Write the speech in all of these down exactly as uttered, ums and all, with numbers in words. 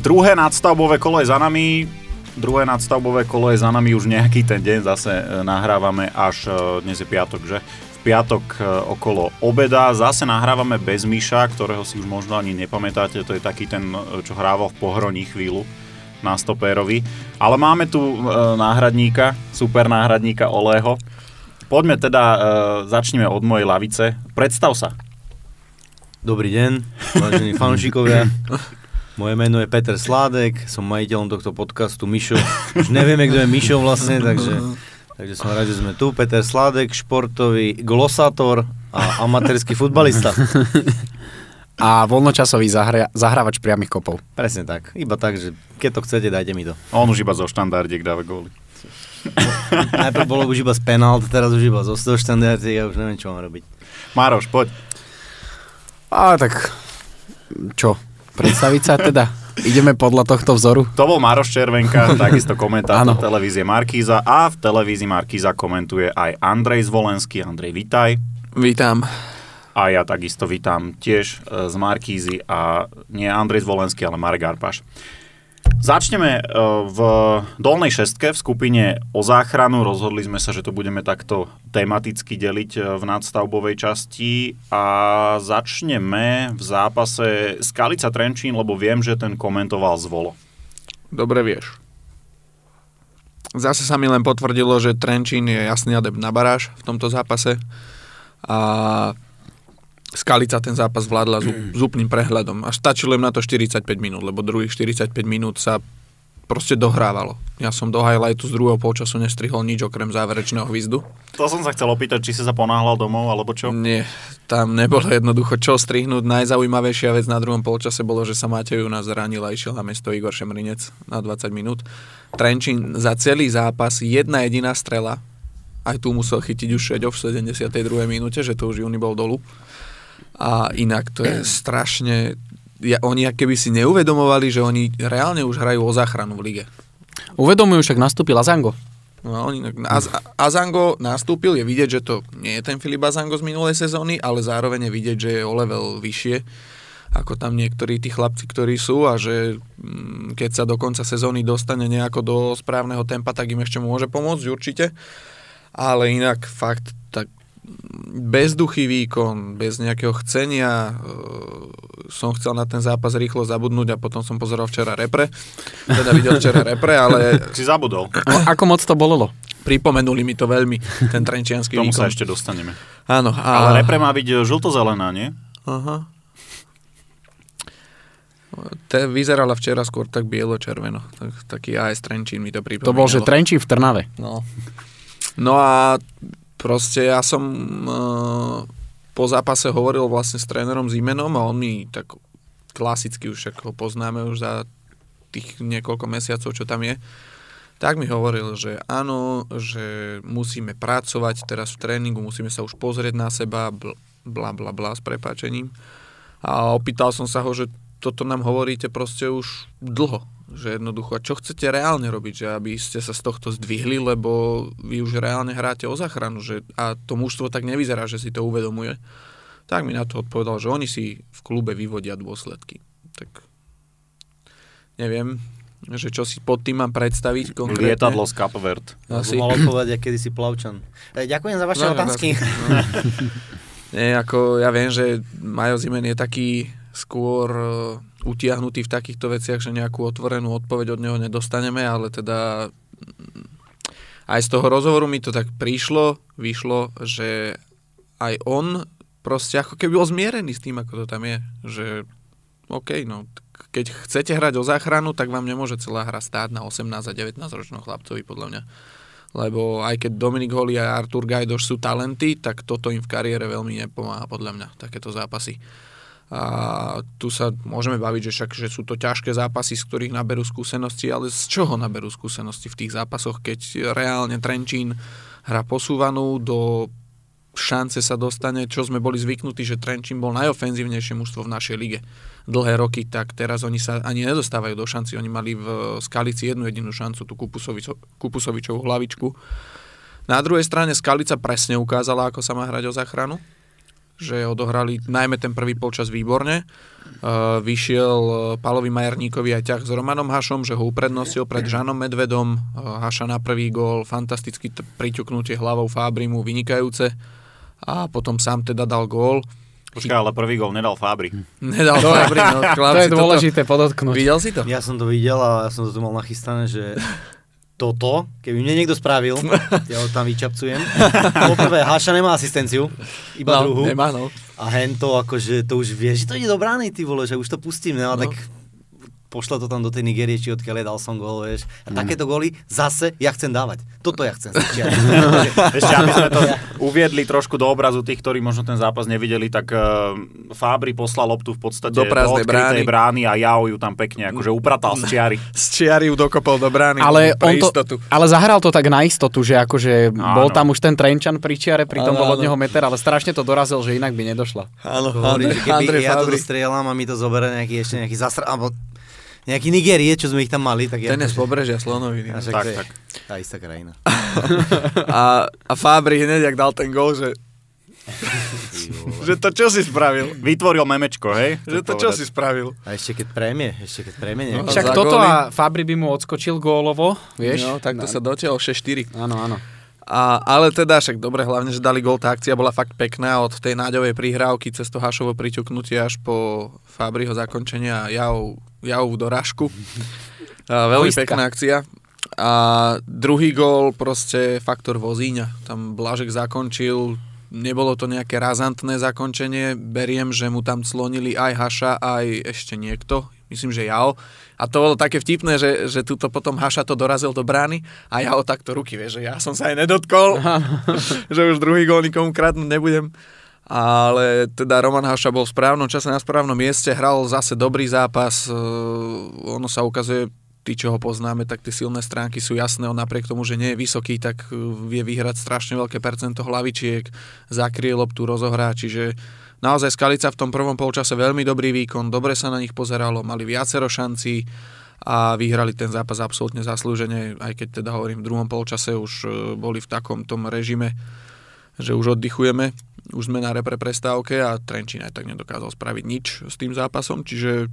Druhé nadstavbové kolo je za nami. Druhé nadstavbové kolo je za nami už nejaký ten deň. Zase nahrávame až, dnes je piatok, že? V piatok okolo obeda. Zase nahrávame bez Miša, ktorého si už možno ani nepamätáte. To je taký ten, čo hrával v Pohroní chvíľu na stopérovi. Ale máme tu náhradníka, super náhradníka Olého. Poďme teda, začneme od mojej lavice. Predstav sa. Dobrý deň, vážení fanúšikovia. Moje meno je Peter Sládek, som majiteľom tohto podcastu Mišo. Už nevieme, kto je Mišo vlastne, takže, takže som rád, že sme tu. Peter Sládek, športový glosátor a amatérsky futbalista. A voľnočasový zahra- zahrávač priamych kopov. Presne tak, iba tak, že keď to chcete, dajte mi to. On už iba zo štandardiek dáva góly. Najprv bolo už iba z penalt, teraz už iba zo štandardiek, ja už neviem, čo mám robiť. Mároš, poď. A tak, čo, predstaviť sa teda? Ideme podľa tohto vzoru? To bol Mároš Červenka, takisto komentátor televízie Markíza a v televízii Markíza komentuje aj Andrej Zvolenský. Andrej, vitaj. Vítam. A ja takisto vítam tiež z Markízy a nie Andrej Zvolenský, ale Marek Arpáš. Začneme v dolnej šestke v skupine o záchranu. Rozhodli sme sa, že to budeme takto tematicky deliť v nadstavbovej časti a začneme v zápase Skalica Trenčín, lebo viem, že ten komentoval Zvolo. Dobre vieš. Zase sa mi len potvrdilo, že Trenčín je jasný adept na baráž v tomto zápase a Skalica ten zápas vládla s, s úplným prehľadom. A stačilo im na to štyridsaťpäť minút, lebo druhých štyridsaťpäť minút sa proste dohrávalo. Ja som do highlightu z druhého polčasu nestrihol nič okrem záverečného hvizdu. To som sa chcel opýtať, či si sa ponáhľal domov, alebo čo? Nie, tam nebolo jednoducho čo strihnúť. Najzaujímavejšia vec na druhom polčase bolo, že sa Matej u nás zranil a išiel na miesto Igor Šemrinec na dvadsať minút. Trenčín za celý zápas jedna jediná strela. Aj tu musel chytiť už Šeďov v sedemdesiatej druhej minúte, že to už Juni bol dolu. A inak to je strašne... Ja, oni keby si neuvedomovali, že oni reálne už hrajú o záchranu v lige. Uvedomujú, však nastúpil Azango. No, oni, Az, Azango nastúpil, je vidieť, že to nie je ten Filip Azango z minulej sezóny, ale zároveň je vidieť, že je o level vyššie ako tam niektorí tí chlapci, ktorí sú a že mm, keď sa do konca sezóny dostane nejako do správneho tempa, tak im ešte môže pomôcť určite. Ale inak fakt tak bezduchý výkon, bez nejakého chcenia. Som chcel na ten zápas rýchlo zabudnúť a potom som pozeral včera repre. Teda videl včera repre, ale... Si zabudol. No, ako moc to bolelo? Pripomenuli mi to veľmi, ten trenčiansky výkon. Tomu sa ešte dostaneme. Áno. A... Ale repre má byť žlto-zelená, nie? Aha. Te vyzerala včera skôr tak bielo-červeno. Tak, taký á es Trenčín mi to pripomínalo. To bol, že Trenčín v Trnave. No. No a proste ja som e, po zápase hovoril vlastne s trénerom Zimenom a on mi tak klasicky už, ako ho poznáme už za tých niekoľko mesiacov, čo tam je, tak mi hovoril, že áno, že musíme pracovať teraz v tréningu, musíme sa už pozrieť na seba, bla bla bla s prepáčením. A opýtal som sa ho, že toto nám hovoríte proste už dlho. Že jednoducho, a čo chcete reálne robiť, že aby ste sa z tohto zdvihli, lebo vy už reálne hráte o záchranu, že, a to mužstvo tak nevyzerá, že si to uvedomuje. Tak mi na to odpovedal, že oni si v klube vyvodia dôsledky. Tak neviem, že čo si pod tým mám predstaviť konkrétne. Lietadlo z Cape Verde. Asi. Mal odpovedať, kedy si Plavčan. E, ďakujem za vaše no, otázky. No. Nie, ako ja viem, že Majo Zimen je taký skôr utiahnutý v takýchto veciach, že nejakú otvorenú odpoveď od neho nedostaneme, ale teda aj z toho rozhovoru mi to tak prišlo, vyšlo, že aj on proste ako keby bol zmierený s tým, ako to tam je, že OK, no keď chcete hrať o záchranu, tak vám nemôže celá hra stáť na osemnásť a devätnásť ročného chlapcovi, podľa mňa. Lebo aj keď Dominik Holý a Artur Gajdoš sú talenty, tak toto im v kariére veľmi nepomáha, podľa mňa, takéto zápasy. A tu sa môžeme baviť, že však že sú to ťažké zápasy, z ktorých naberú skúsenosti, ale z čoho naberú skúsenosti v tých zápasoch, keď reálne Trenčín hra posúvanú do šance sa dostane, čo sme boli zvyknutí, že Trenčín bol najofenzívnejšie mužstvo v našej lige dlhé roky, tak teraz oni sa ani nedostávajú do šanci. Oni mali v Skalici jednu jedinú šancu, tú Kupusovičo, Kupusovičovú hlavičku. Na druhej strane Skalica presne ukázala, ako sa má hrať o záchranu. že odohrali najmä ten prvý polčas výborne. Uh, vyšiel Pálovi Majerníkovi aj ťah s Romanom Hašom, že ho uprednostil pred Žanom Medvedom. Uh, Haša na prvý gól, fantasticky t- priťuknutie hlavou Fábrimu, vynikajúce. A potom sám teda dal gól. Počkaj, ale prvý gól nedal Fábri. Nedal Fábri, no To je dôležité toto podotknúť. Videl si to? Ja som to videl a ja som to tu mal nachystané, že toto, keby mne niekto spravil, ja ho tam vyčapcujem. Poprvé, Haša nemá asistenciu, iba no, druhú. Nemá, no. A hento, akože to už vie, že to ide do brány, ty vole, že už to pustím, ne? A No. tak pošla to tam do tej Nigérie, či odkiaľ je, dal som gól, vieš. A mm. takéto góly zase ja chcem dávať. Toto ja chcem stiať. Ešte, aby sme to uviedli trošku do obrazu tých, ktorí možno ten zápas nevideli, tak uh, Fábri poslal loptu v podstate Do do, prázdnej do odkrytej brány. brány a Jao ju tam pekne akože upratal z čiary. Z čiary ju dokopol do brány. Ale, pre on to, istotu. ale zahral to tak na istotu, že akože Áno. bol tam už ten Trenčan pri čiare, pritom Áno, bol od áno. neho meter, ale strašne to dorazil, že inak by nedošla. Áno, Hovorí, že keby Andrej ja to Fábri. dostrieľam a mi to zoberie nejaký ešte nejaký zasr... alebo nejaký Nigérie, čo sme ich tam mali, tak ja... Ten je z pobrežia Slonoviny. A však Tak, to je tak. tá istá krajina. A, a Fábri hneď, jak dal ten gól, že, že to čo si spravil? Vytvoril memečko, hej? Že to čo si spravil? A ešte keď prémie, ešte keď prémie No, nejaké. Však za toto góly. a Fabri by mu odskočil gólovo, vieš? No, tak to sa dotiaľ šesť štyri. Áno, áno. A, ale teda, však dobre, hlavne, že dali gól, tá akcia bola fakt pekná od tej náďovej prihrávky cez to Hašovo priťuknutie až po Fábriho zakončenia a Jau, Javovú dorážku. A veľmi Poistka. pekná akcia. A druhý gól, proste faktor Vozíňa. Tam Blažek zakončil, nebolo to nejaké razantné zakončenie, beriem, že mu tam clonili aj Haša, aj ešte niekto, myslím, že Jao. A to bolo také vtipné, že, že tuto potom Haša to dorazil do brány a Jao takto ruky, vieš, že ja som sa aj nedotkol, že už druhý gól nikomu kradnúť nebudem. Ale teda Roman Haša bol v správnom čase na správnom mieste, hral zase dobrý zápas, e, ono sa ukazuje, tí, čo ho poznáme, tak tie silné stránky sú jasné, on napriek tomu, že nie je vysoký, tak vie vyhrať strašne veľké percento hlavičiek, zakrie loptu, rozohrá, čiže naozaj Skalica v tom prvom polčase veľmi dobrý výkon, dobre sa na nich pozeralo, mali viacero šancí a vyhrali ten zápas absolútne zaslúžene, aj keď teda hovorím, v druhom polčase už boli v takom tom režime, že už oddychujeme, už sme na repre prestávke a Trenčín aj tak nedokázal spraviť nič s tým zápasom, čiže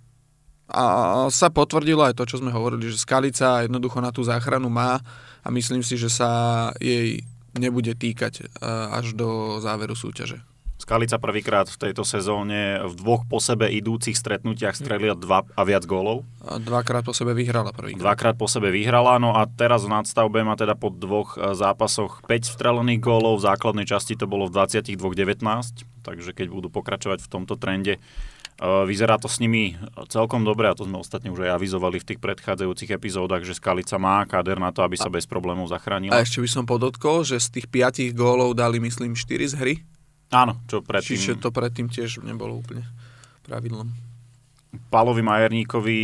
a sa potvrdilo aj to, čo sme hovorili, že Skalica jednoducho na tú záchranu má a myslím si, že sa jej nebude týkať až do záveru súťaže. Skalica prvýkrát v tejto sezóne v dvoch po sebe idúcich stretnutiach strelila dva a viac gólov. A dvakrát po sebe vyhrala prvýkrát. Dvakrát po sebe vyhrala, no a teraz v nadstavbe má teda po dvoch zápasoch päť strelených gólov, v základnej časti to bolo v dvadsaťdva devätnásť, takže keď budú pokračovať v tomto trende, vyzerá to s nimi celkom dobre a to sme ostatne už aj avizovali v tých predchádzajúcich epizódach, že Skalica má káder na to, aby sa bez problémov zachránila. A ešte by som podotkol, že z tých piatich gólov dali myslím štyri z hry. Áno, čo predtým... Čiže to predtým tiež nebolo úplne pravidlom. Pálovi Majerníkovi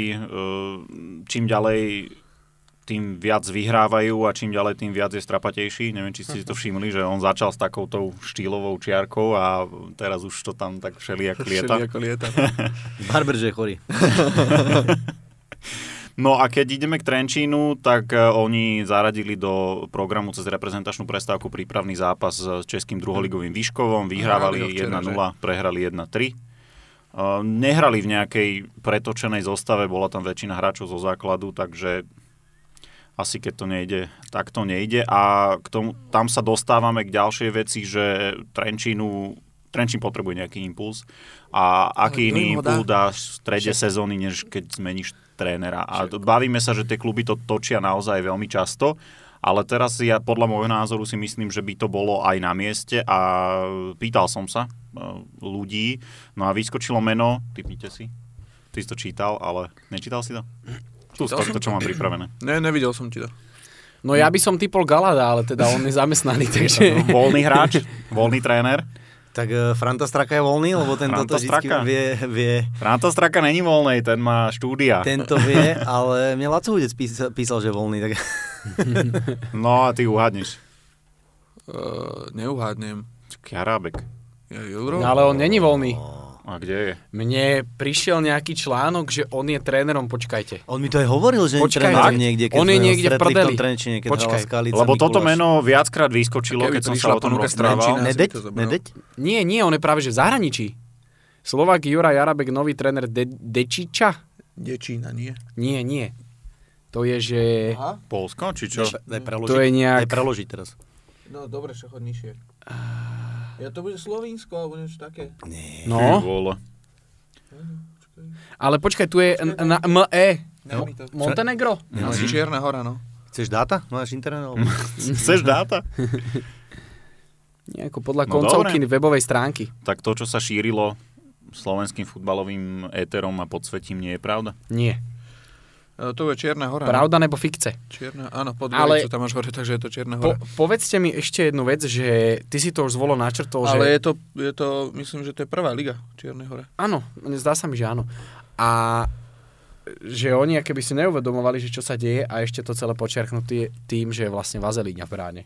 čím ďalej tým viac vyhrávajú a čím ďalej tým viac je strapatejší. Neviem, či ste si to všimli, že on začal s takoutou štýlovou čiarkou a teraz už to tam tak všelijako lieta. Všelijako lieta. Barber, že je chorý. No a keď ideme k Trenčínu, tak oni zaradili do programu cez reprezentačnú prestávku prípravný zápas s českým druholigovým Výškovom. Vyhrávali jeden nula, prehrali jeden tri. Nehrali v nejakej pretočenej zostave, bola tam väčšina hráčov zo základu, takže asi keď to nejde, tak to nejde. A k tomu, tam sa dostávame k ďalšej veci, že Trenčínu, Trenčín potrebuje nejaký impuls. A aký iný impuls dáš v strede sezóny, než keď zmeníš trénera. A bavíme sa, že tie kluby to točia naozaj veľmi často, ale teraz ja podľa môjho názoru si myslím, že by to bolo aj na mieste a pýtal som sa ľudí, no a vyskočilo meno, typnite si, ty si to čítal, ale nečítal si to? Tu to, čo mám pripravené. Ne, nevidel som ti to. No ja by som typol Galada, ale teda on je zamestnaný, takže... Voľný hráč, voľný tréner. Tak uh, Franta Straka je voľný, lebo tento to vždycky vie, vie... Franta Straka není voľnej, ten má štúdia. Tento vie, ale mne Laco Hudec písal, písal, že je voľný, tak... No a ty uhádneš. Uh, neuhádnem. Jarábek. Je Euro? No, ale on není voľný. A A kde je? Mne prišiel nejaký článok, že on je trénerom, počkajte. On mi to aj hovoril, že je Počkaj, trénerom tak? niekde, keď On je sme ho niekde v stretli v prdeli. tom Trenčine, keď Počkaj. hral Skalica, Lebo toto Mikuláš. meno viackrát vyskočilo, Keby keď som prišla sa o tom ponuka z rozprával. Trenčína, Nedeť? si to zobral. Nedeť? Nie, nie, on je práve že v zahraničí. Slovák Juraj Jarabek, nový tréner De- Dečiča? Dečína, nie? Nie, nie. To je, že... Aha. Polsko, či čo? Daj preložiť. To je nejak... Daj preložiť teraz. No dobre, že chod nižšie. Ja to bude Slovinsko, alebo niečo také. Nie. Ty No, vole. ale počkaj, tu je n- na em é. Daj mi to. Montenegro? Asi Čierna hora, no. Chceš dáta? Máš internet? alebo- Chceš dáta? Nejako podľa No koncovky webovej stránky. Tak to, čo sa šírilo slovenským futbalovým éterom a podsvetím, nie je pravda? Nie. E, To je Čierna hora. Pravda nebo fikce? Čierna, áno, pod Ale- dvojicu tam máš hore, takže je to Čierna Po, hora. povedzte mi ešte jednu vec, že ty si to už zvolo načrtol, Ale že... je to, je to, myslím, že to je prvá liga Čiernej hore. Áno, zdá sa mi, že áno. A že oni akoby si neuvedomovali, že čo sa deje a ešte to celé počiarknutí tým, že je vlastne vazelíňa v bráne.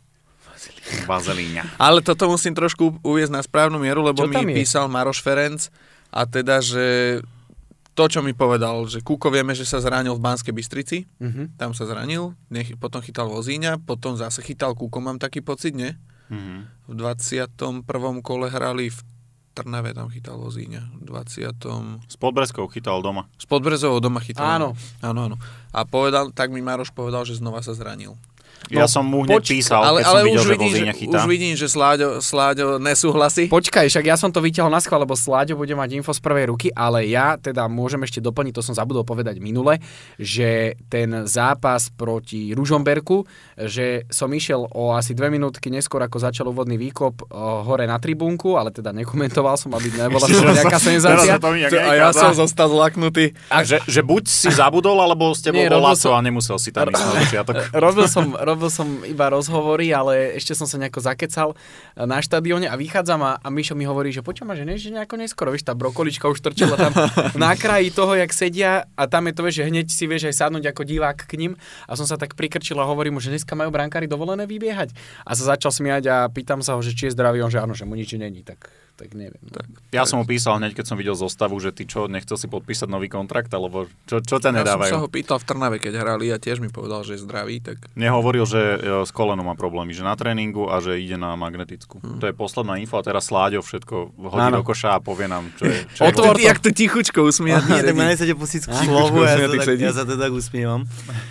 Vazelíňa. Ale toto musím trošku uviezť na správnu mieru, lebo Čo tam mi je? písal Maroš Ferenc a teda, že to, čo mi povedal, že Kúko vieme, že sa zranil v Banskej Bystrici, Mhm. tam sa zranil, nech, potom chytal Vozíňa, potom zase chytal Kúko, mám taký pocit, nie? Mhm. V dvadsiatom prvom kole hrali v Trnave, tam chytal Vozíňa. V dvadsiatom S Podbreskou chytal doma. S Podbrezovou doma chytal. Áno. Áno, áno. A povedal, tak mi Maroš povedal, že znova sa zranil. Ja No, som mu hneď počkaj, písal, ale keď ale som videl, už, že vidím, že, Vozíňa chytá. už vidím, že Sláďo, Sláďo nesúhlasí. Počkaj, však ja som to vyťahol na schvál, lebo Sláďo bude mať info z prvej ruky, ale ja teda môžem ešte doplniť, to som zabudol povedať minule, že ten zápas proti Ružomberku, že som išiel o asi dve minútky neskôr, ako začal úvodný výkop o, hore na tribúnku, ale teda nekomentoval som, aby nebola z toho nejaká senzácia. Teraz sa to mi nejak A ja nekáza. som zostal zlaknutý. A že, že buď si zabudol, alebo s tebou Nie, bol robil Laco som- a nemusel si tam ísť na začiatok. robil, som, robil som iba rozhovory, ale ešte som sa nejako zakecal na štadióne a vychádzam a, a Mišo mi hovorí, že počujem, že nie, že nejako neskoro, vieš, tá brokolička už trčela tam na kraji toho, jak sedia a tam je to, vieš, že hneď si vieš aj sadnúť ako divák k nim a som sa tak prikrčil a hovorím mu, že dneska majú brankári dovolené vybiehať a sa začal smiať a pýtam sa ho, že či je zdravý, on že áno, že mu nič není, tak, tak neviem. No. Tak. Ja som mu písal hneď, keď som videl zostavu, že ty čo, nechcel si podpísať nový kontrakt, alebo čo, čo ťa Ja som sa nedávajú? ho pýtal v Trnave, keď hrali a tiež mi povedal, že je zdravý, tak Nehovoril, že e, s kolenom má problémy, že na tréningu a že ide na magnetickú. Hmm. To je posledná info a teraz Sláďo všetko hodí Áno. do koša a povie nám, čo je. Čo je Otvor ty, jak to tichučko usmiať. Nie, tak ma nechcete pustiť k slovu, ja, sa Ty tak, sedí. ja sa to tak usmievam.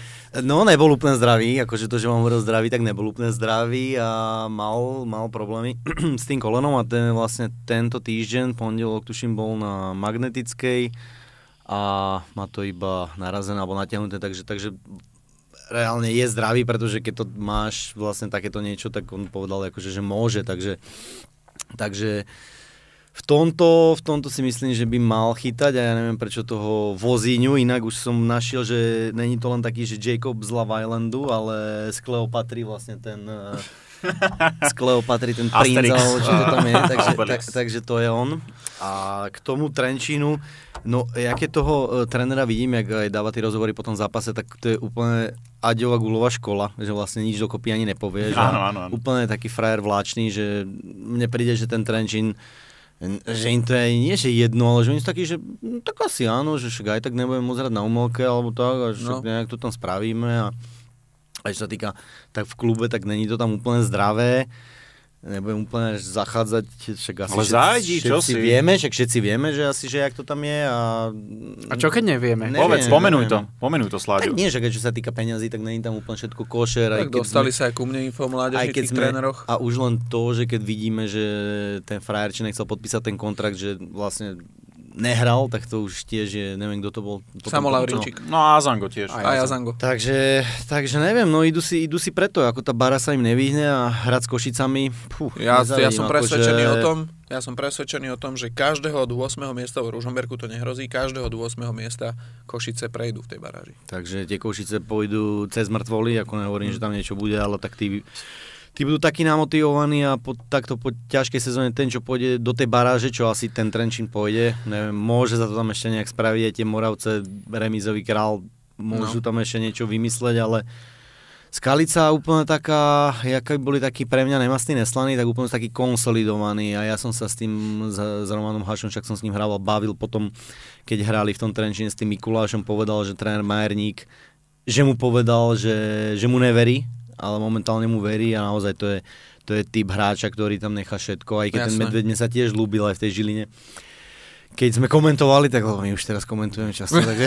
No, nebol úplne zdravý, akože to, že vám hovoril zdravý, tak nebol úplne zdravý a mal, mal problémy s tým kolenom a ten vlastne tento týždeň, pondelok tuším, bol na magnetickej a má to iba narazené alebo natiahnuté, takže, takže reálne je zdravý, pretože keď to máš vlastne takéto niečo, tak on povedal akože, že môže, takže, takže v tomto, v tomto si myslím, že by mal chytať a ja neviem prečo toho Vozíňu, inak už som našiel, že není to len taký, že Jacob z Love Islandu, ale z Kleopatry vlastne ten uh, z Kleopatry ten princ, Asterix. alebo čo to tam je, takže, Obelix. tak, takže to je on. A k tomu Trenčínu, no ja keď toho uh, trénera vidím, jak aj dáva tie rozhovory po tom zápase, tak to je úplne Aďová gulová škola, že vlastne nič dokopy ani nepovie. Že Áno, áno, áno. Úplne taký frajer vláčný, že mne príde, že ten Trenčín že im to je nie, že jedno, ale že oni sú takí, že no, tak asi áno, že však aj tak nebudem môcť hrať na umelke alebo tak, a však No. nejak to tam spravíme a aj čo sa týka, tak v klube, tak není to tam úplne zdravé, nebudem úplne až zachádzať, však asi Ale zájdi, čo všetci si? vieme, však všetci vieme, že asi, že jak to tam je a... A čo keď nevieme? Ne- Povedz, neviem, pomenuj neviem. to, pomenuj to, Tak Sláďo. nie, že keď čo sa týka peňazí, tak není tam úplne všetko košer, aj Tak keď dostali sme- sa aj ku mne info o aj mládežných keď tých sme, tréneroch. a už len to, že keď vidíme, že ten frajer, či nechcel podpísať ten kontrakt, že vlastne nehral, tak to už tiež je, neviem, kto to bol. potom Samo to- Laurinčík. No a Azango tiež. Aj. A Jazango. Takže, takže neviem, no idú si, idú si preto, ako tá bara sa im nevyhne a hrať s Košicami, pú, Ja, ja nezávidím, som akože- presvedčený o tom, ja som presvedčený o tom, že každého od ôsmeho miesta v Ružomberku to nehrozí, každého od ôsmeho miesta Košice prejdú v tej baráži. Takže tie Košice pôjdu cez mŕtvoly, ako nehovorím, že tam niečo bude, ale tak tí, tí budú takí namotivovaní a po, takto po ťažkej sezóne ten, čo pôjde do tej baráže, čo asi ten Trenčín pôjde, neviem, môže sa to tam ešte nejak spraviť, aj tie Moravce, remízový král, môžu No. tam ešte niečo vymysleť, ale Skalica úplne taká, jaká boli takí pre mňa nemastní neslaní, tak úplne taký konsolidovaný a ja som sa s tým, s, s Romanom Hašom, však som s ním hral a bavil potom, keď hrali v tom Trenčíne s tým Mikulášom, povedal, že tréner Majerník, že mu povedal, že, že mu neverí, ale momentálne mu verí a naozaj to je, to je typ hráča, ktorý tam nechá všetko, aj keď Jasne. Ten Medveď mne sa tiež ľúbil aj v tej Žiline. Keď sme komentovali, tak my už teraz komentujeme často, takže...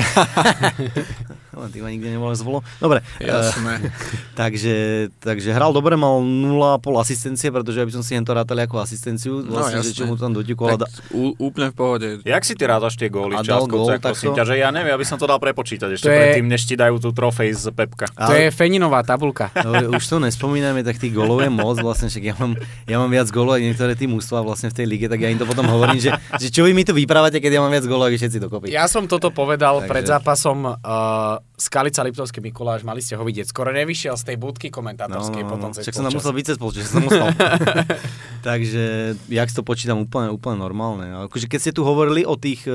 Len ty ma nikde nebol zvolo. Dobre. Jasné. Uh, takže, takže hral dobre, mal nula celá päť asistencie, pretože aby som si hento rátal ako asistenciu, vlastne, no, že čo mu tam doťukol. Da... Úplne v pohode. Jak si ty rátaš tie góly v Čáskovce, gól, prosím to... ťa, že ja neviem, aby som to dal prepočítať ešte je... predtým, než ti dajú tú trofej z Pepka. Ale... To je Feninová tabulka. Dobre, už to nespomíname, tak tých gólov je moc, vlastne, však ja mám, ja mám viac gólov, aj niektoré tí mužstvá vlastne v tej lige, tak ja im to potom hovorím, že, že čo vy mi to vyprávate, keď ja mám viac gólov, ako všetci dokopy. Ja som toto povedal takže... pred zápasom uh, Skalica Liptovský Mikuláš, mali ste ho vidieť. Skoro nevyšiel z tej budky komentátorskej no, no, potom no. cez Však som tam musel byť cez polčas, že som musel. Takže, jak to počítam, úplne, úplne normálne. Akože keď ste tu hovorili o tých,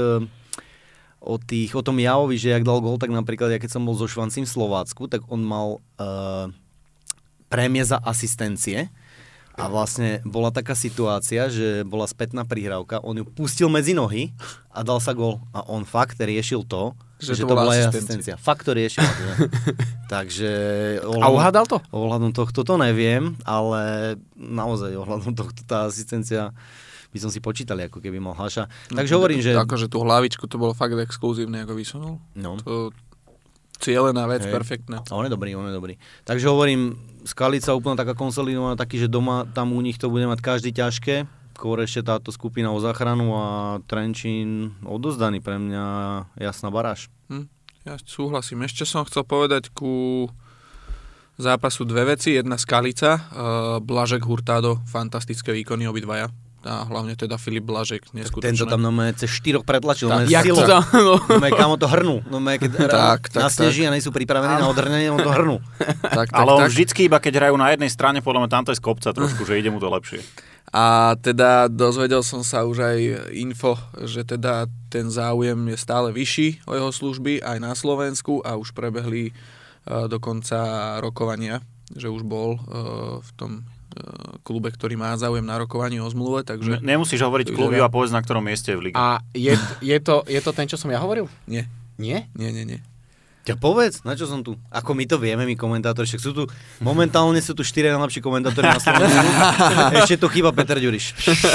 o tých, o tom Javovi, že jak dal gól, tak napríklad, ja keď som bol so Švancím v Slovácku, tak on mal uh, prémie za asistencie. A vlastne bola taká situácia, že bola spätná prihrávka, on ju pustil medzi nohy a dal sa gól. A on fakt riešil to, že, že to, to bola asistencia. asistencia. Fakt to riešil. Takže... Ohľadom, a uhádal to? Ohľadom tohto to neviem, ale naozaj ohľadom tohto tá asistencia by som si počítal, ako keby mal Haša. Takže hovorím, že... Akože tú hlavičku to bolo fakt exkluzívne, ako vysunul. No. To cielená vec, Hej. perfektná. A on je dobrý, on je dobrý. Takže hovorím, Skalica úplne taká konsolidovaná, taký, že doma tam u nich to bude mať každý ťažké. Skôr ešte táto skupina o záchranu a Trenčín odozdaný, pre mňa jasná baráž. Hm, ja súhlasím. Ešte som chcel povedať ku zápasu dve veci. Jedna Skalica, uh, Blažek, Hurtado, fantastické výkony obidvaja. A hlavne teda Filip Blažek, neskutočné. Tento tam no cez štyroch pretlačil, no jak silou. to tam, no. No kamo to hrnú. No keď tak, tak, nasneží tak. a nejsú pripravení na odhrnenie, on to hrnú. Tak, tak, Ale on tak. vždycky iba keď hrajú na jednej strane, podľa mňa tamto je z kopca trošku, že ide mu to lepšie. A teda dozvedel som sa už aj info, že teda ten záujem je stále vyšší o jeho služby aj na Slovensku a už prebehli uh, dokonca rokovania, že už bol uh, v tom klube, ktorý má záujem na rokovanie o zmluve, takže... Ne, nemusíš hovoriť kluby a povedz, na ktorom mieste v lige. A je, je, to, je to ten, čo som ja hovoril? Nie. Nie? Nie, nie, nie. Ťa povedz, na čo som tu? Ako my to vieme, my komentátori, však sú tu, momentálne sú tu štyri najlepší komentátori na Slovensku. Ešte tu chýba Peter Ďuriš.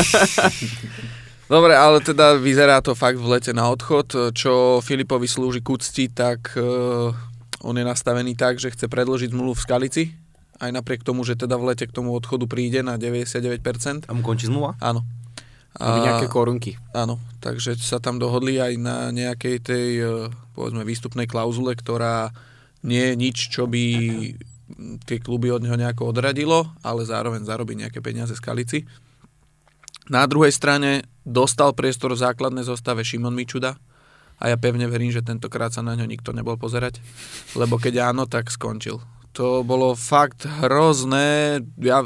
Dobre, ale teda vyzerá to fakt v lete na odchod, čo Filipovi slúži k úcti, tak uh, on je nastavený tak, že chce predĺžiť zmluvu v Skalici, aj napriek tomu, že teda v lete k tomu odchodu príde na deväťdesiatdeväť percent. A mu končí zmluva? Áno. A nejaké korunky. Áno, takže sa tam dohodli aj na nejakej tej, povedzme, výstupnej klauzule, ktorá nie je nič, čo by tie kluby od neho nejako odradilo, ale zároveň zarobí nejaké peniaze z Skalici. Na druhej strane dostal priestor v základnej zostave Šimon Mičuda a ja pevne verím, že tentokrát sa na ňo nikto nebol pozerať, lebo keď áno, tak skončil. To bolo fakt hrozné. Ja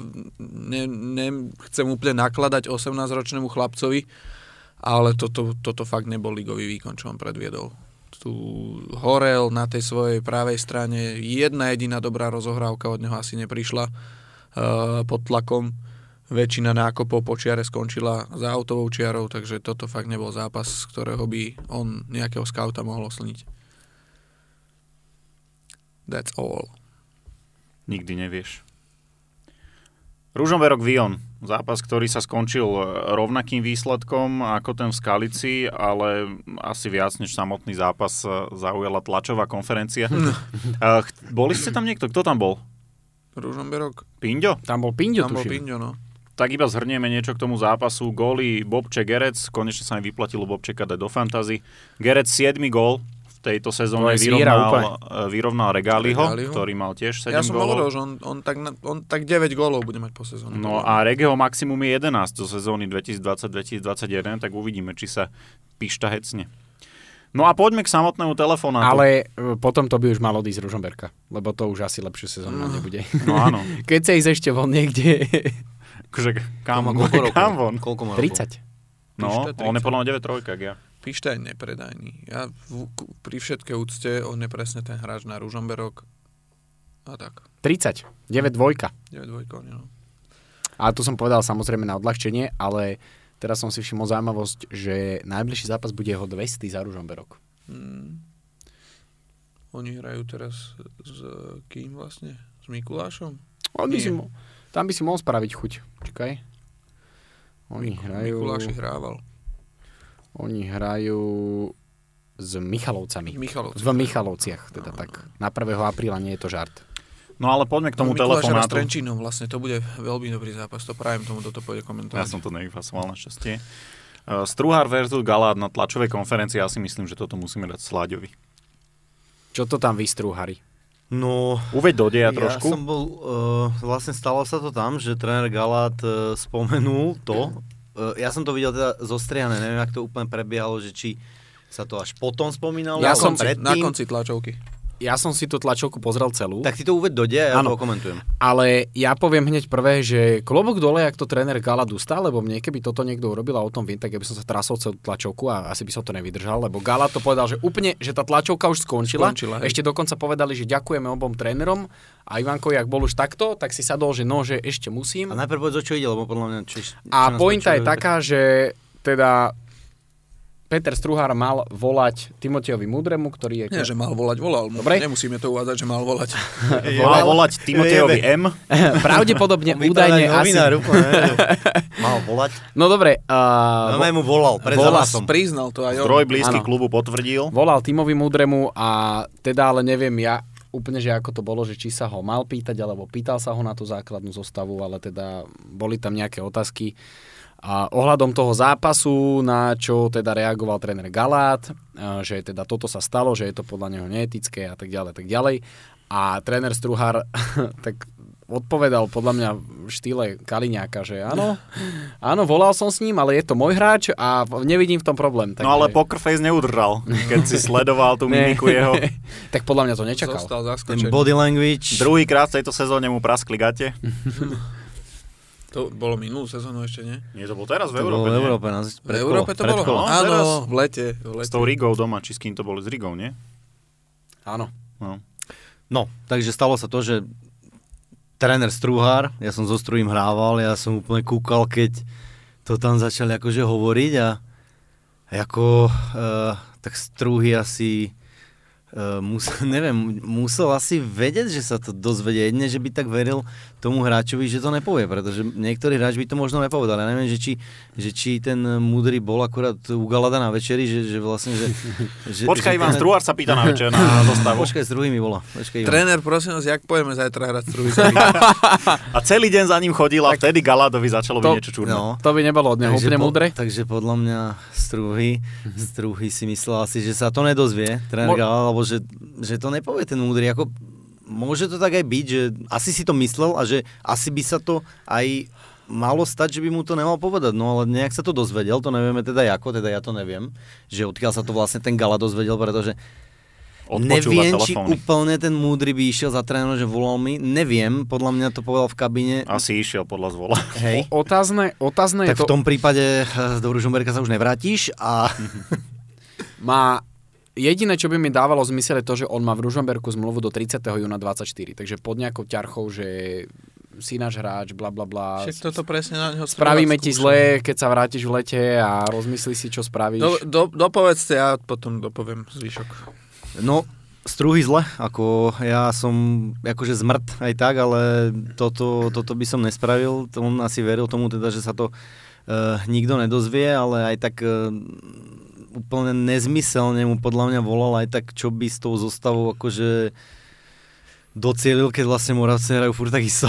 nechcem ne, úplne nakladať osemnásťročnému chlapcovi, ale toto, toto fakt nebol ligový výkon, čo on predviedol. Tu horel na tej svojej pravej strane. Jedna jediná dobrá rozohrávka od neho asi neprišla uh, pod tlakom. Väčšina nákopov po čiare skončila za autovou čiarou, takže toto fakt nebol zápas, z ktorého by on nejakého skauta mohol oslniť. That's all. Nikdy nevieš. Ružomberok Vion. Zápas, ktorý sa skončil rovnakým výsledkom ako ten v Skalici, ale asi viac než samotný zápas zaujala tlačová konferencia. Boli ste tam niekto? Kto tam bol? Ružomberok. Pinďo? Tam bol Pinďo, Tam bol tuším. Pinďo, no. Tak iba zhrnieme niečo k tomu zápasu. Góly Bobče Gerec, konečne sa mi vyplatilo Bobčeka dať do fantasy. Gerec siedmy gól v tejto sezóne vyrovnal, vyrovnal Regáliho, Regáliho, ktorý mal tiež sedem gólov. Ja som hovoril, že on, on, tak, on tak deväť gólov bude mať po sezóne. No a Regého maximum je jedenásť do sezóny dvetisícdvadsať dvetisícdvadsaťjeden, tak uvidíme, či sa Pišta hecne. No a poďme k samotnému telefonátu. Ale potom to by už malo odísť z Ružomberka, lebo to už asi lepšiu sezónu no. nebude. No áno. Keď sa ísť ešte von niekde... Akože kam, koľko kam von? Koľko má tridsať. No, Pišta, on je podľa mňa deväť tri, jak ja. Pišta je nepredajný. Ja v, pri všetkej úcte, on je presne ten hráč na Ružomberok. a tak. tridsať. deväť dvojka. deväť dvojka, no. A tu som povedal samozrejme na odľahčenie, ale teraz som si všimol zaujímavosť, že najbližší zápas bude jeho dvesto za Ružomberok. Hmm. Oni hrajú teraz s kým vlastne? S Mikulášom? On by si mo- tam by si mohol spraviť chuť. Čakaj. Oni Mik- hrajú... Mikuláš ich hrával. Oni hrajú s Michalovcami. Michalovci. V Michalovciach, teda tak. Na prvého apríla nie je to žart. No ale poďme k tomu no, Mikuláš hra s telefonátu. Trenčínom vlastne, to bude veľmi dobrý zápas, to prajem tomu, toto pôjde komentovať. Ja som to nevyfasoval našťastie. Uh, Struhár versus Galát na tlačovej konferencii, ja si myslím, že toto musíme dať Sláďovi. Čo to tam vystrúhari? No, Uveď do deja ja trošku. som bol, uh, vlastne stalo sa to tam, že tréner Galát uh, spomenul to. Uh, ja som to videl teda zostrihané, neviem, jak to úplne prebiehalo, že či sa to až potom spomínalo, Ja alebo som predtým. Na konci tlačovky. Ja som si tú tlačovku pozrel celú. Tak ty to uveď do deja, ja Áno. to komentujem. Ale ja poviem hneď prvé, že klobok dole, ak to tréner Galát ustal, lebo mne keby toto niekto urobil a o tom viem, tak ja by som sa trasol celú tlačovku a asi by som to nevydržal, lebo Galát to povedal, že úplne, že tá tlačovka už skončila. Skončila, hej. Ešte dokonca povedali, že ďakujeme obom trénerom a Ivankovi, ak bol už takto, tak si sadol, že no, že ešte musím. A najprv povedz, o čo ide, lebo podľa mňa... Či, či A nás pointa je počúvajú, taká, že teda Peter Struhár mal volať Timotejovi Múdremu, ktorý je... Nie, že mal volať, volal. Dobre. Nemusíme to uvádzať, že mal volať. Mal volať Timotejovi M. Pravdepodobne On vypadá údajne aj novinár, asi... úplne, že mal volať. No dobre, No, uh, mu volal, pred volal zápasom. Priznal to aj on. Zdroj blízky Áno. klubu potvrdil. volal Timovi Múdremu a teda ale neviem ja úplne, že ako to bolo, že či sa ho mal pýtať, alebo pýtal sa ho na tú základnú zostavu, ale teda boli tam nejaké otázky. A ohľadom toho zápasu, na čo teda reagoval tréner Galát, a že teda toto sa stalo, že je to podľa neho neetické a tak ďalej, tak ďalej. A tréner Struhár tak odpovedal podľa mňa v štýle Kaliňáka, že áno, áno, volal som s ním, ale je to môj hráč a nevidím v tom problém. No ale poker face neudržal, keď si sledoval tú mimiku jeho. Tak podľa mňa to nečakal. Zostal Ten zaskočený. body language. Druhýkrát v tejto sezóne mu praskli gate. To bolo minulú sezónu ešte, nie? Nie, to bol teraz v To bolo Európe, v nie? Európe. Na, V Európe to bolo? predkolo. Áno, Teraz. v lete. V lete. S tou Rigou doma, či s kým to boli? S Rigou, nie? Áno. No. No, takže stalo sa to, že tréner Struhár, ja som so Struhým hrával, ja som úplne kúkal, keď to tam začali akože hovoriť a ako uh, tak Struhy asi uh, musel, neviem, musel asi vedieť, že sa to dozvedie. Jedne, že by tak veril tomu hráčovi, že to nepovie, pretože niektorý hráč by to možno nepovedal. Ja neviem, že či, že či ten Múdry bol akurát u Galada na večeri, že, že vlastne, že... že Počkaj, že Ivan ten- Struhár sa pýta na večer na zostavu. Počkaj, Struhy mi volá. Počkaj, Ivan. Tréner, prosím vás, jak pojeme zajtra hrať Struhy? A celý deň za ním chodil a vtedy Galádovi začalo byť To- niečo čudné. No. To by nebolo od neho úplne po- múdre. Takže podľa mňa Struhy, Struhy si myslel asi, že sa to nedozvie, tréner Mo- Galát, alebo že, že to nepovie ten Múdry. Ako, môže to tak aj byť, že asi si to myslel a že asi by sa to aj malo stať, že by mu to nemal povedať, no ale nejak sa to dozvedel, to nevieme teda ako, teda ja to neviem, že odkiaľ sa to vlastne ten Galát dozvedel, pretože Odpočúva neviem, či telefóny. úplne ten Múdry by išiel za trénerom, že volal mi, neviem, podľa mňa to povedal v kabíne. Asi išiel podľa zvola. Hej. O, otázne, otázne je Tak to... v tom prípade eh, do Ružomberka sa už nevrátiš a Má... Jediné, čo by mi dávalo zmysel, je to, že on má v Ružomberku zmluvu do tridsiateho júna dvadsaťštyri. Takže pod nejakou ťarchou, že si náš hráč, bla bla bla. Však toto presne na neho Spravíme Struhár ti skúša. zle, keď sa vrátiš v lete a rozmyslí si, čo spravíš. Do, do, dopovedzte, ja potom dopoviem zvyšok. no, Struhy zle, ako ja som akože zmrt aj tak, ale toto, toto by som nespravil, on asi veril tomu teda, že sa to uh, nikto nedozvie, ale aj tak uh, úplne nezmyselne mu podľa mňa volal aj tak, čo by s tou zostavou akože docielil, keď vlastne Moravci hrajú furt takisto.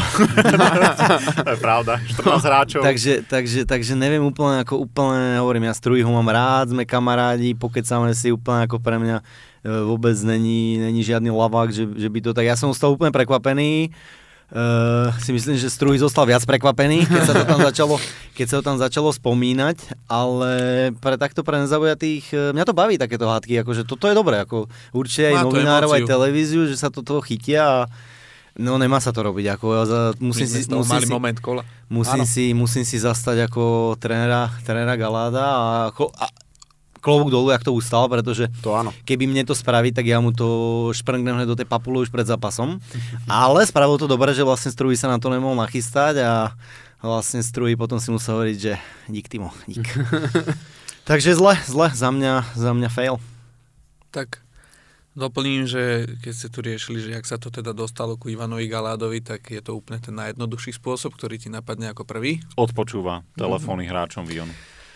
To je pravda, štrnásť hráčov. takže, takže, takže neviem úplne, ako úplne, hovorím, ja Struhy ho mám rád, sme kamarádi, pokecáme si úplne ako pre mňa e, vôbec není, není žiadny lavák, že, že by to tak, ja som ostal úplne prekvapený, Uh, si myslím, že Struhy zostal viac prekvapený, keď sa to tam začalo, keď sa to tam začalo spomínať, ale pre takto pre nezaujatých, mňa to baví takéto hádky, akože toto je dobré, ako určite aj Má to novinárov, aj emóciu. televíziu, že sa to toho chytia a no nemá sa to robiť, ako ja za, musím, si, musím, mali si, moment kola. musím, Áno. si, musím si zastať ako trénera, trénera Galáda a, ako, a klobúk dolu, jak to ustal, pretože To áno. keby mne to spraví, tak ja mu to šprngnem hneď do tej papule už pred zápasom. Ale spravil to dobre, že vlastne Struhy sa na to nemohol nachystať a vlastne Struhy potom si musel hovoriť, že dík Timo, dík. Takže zle, zle, za mňa, za mňa fail. Tak doplním, že keď ste tu riešili, že jak sa to teda dostalo ku Ivanovi Galádovi, tak je to úplne ten najjednoduchší spôsob, ktorý ti napadne ako prvý. Odpočúva telefóny hráčom Vionu.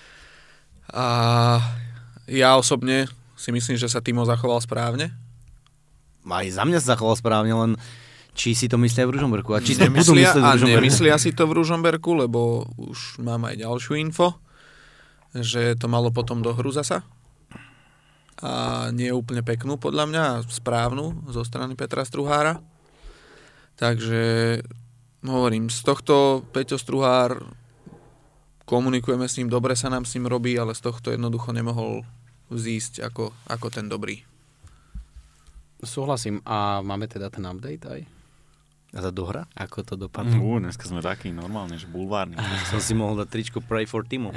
A ja osobne si myslím, že sa Timo zachoval správne. Aj za mňa sa zachoval správne, len či si to myslia v Ružomberku a či si to budú Nemyslia, myslieť v a Ružomberku. nemyslia si to v Ružomberku, lebo už mám aj ďalšiu info, že to malo potom do hru zasa. A nie je úplne peknú, podľa mňa, správnu zo strany Petra Struhára. Takže hovorím, z tohto Peťo Struhár komunikujeme s ním, dobre sa nám s ním robí, ale z tohto jednoducho nemohol vzísť ako, ako ten dobrý. Súhlasím. A máme teda ten update aj? A za dohra? Ako to dopadlo? Ú, dneska sme takí normálne, že bulvárni. Som si mohol dať tričko Pray for Timo.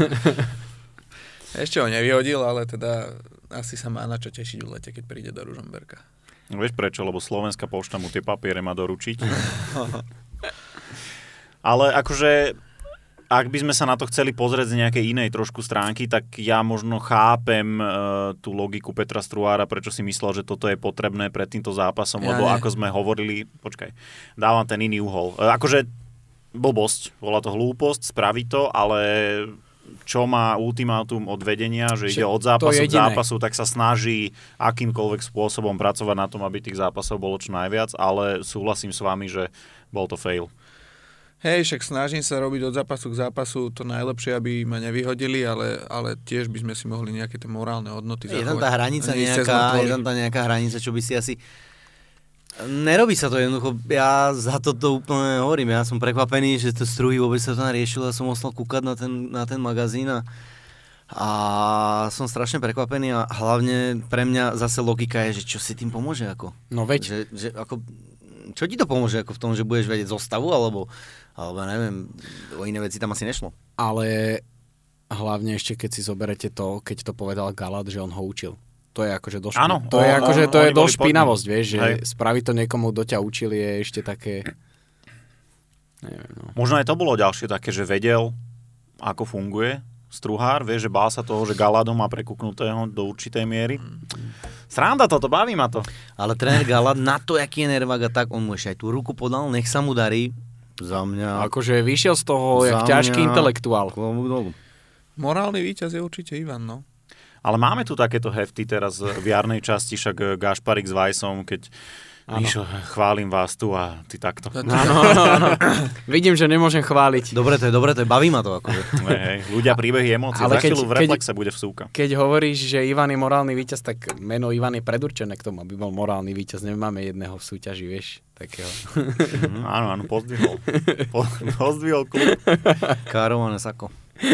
Ešte ho nevyhodil, ale teda asi sa má na čo tešiť v lete, keď príde do Ružomberka. No vieš prečo? Lebo Slovenská pošta mu tie papiere má doručiť. Ale akože, ak by sme sa na to chceli pozrieť z nejakej inej trošku stránky, tak ja možno chápem uh, tú logiku Petra Struhára, prečo si myslel, že toto je potrebné pred týmto zápasom, Ja lebo nie. ako sme hovorili, počkaj, dávam ten iný uhol. Uh, akože blbosť, bola to hlúposť, spraví to, ale čo má ultimátum od vedenia, že ide od zápasu k jediné. zápasu, tak sa snaží akýmkoľvek spôsobom pracovať na tom, aby tých zápasov bolo čo najviac, ale súhlasím s vami, že bol to fail. Hej, však snažím sa robiť od zápasu k zápasu to najlepšie, aby ma nevyhodili, ale, ale tiež by sme si mohli nejaké tie morálne hodnoty Je zachovať. tam tá hranica A nie cez nejaká, mŕtvoly. je tam tá nejaká hranica, čo by si asi... Nerobí sa to jednoducho, ja za toto úplne hovorím, ja som prekvapený, že to Struhy vôbec sa to nariešilo, ja som ostal kúkať na ten, na ten magazín a, a som strašne prekvapený a hlavne pre mňa zase logika je, že čo si tým pomôže ako? No veď. Že, že ako, čo ti to pomôže ako v tom, že budeš vedieť zostavu, alebo, alebo neviem, o iné veci tam asi nešlo. Ale hlavne ešte, keď si zoberete to, keď to povedal Galad, že on ho učil. To je akože dosť, Áno, to je on- akože on- to je oni boli dosť špinavosť, vieš, že Hej. spraviť to niekomu, kto ťa učil, je ešte také... Neviem, no. Možno aj to bolo ďalšie také, že vedel, ako funguje Struhár, vieš, že bál sa toho, že Galado má prekuknutého do určitej miery. Sranda toto, baví ma to. Ale tréner Galad na to, aký je nervák a tak, on mu ešte aj tú ruku podal, nech sa mu darí. Za mňa... Akože vyšiel z toho Za jak ťažký mňa- intelektuál. Klobúk dolu. Morálny víťaz je určite Ivan, no. Ale máme tu takéto hefty teraz v jarnej časti, však Gašparik s Vajsom, keď Mišo, chválim vás tu a ty takto. Áno, áno, áno. Vidím, že nemôžem chváliť. Dobre to je, dobre to je, baví ma to akože. Hej, hej, ľudia, príbehy, emócie. Ale Za keď- chvíľu v keď- reflexe bude vsúka. Keď hovoríš, že Ivan je morálny víťaz, tak meno Ivan je predurčené k tomu, aby bol morálny víťaz. Nemáme jedného v súťaži, vieš, takého. Mm, áno, áno, pozdvihol. Po, pozdvihol klub. Kárované sako.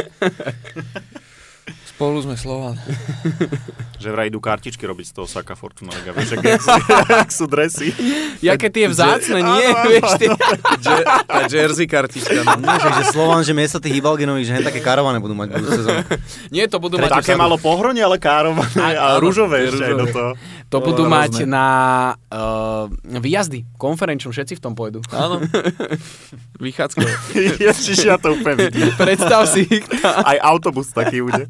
Spolu sme Slovan. Že vraj idú kartičky robiť z toho Saka Fortuna Liga. Vieš, jak sú, jak sú dresy. Jaké tie vzácne, nie? Áno, áno, Vieš, ty... Je- tá jersey kartička. No. Nie, že, že Slovan, že miesto tých Ibalginových, že hen také kárované budú mať budú sezónu. Nie, to budú mať... Také malo pohronie, ale kárované a, Áno, rúžové ešte aj rúžové. do toho. To budú Hrozné. mať na uh, výjazdy, konferenčnú, všetci v tom pôjdu. Áno. Vychádzkové. Ježiš, ja to úplne vidím. Predstav si ich. Aj autobus taký bude.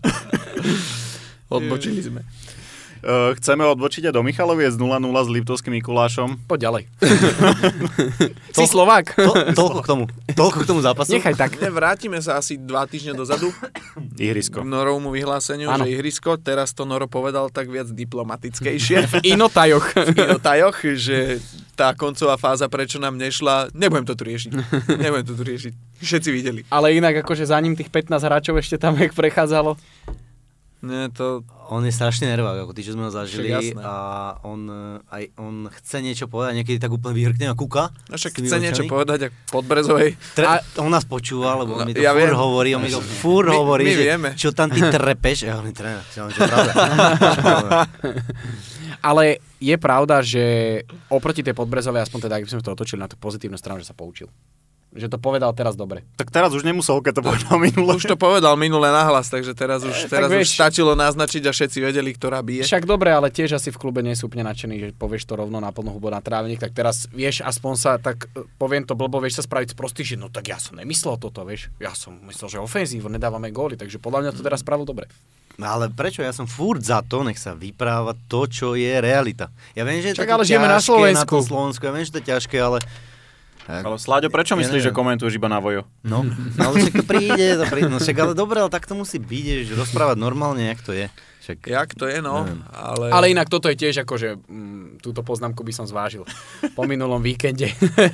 Odbočili sme. Uh, chceme odbočiť aj do Michaloviec nula nula s Liptovským Mikulášom. Poď ďalej. Si Slovák. To, toľko k tomu. Toľko k tomu zápasu. Nechaj tak. Ne, vrátime sa asi dva týždne dozadu k Ihrisko. Norovmu vyhláseniu, Áno. že ihrisko, teraz to Noro povedal tak viac diplomatickejšie. Inotajoch. v tajoch, že tá koncová fáza, prečo nám nešla, nebudem to tu riešiť. Nebudem to tu riešiť. Všetci videli. Ale inak akože za ním tých pätnásť hráčov ešte tam jak prechádzalo. Nie, to... On je strašne nervák, ako tí, čo sme ho zažili Však jasné. a on, eh, aj on chce niečo povedať, niekedy tak úplne vyhrkne a kúka. No však s tými chce niečo očami. povedať, ako Podbrezovej. Tre- a on nás počúva, lebo on mi to Ja furt viem. hovorí, on mi to furt My- hovorí, my že vieme. čo tam ty trepeš. Ja hovorím, tréner, čo mám, čo pravda. Čo pravda. Ale je pravda, že oproti tej Podbrezovej, aspoň teda, ak by sme to otočili na tú pozitívnu stranu, že sa poučil. že to povedal teraz dobre. Tak teraz už nemusel, keď to povedal minule. Už to povedal minule nahlas, takže teraz už, E, teraz tak už vieš- stačilo naznačiť a všetci vedeli, ktorá bije. Však dobre, ale tiež asi v klube nie sú úplne nadšení, že povieš to rovno na plnú hubu na trávnik, tak teraz vieš, aspoň sa, tak e, poviem to blbo, vieš sa spraviť prostý, že no tak ja som nemyslel toto, vieš. Ja som myslel, že ofenzívo, nedávame góly, takže podľa mňa to teraz spravil dobre. No ale prečo? Ja som furt za to, nech sa vypráva to, čo je realita. Ja viem, že je Však to ale žijeme na ťažké Slovensku. na tom Slovensku. Ja viem, že to je ťažké, ale... Ale Sláďo, prečo Ja myslíš, že neviem. komentuješ iba na Vojo? No, no ale však to príde, to príde. No však ale dobre, ale tak to musí byť, že rozprávať normálne, jak to je. Však... Jak to je, no. Neviem. Ale... Ale inak toto je tiež akože, mm, túto poznámku by som zvážil po minulom víkende.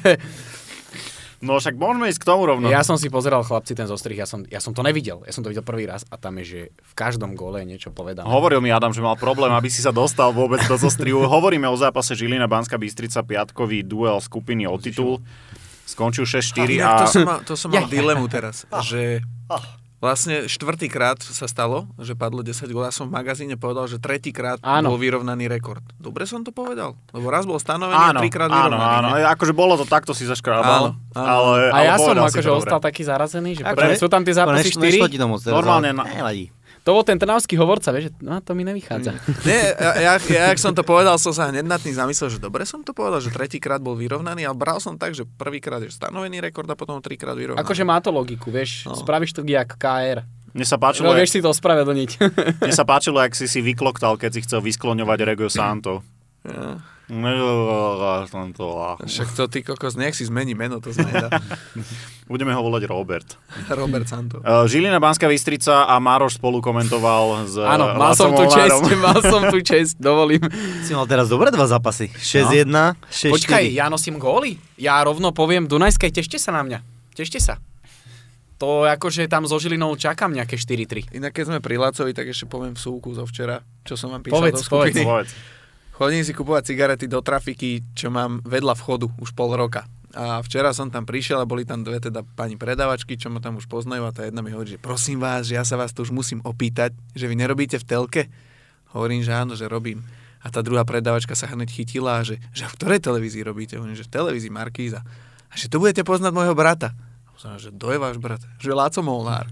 No však môžeme ísť k tomu rovno. Ja som si pozeral, chlapci, ten zostrih, ja som, ja som to nevidel. Ja som to videl prvý raz a tam je, že v každom gole je niečo povedané. Hovoril mi Adam, že mal problém, aby si sa dostal vôbec do zostrihu. Hovoríme o zápase Žilina Banská Bystrica, piatkový duel skupiny o titul. Skončil šesť štyri Inak a... to som mal, to som mal Ja. dilemu teraz, že vlastne štvrtýkrát sa stalo, že padlo desať gólov. Ja som v magazíne povedal, že tretíkrát Áno. bol vyrovnaný rekord. Dobre som to povedal? Lebo raz bol stanovený Áno, a trikrát áno, vyrovnaný. áno. ne? Akože bolo to takto si zaškrábal. Áno, áno. Ale, A ale ja som povedal si akože to ostal dobre. taký zarazený, že Ako prečo ne- sú tam tie zápasy Neš- štyri. nešlo ti to moc teraz, Normálne ale na- nevadí. To bol ten trnavský hovorca, vieš, že no, to mi nevychádza. Nie, ja, ja, ja, jak som to povedal, som sa hneď nad tým zamyslel, že dobre som to povedal, že tretíkrát bol vyrovnaný, ale bral som tak, že prvýkrát je stanovený rekord a potom trikrát vyrovnaný. Akože má to logiku, vieš, No. spravíš to jak ká er. Mne sa páčilo, No, jak, vieš si to ospravedlniť. mne sa páčilo, jak si si vykloktal, keď si chcel vyskloňovať Rego Santo. Ja. Však to ty kokos, nech si zmení meno, to sa nedá. Budeme ho volať Robert. Robert Santo. Uh, Žilina Banská Bystrica a Mároš spolu komentoval s Áno, mal som Lacom tu Olárom. česť, mal som tu česť, dovolím. Si mal teraz dobre dva zápasy. šesť jedna, šesť štyri. Počkaj, ja nosím góly. Ja rovno poviem Dunajskej, tešte sa na mňa. Tešte sa. To akože tam so Žilinou čakám nejaké štyri tri. Inak keď sme pri Lacovi, tak ešte poviem vsúku zo včera, čo som vám písal Povedz, do skupiny. Povedz. Chodím si kupovať cigarety do trafiky, čo mám vedľa vchodu už pol roka. A včera som tam prišiel a boli tam dve teda pani predavačky, čo ma tam už poznajú a tá jedna mi hovorí, že prosím vás, že ja sa vás tu už musím opýtať, že vy nerobíte v telke? Hovorím, že áno, že robím. A tá druhá predavačka sa hneď chytila, že, že v ktorej televízii robíte? Hovorím, že v televízii Markíza. A že tu budete poznať môjho brata. A som, že kto je váš brat? Že Láco Molnár.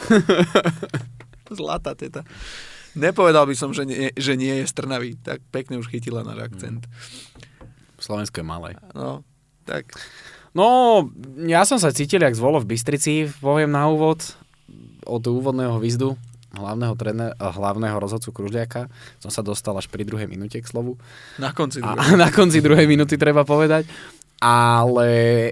Zlatá teta. Nepovedal by som, že nie, že nie je z Trnavy. Tak pekne už chytila náš akcent. Slovensko je malé. No, tak. No, ja som sa cítil jak zvolo v Bystrici, poviem na úvod, od úvodného výzdu hlavného, trenéra, hlavného rozhodcu Kružliaka. Som sa dostal až pri druhej minúte k slovu. Na konci. A na konci druhej minúty treba povedať. Ale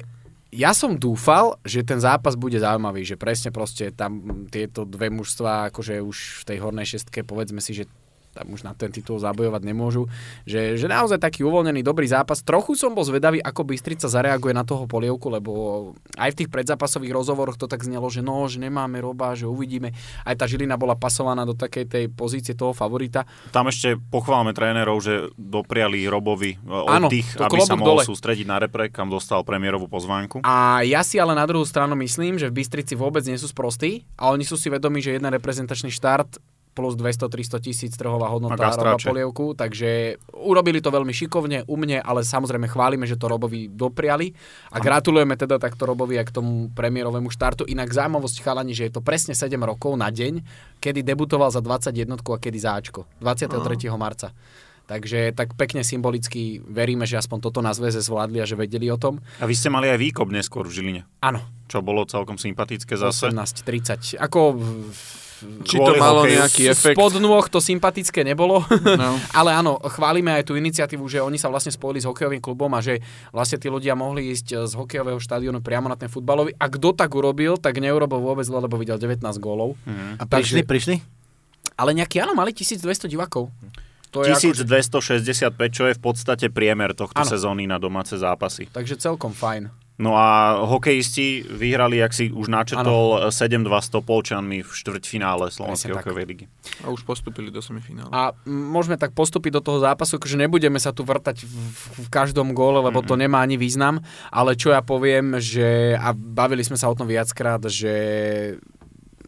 ja som dúfal, že ten zápas bude zaujímavý, že presne proste tam tieto dve mužstvá, akože už v tej hornej šestke, povedzme si, že tam už na ten titul zabojovať nemôžu. Že, že naozaj taký uvoľnený, dobrý zápas. Trochu som bol zvedavý, ako Bystrica zareaguje na toho Polievku, lebo aj v tých predzápasových rozhovoroch to tak znelo, že no, že nemáme Roba, že uvidíme. Aj tá Žilina bola pasovaná do takej tej pozície toho favorita. Tam ešte pochválme trénerov, že dopriali Robovi Áno, oddych, to aby sa klobúk mohol dole. sústrediť na repre, kam dostal premiérovú pozvánku. A ja si ale na druhú stranu myslím, že v Bystrici vôbec nie sú sprostí a oni sú si vedomí, že jeden reprezentačný štart plus dvesto tristo tisíc trhová hodnota A Roba gastráče. Polievku, takže urobili to veľmi šikovne u mne, ale samozrejme chválime, že to Robovi dopriali a gratulujeme teda takto Robovi aj k tomu premiérovému štartu. Inak zaujímavosť chalani, že je to presne sedem rokov na deň, kedy debutoval za dvadsaťjeden a kedy záčko. dvadsiateho tretieho marca. Takže tak pekne symbolicky veríme, že aspoň toto na zväze zvládli a že vedeli o tom. A vy ste mali aj výkop neskôr v Žiline, Áno, čo bolo celkom sympatické zase. osemnásť tridsať. Ako Či to Kvôli malo hokeju. nejaký z efekt? pod nôh to sympatické nebolo, No. ale áno, chválime aj tú iniciatívu, že oni sa vlastne spojili s hokejovým klubom a že vlastne tí ľudia mohli ísť z hokejového štadiónu priamo na ten futbalový. A kto tak urobil, tak neurobil vôbec zle, lebo videl devätnásť gólov. Mhm. A prišli, prišli? Ale nejaký, áno, mali tisícdvesto divákov. To je akože- tisícdvestošesťdesiatpäť, čo je v podstate priemer tohto Áno. sezóny na domáce zápasy. Takže celkom fajn. No a hokejisti vyhrali, ak si už načetol, sedem dva s Topolčanmi v štvrťfinále Slovenskej Presne tak. hokejovej ligy. A už postupili do semifinále. A m, môžeme tak postúpiť do toho zápasu, že nebudeme sa tu vrtať v, v každom góle, lebo to nemá ani význam, ale čo ja poviem, že, a bavili sme sa o tom viackrát, že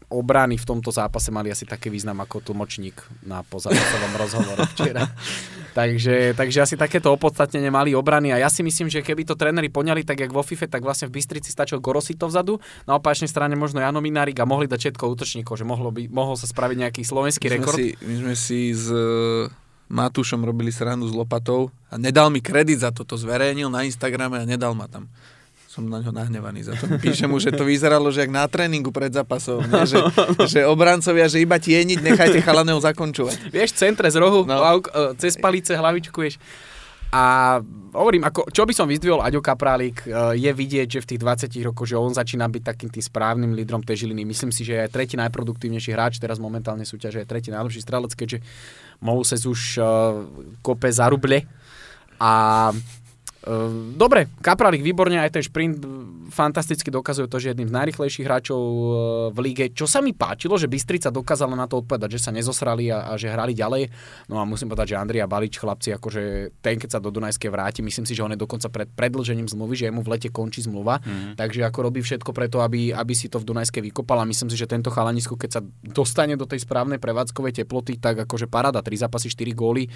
obrany v tomto zápase mali asi taký význam ako tlmočník na pozápasovom rozhovore včera. takže, takže asi takéto opodstatnenie mali obrany a ja si myslím, že keby to tréneri poňali tak, jak vo FIFA, tak vlastne v Bystrici stačil Gorosito vzadu, na opačnej strane možno Jano Minárik a mohli dať všetko útočníkov, že mohlo by, mohol sa spraviť nejaký slovenský my rekord. Si, my sme si s uh, Matúšom robili srandu s lopatou a nedal mi kredit za toto, zverejnil na Instagrame a nedal ma tam. Som na ňo nahnevaný za to. Píšem mu, že to vyzeralo, že jak na tréningu pred zápasom, ne? Že, že obrancovia, že iba tieniť, nechajte chalaného zakončovať. Vieš, v centre z rohu, no. cez palice, hlavičku, vieš. A hovorím, ako, čo by som vyzdvihol, Aďo Kaprálik, je vidieť, že v tých dvadsiatich rokoch, že on začína byť takým tým správnym lídrom tej Žiliny. Myslím si, že je tretí najproduktívnejší hráč, teraz momentálne súťaže je tretí najlepší strelec, keďže Mouses už uh, kope za ruble. A dobre, Kaprálik výborne, aj ten šprint fantasticky dokazuje to, že je jedným z najrýchlejších hráčov v líge. Čo sa mi páčilo, že Bystrica dokázala na to odpovedať, že sa nezosrali a, a že hrali ďalej. No a musím povedať, že Andrea Balič, chlapci, akože ten, keď sa do Dunajskej vráti, myslím si, že on je dokonca pred predĺžením zmluvy, že jemu v lete končí zmluva, mm-hmm. takže ako robí všetko preto, aby, aby si to v Dunajskej vykopal a myslím si, že tento chalanisko, keď sa dostane do tej správnej prevádzkovej teploty, tak akože paráda, tri zápasy, štyri góly.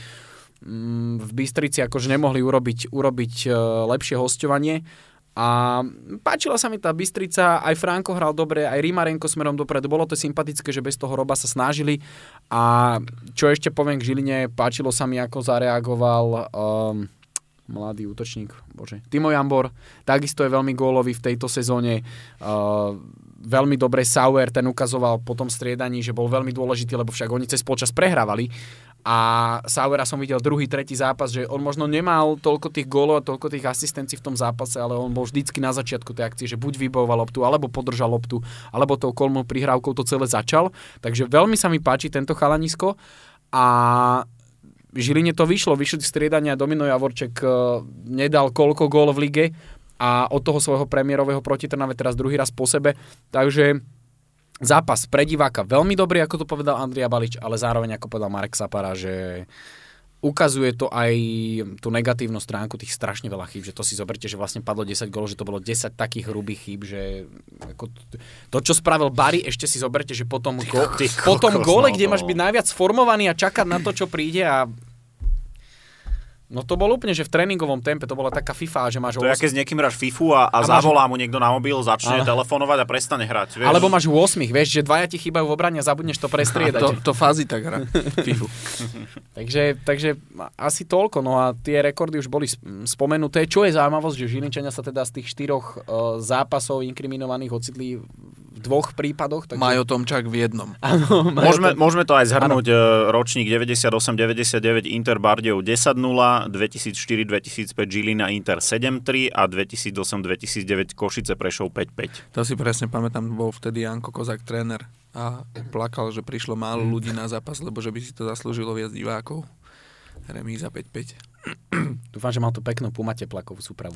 V Bystrici akože nemohli urobiť, urobiť lepšie hosťovanie a páčila sa mi tá Bystrica, aj Franko hral dobre, aj Rimarenko smerom dopredu, bolo to sympatické, že bez toho Roba sa snažili a čo ešte poviem k Žiline, páčilo sa mi, ako zareagoval um, mladý útočník, bože, Timo Jambor, takisto je veľmi gólový v tejto sezóne, uh, veľmi dobre Sauer, ten ukazoval po tom striedaní, že bol veľmi dôležitý, lebo však oni cez polčas prehrávali a Sauera som videl druhý, tretí zápas, že on možno nemal toľko tých gólov a toľko tých asistencií v tom zápase, ale on bol vždycky na začiatku tej akcie, že buď vybojoval loptu, alebo podržal loptu, alebo tou kolmou prihrávkou to celé začal. Takže veľmi sa mi páči tento chalanisko a Žiline to vyšlo, vyšli striedania, Domino Javorček nedal koľko gól v lige a od toho svojho premiérového proti Trnave teraz druhý raz po sebe, takže zápas pre diváka veľmi dobrý, ako to povedal Andrea Balič, ale zároveň, ako povedal Marek Sapara, že ukazuje to aj tú negatívnu stránku tých strašne veľa chýb, že to si zoberte, že vlastne padlo desať gólov, že to bolo desať takých hrubých chýb, že ako to, čo spravil Bari, ešte si zoberte, že potom, go, potom góle, kde máš byť najviac formovaný a čakať na to, čo príde a no to bolo úplne, že v tréningovom tempe to bola taká FIFA, že máš... To je, keď s niekým hráš FIFU a, a, a zavolá máš... mu niekto na mobil, začne ale... telefonovať a prestane hrať. Vieš? Alebo máš osem, vieš, že dvaja ti chýbajú v obrane a zabudneš to prestriedať. To, to fázi tak hra, FIFU. takže, takže asi toľko, no a tie rekordy už boli spomenuté. Čo je zaujímavosť, že Žilinčania sa teda z tých štyroch uh, zápasov inkriminovaných ocitli v dvoch prípadoch. Takže... Majo Tomčák v jednom. Áno, môžeme, tom... môžeme to aj zhrnúť. Ano. Ročník deväťdesiatosem deväťdesiatdeväť Inter Bardejov desať nula, dvetisícštyri dvetisícpäť Žilina Inter sedem tri a dvetisícosem dvetisícdeväť Košice Prešov päť päť. To si presne pamätám, bol vtedy Janko Kozák tréner a plakal, že prišlo málo ľudí na zápas, lebo že by si to zaslúžilo viac divákov. Remíza päť päť. Dúfam, že mal tú peknú Puma teplakovú súpravu.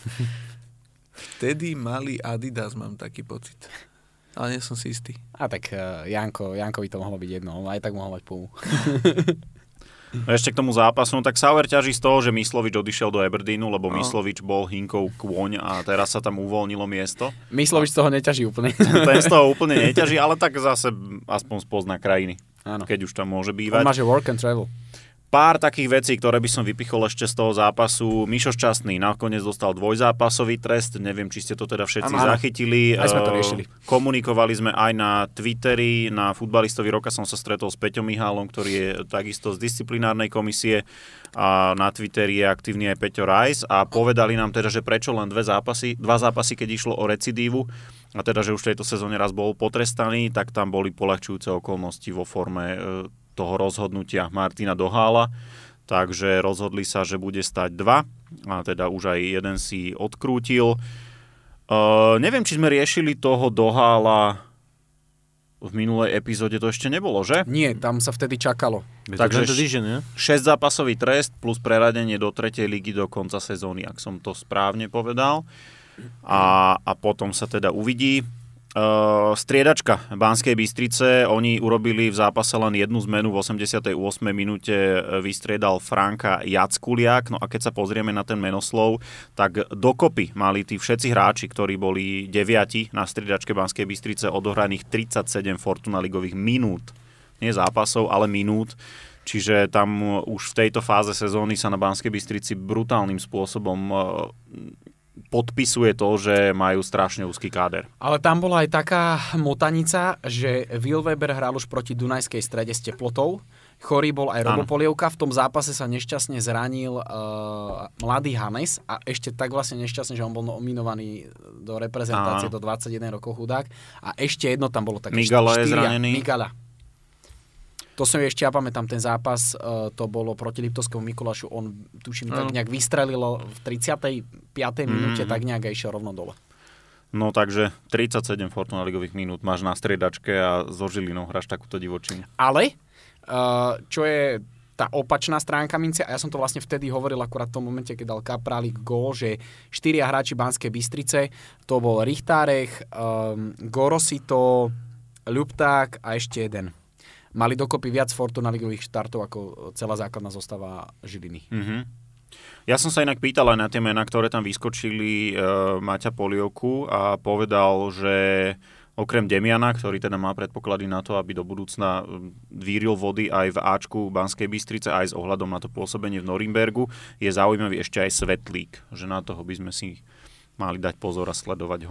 Vtedy mali Adidas, mám taký pocit. Ale nie som si istý. A tak uh, Janko, Jankovi to mohlo byť jedno, on aj tak mohol mať Pumu. No ešte k tomu zápasu, no tak Sauer ťaží z toho, že Myslovič odišiel do Aberdeenu, lebo no. Myslovič bol Hinkov kôň a teraz sa tam uvoľnilo miesto. Myslovič z toho neťaží úplne. Ten z toho úplne neťaží, ale tak zase aspoň spozná krajiny, áno. Keď už tam môže bývať. On má, že work and travel. Pár takých vecí, ktoré by som vypichol ešte z toho zápasu. Mišo Šťastný nakoniec dostal dvojzápasový trest, neviem, či ste to teda všetci ano, zachytili. Aj sme to riešili. Komunikovali sme aj na Twitteri, na Futbalistovi roka som sa stretol s Peťom Mihálom, ktorý je takisto z disciplinárnej komisie a na Twitteri je aktívny aj Peťo Rajs a povedali nám teda, že prečo len dve zápasy, dva zápasy, keď išlo o recidívu a teda, že už v tejto sezóne raz bol potrestaný, tak tam boli poľahčujúce okolnosti vo forme toho rozhodnutia Martina Dohála, takže rozhodli sa, že bude stať dva a teda už aj jeden si odkrútil. Uh, neviem, či sme riešili toho Dohála v minulej epizóde, to ešte nebolo, že? Nie, tam sa vtedy čakalo. Takže šesť zápasový trest plus preradenie do tretej ligy do konca sezóny, ak som to správne povedal. A, a potom sa teda uvidí. Uh, striedačka Banskej Bystrice, oni urobili v zápase len jednu zmenu, v osemdesiatej ôsmej minúte vystriedal Franka Jackuliak, no a keď sa pozrieme na ten menoslov, tak dokopy mali tí všetci hráči, ktorí boli deviati na striedačke Banskej Bystrice odohraných tridsaťsedem Fortuna ligových minút, nie zápasov, ale minút, Čiže tam už v tejto fáze sezóny sa na Banskej Bystrici brutálnym spôsobom podpisuje to, že majú strašne úzky káder. Ale tam bola aj taká motanica, že Will Weber hral už proti Dunajskej Strede s teplotou. Chorý bol aj Robo Polievka. V tom zápase sa nešťastne zranil uh, mladý Hannes a ešte tak vlastne nešťastne, že on bol nominovaný do reprezentácie Áno. do dvadsaťjeden rokov chudák. A ešte jedno tam bolo také Migala je štyria. zranený. Migala. To som ešte, ja pamätám, ten zápas, uh, to bolo proti Liptovskému Mikulášu, on tuším tak nejak vystrelilo v tridsiatej piatej mm. minúte, tak nejak aj išiel rovno dole. No takže tridsaťsedem Fortuna ligových minút máš na striedačke a so Žilinou hráš takúto divočinu. Ale, uh, čo je tá opačná stránka mince, a ja som to vlastne vtedy hovoril akurát v tom momente, keď dal Kaprálik gól, že štyria hráči Banskej Bystrice, to bol Richtárech, um, Gorosito, Ľupták a ešte jeden. Mali dokopy viac Fortuna ligových štartov ako celá základná zostava Žiliny. Mm-hmm. Ja som sa inak pýtal aj na tie mená, ktoré tam vyskočili e, Maťa Polievku a povedal, že okrem Demiana, ktorý teda má predpoklady na to, aby do budúcna víril vody aj v Ačku Banskej Bystrice, aj s ohľadom na to pôsobenie v Norimbergu, je zaujímavý ešte aj Svetlík, že na toho by sme si mali dať pozor a sledovať ho.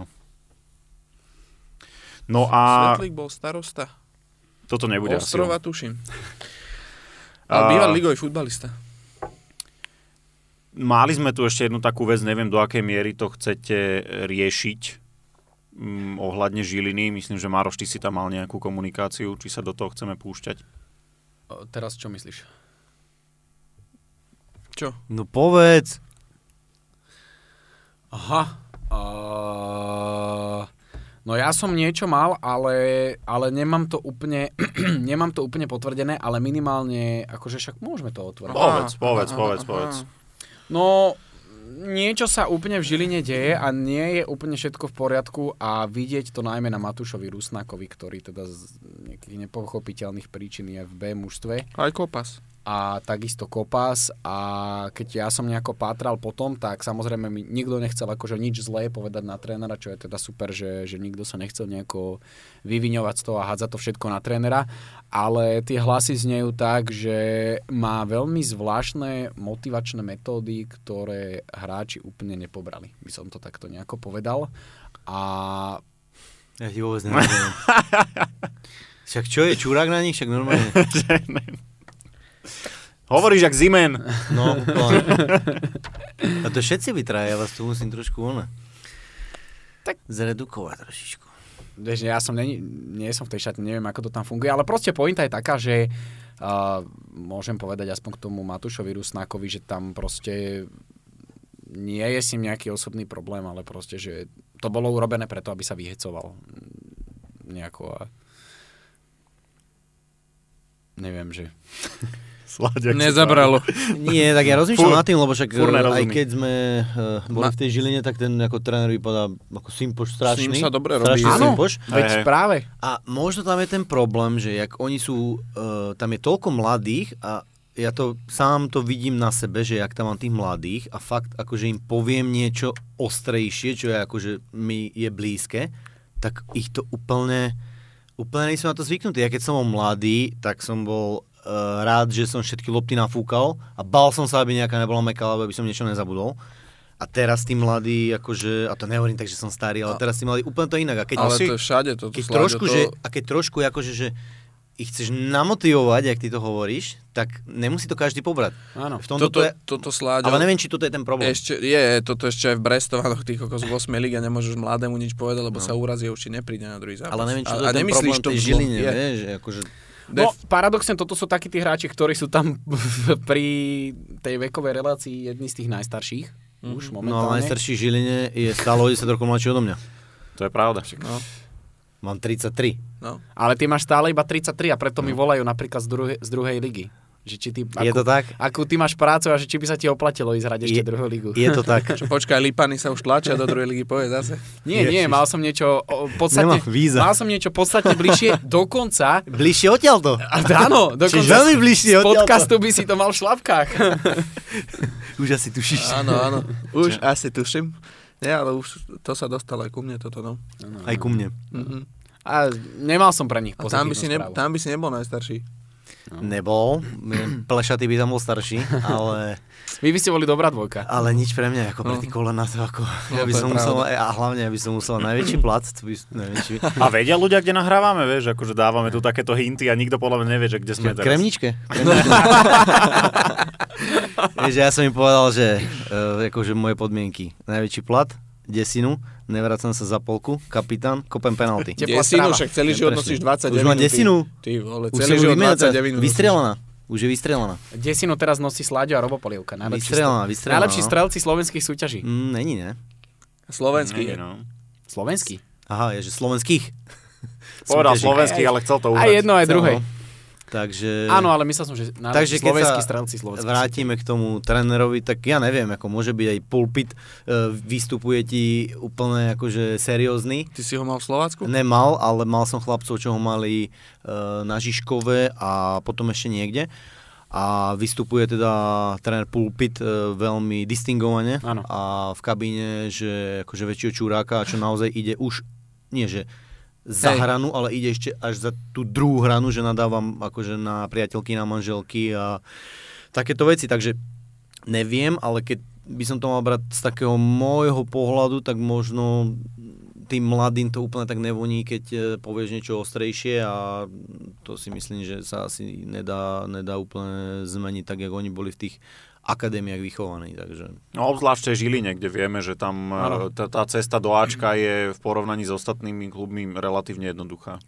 No a... Svetlík bol starosta. Toto nebude Ostrova, asi. tuším. Ale býval ligový futbalista. Mali sme tu ešte jednu takú vec, neviem do akej miery to chcete riešiť um, ohľadne Žiliny. Myslím, že Maroš, ty si tam mal nejakú komunikáciu, či sa do toho chceme púšťať. O, teraz čo myslíš? Čo? No povedz. Aha. Uh... No ja som niečo mal, ale, ale nemám to úplne nemám to úplne potvrdené, ale minimálne, akože však môžeme to otvoriť. Povedz, povedz, povedz, povedz. No, niečo sa úplne v Žiline deje a nie je úplne všetko v poriadku a vidieť to najmä na Matúšovi Rusnákovi, ktorý teda z nejakých nepochopiteľných príčin je v B mužstve. Aj Kopas. A takisto Kopas a keď ja som nejako pátral potom, tak samozrejme mi nikto nechcel akože nič zlé povedať na trénera, čo je teda super, že, že nikto sa nechcel nejako vyviňovať z toho a hádzať to všetko na trénera, ale tie hlasy znejú tak, že má veľmi zvláštne motivačné metódy, ktoré hráči úplne nepobrali. By som to takto nejako povedal. A... Ja ti vôbec nerozumiem. Však čo je, čurák na nich? Však normálne. Hovoríš jak Zimen. No, úplne. A to všetci vytraja, ja vás tu musím trošku ona. Tak zredukovať trošičku. Vieš, ja som nie, nie som v tej šatni, neviem, ako to tam funguje, ale proste pointa je taká, že uh, môžem povedať aspoň k tomu Matúšovi Rusnákovi, že tam proste nie je s ním nejaký osobný problém, ale proste, že to bolo urobené preto, aby sa vyhecoval nejako a neviem, že... Sláďak Nezabralo. Nie, tak ja rozmýšľam nad tým, lebo však aj nerozumí. keď sme uh, boli Ma... v tej Žiline, tak ten ako tréner vypadá ako Simpoš strašný. S ním sa dobre robí. Strašný Áno, Simpoš. veď práve. A možno tam je ten problém, že jak oni sú, uh, tam je toľko mladých a ja to sám to vidím na sebe, že jak tam mám tých mladých a fakt akože im poviem niečo ostrejšie, čo je akože mi je blízke, tak ich to úplne, úplne nie som na to zvyknutý. Ja keď som bol mladý, tak som bol uh, rád, že som všetky lopty nafúkal a bál som sa, aby nejaká nebola meká, alebo aby som niečo nezabudol. A teraz tí mladí, akože, a to nehovorím tak, že som starý, ale teraz tí mladí úplne to inak. A keď, Ale to je všade, toto keď Sláďo, trošku, to... že, a keď trošku akože, že ich chceš namotivovať, jak ty to hovoríš, tak nemusí to každý pobrať. Áno. V tomto Toto, to je, toto Sláďo... ale neviem, či toto je ten problém. Ešte, je, toto ešte aj v Brestovanoch, tých kokos v osmej lige nemôžeš mladému nič povedať, lebo no. sa urazí a už ti nepríde na druhý zápas. Ale neviem, či to a, je a ten nemyslíš problém to tej zlo. Žiline, Je. vieš, že akože... No, paradoxne, toto sú takí tí hráči, ktorí sú tam pri tej vekovej relácii jedni z tých najstarších. Mm-hmm. Už No, momentálne. ale najstarší v Žiline je stále o desať rokov mladší odo mňa. To je pravda. No, Mám tridsaťtri. no. Ale ty máš stále iba tridsaťtri a preto mi volajú napríklad z druhej, z druhej ligy. Že či ty, Je to tak? Akú ty máš prácu a že či by sa ti oplatilo ísť hrať ešte Je- druhú ligu. Je to tak. Čo, počkaj, Lipany sa už tlačia do druhej ligy, povie zase. Nie, nie, Ježiš. mal som niečo o, podstatne, Nemám víza. mal som niečo podstatne bližšie, dokonca, Bližšie odtiaľto. a áno, Čiže dokonca veľmi bližšie z odtiaľto. podcastu by si to mal v šlapkách. Už asi tušíš. Áno, áno. Už asi tuším. Nie, ale už to sa dostalo aj ku mne, toto, no. Aj ku mne. Mhm. A nemal som pre nich A tam by, si pozitívnu ne, správu. tam by si nebol najstarší. No. Nebol, Plešatý by tam bol starší, ale... Vy by ste boli dobrá dvojka. Ale nič pre mňa, ako pre tí kolena, to ako... Ja by som musel, a hlavne, aby som musel najväčší plat. To by, najväčší... A vedia ľudia, kde nahrávame, vieš, akože dávame tu takéto hinty a nikto podľa mňa nevie, že kde sme Na teraz. Kremničke. Vieš, ja som im povedal, že uh, akože moje podmienky. Najväčší plat, desinu, nevracam sa za polku, kapitán, kopem penalty. Desinu, však celý život nosíš dvadsaťdeväť. Už má desinu. Ty vole, Už celý život dvadsaťdeväť. Vystrelená. Už je vystrelená. Desinu teraz nosí Sláďo a Robo Polievka. Vystrelená, vystrelená. Najlepší strelci slovenských súťaží. Mm, není, ne? Slovenský je. No. Slovenský? Aha, je, že slovenských. Povedal slovenský, ale chcel to uhrať. Aj jedno, aj druhé. Takže... Áno, ale myslel som, že Takže slovenskí strelci slovenskí. Vrátime k tomu trénerovi, tak ja neviem, ako môže byť aj pulpit, uh, vystupuje ti úplne akože seriózny. Ty si ho mal v Slovácku? Nemal, ale mal som chlapcov, čo ho mali uh, na Žižkove a potom ešte niekde. A vystupuje teda tréner pulpit uh, veľmi distingovane. Áno. A v kabíne, že akože väčšieho čuráka, čo naozaj ide už, nie že za Hej. hranu, ale ide ešte až za tú druhú hranu, že nadávam akože na priateľky, na manželky a takéto veci, takže neviem, ale keď by som to mal brať z takého môjho pohľadu, tak možno tým mladým to úplne tak nevoní, keď povieš niečo ostrejšie a to si myslím, že sa asi nedá, nedá úplne zmeniť tak, jak oni boli v tých akadémiách vychovaní, takže... No obzvlášť v Žiline, kde vieme, že tam tá, tá cesta do Ačka je v porovnaní s ostatnými klubmi relatívne jednoduchá.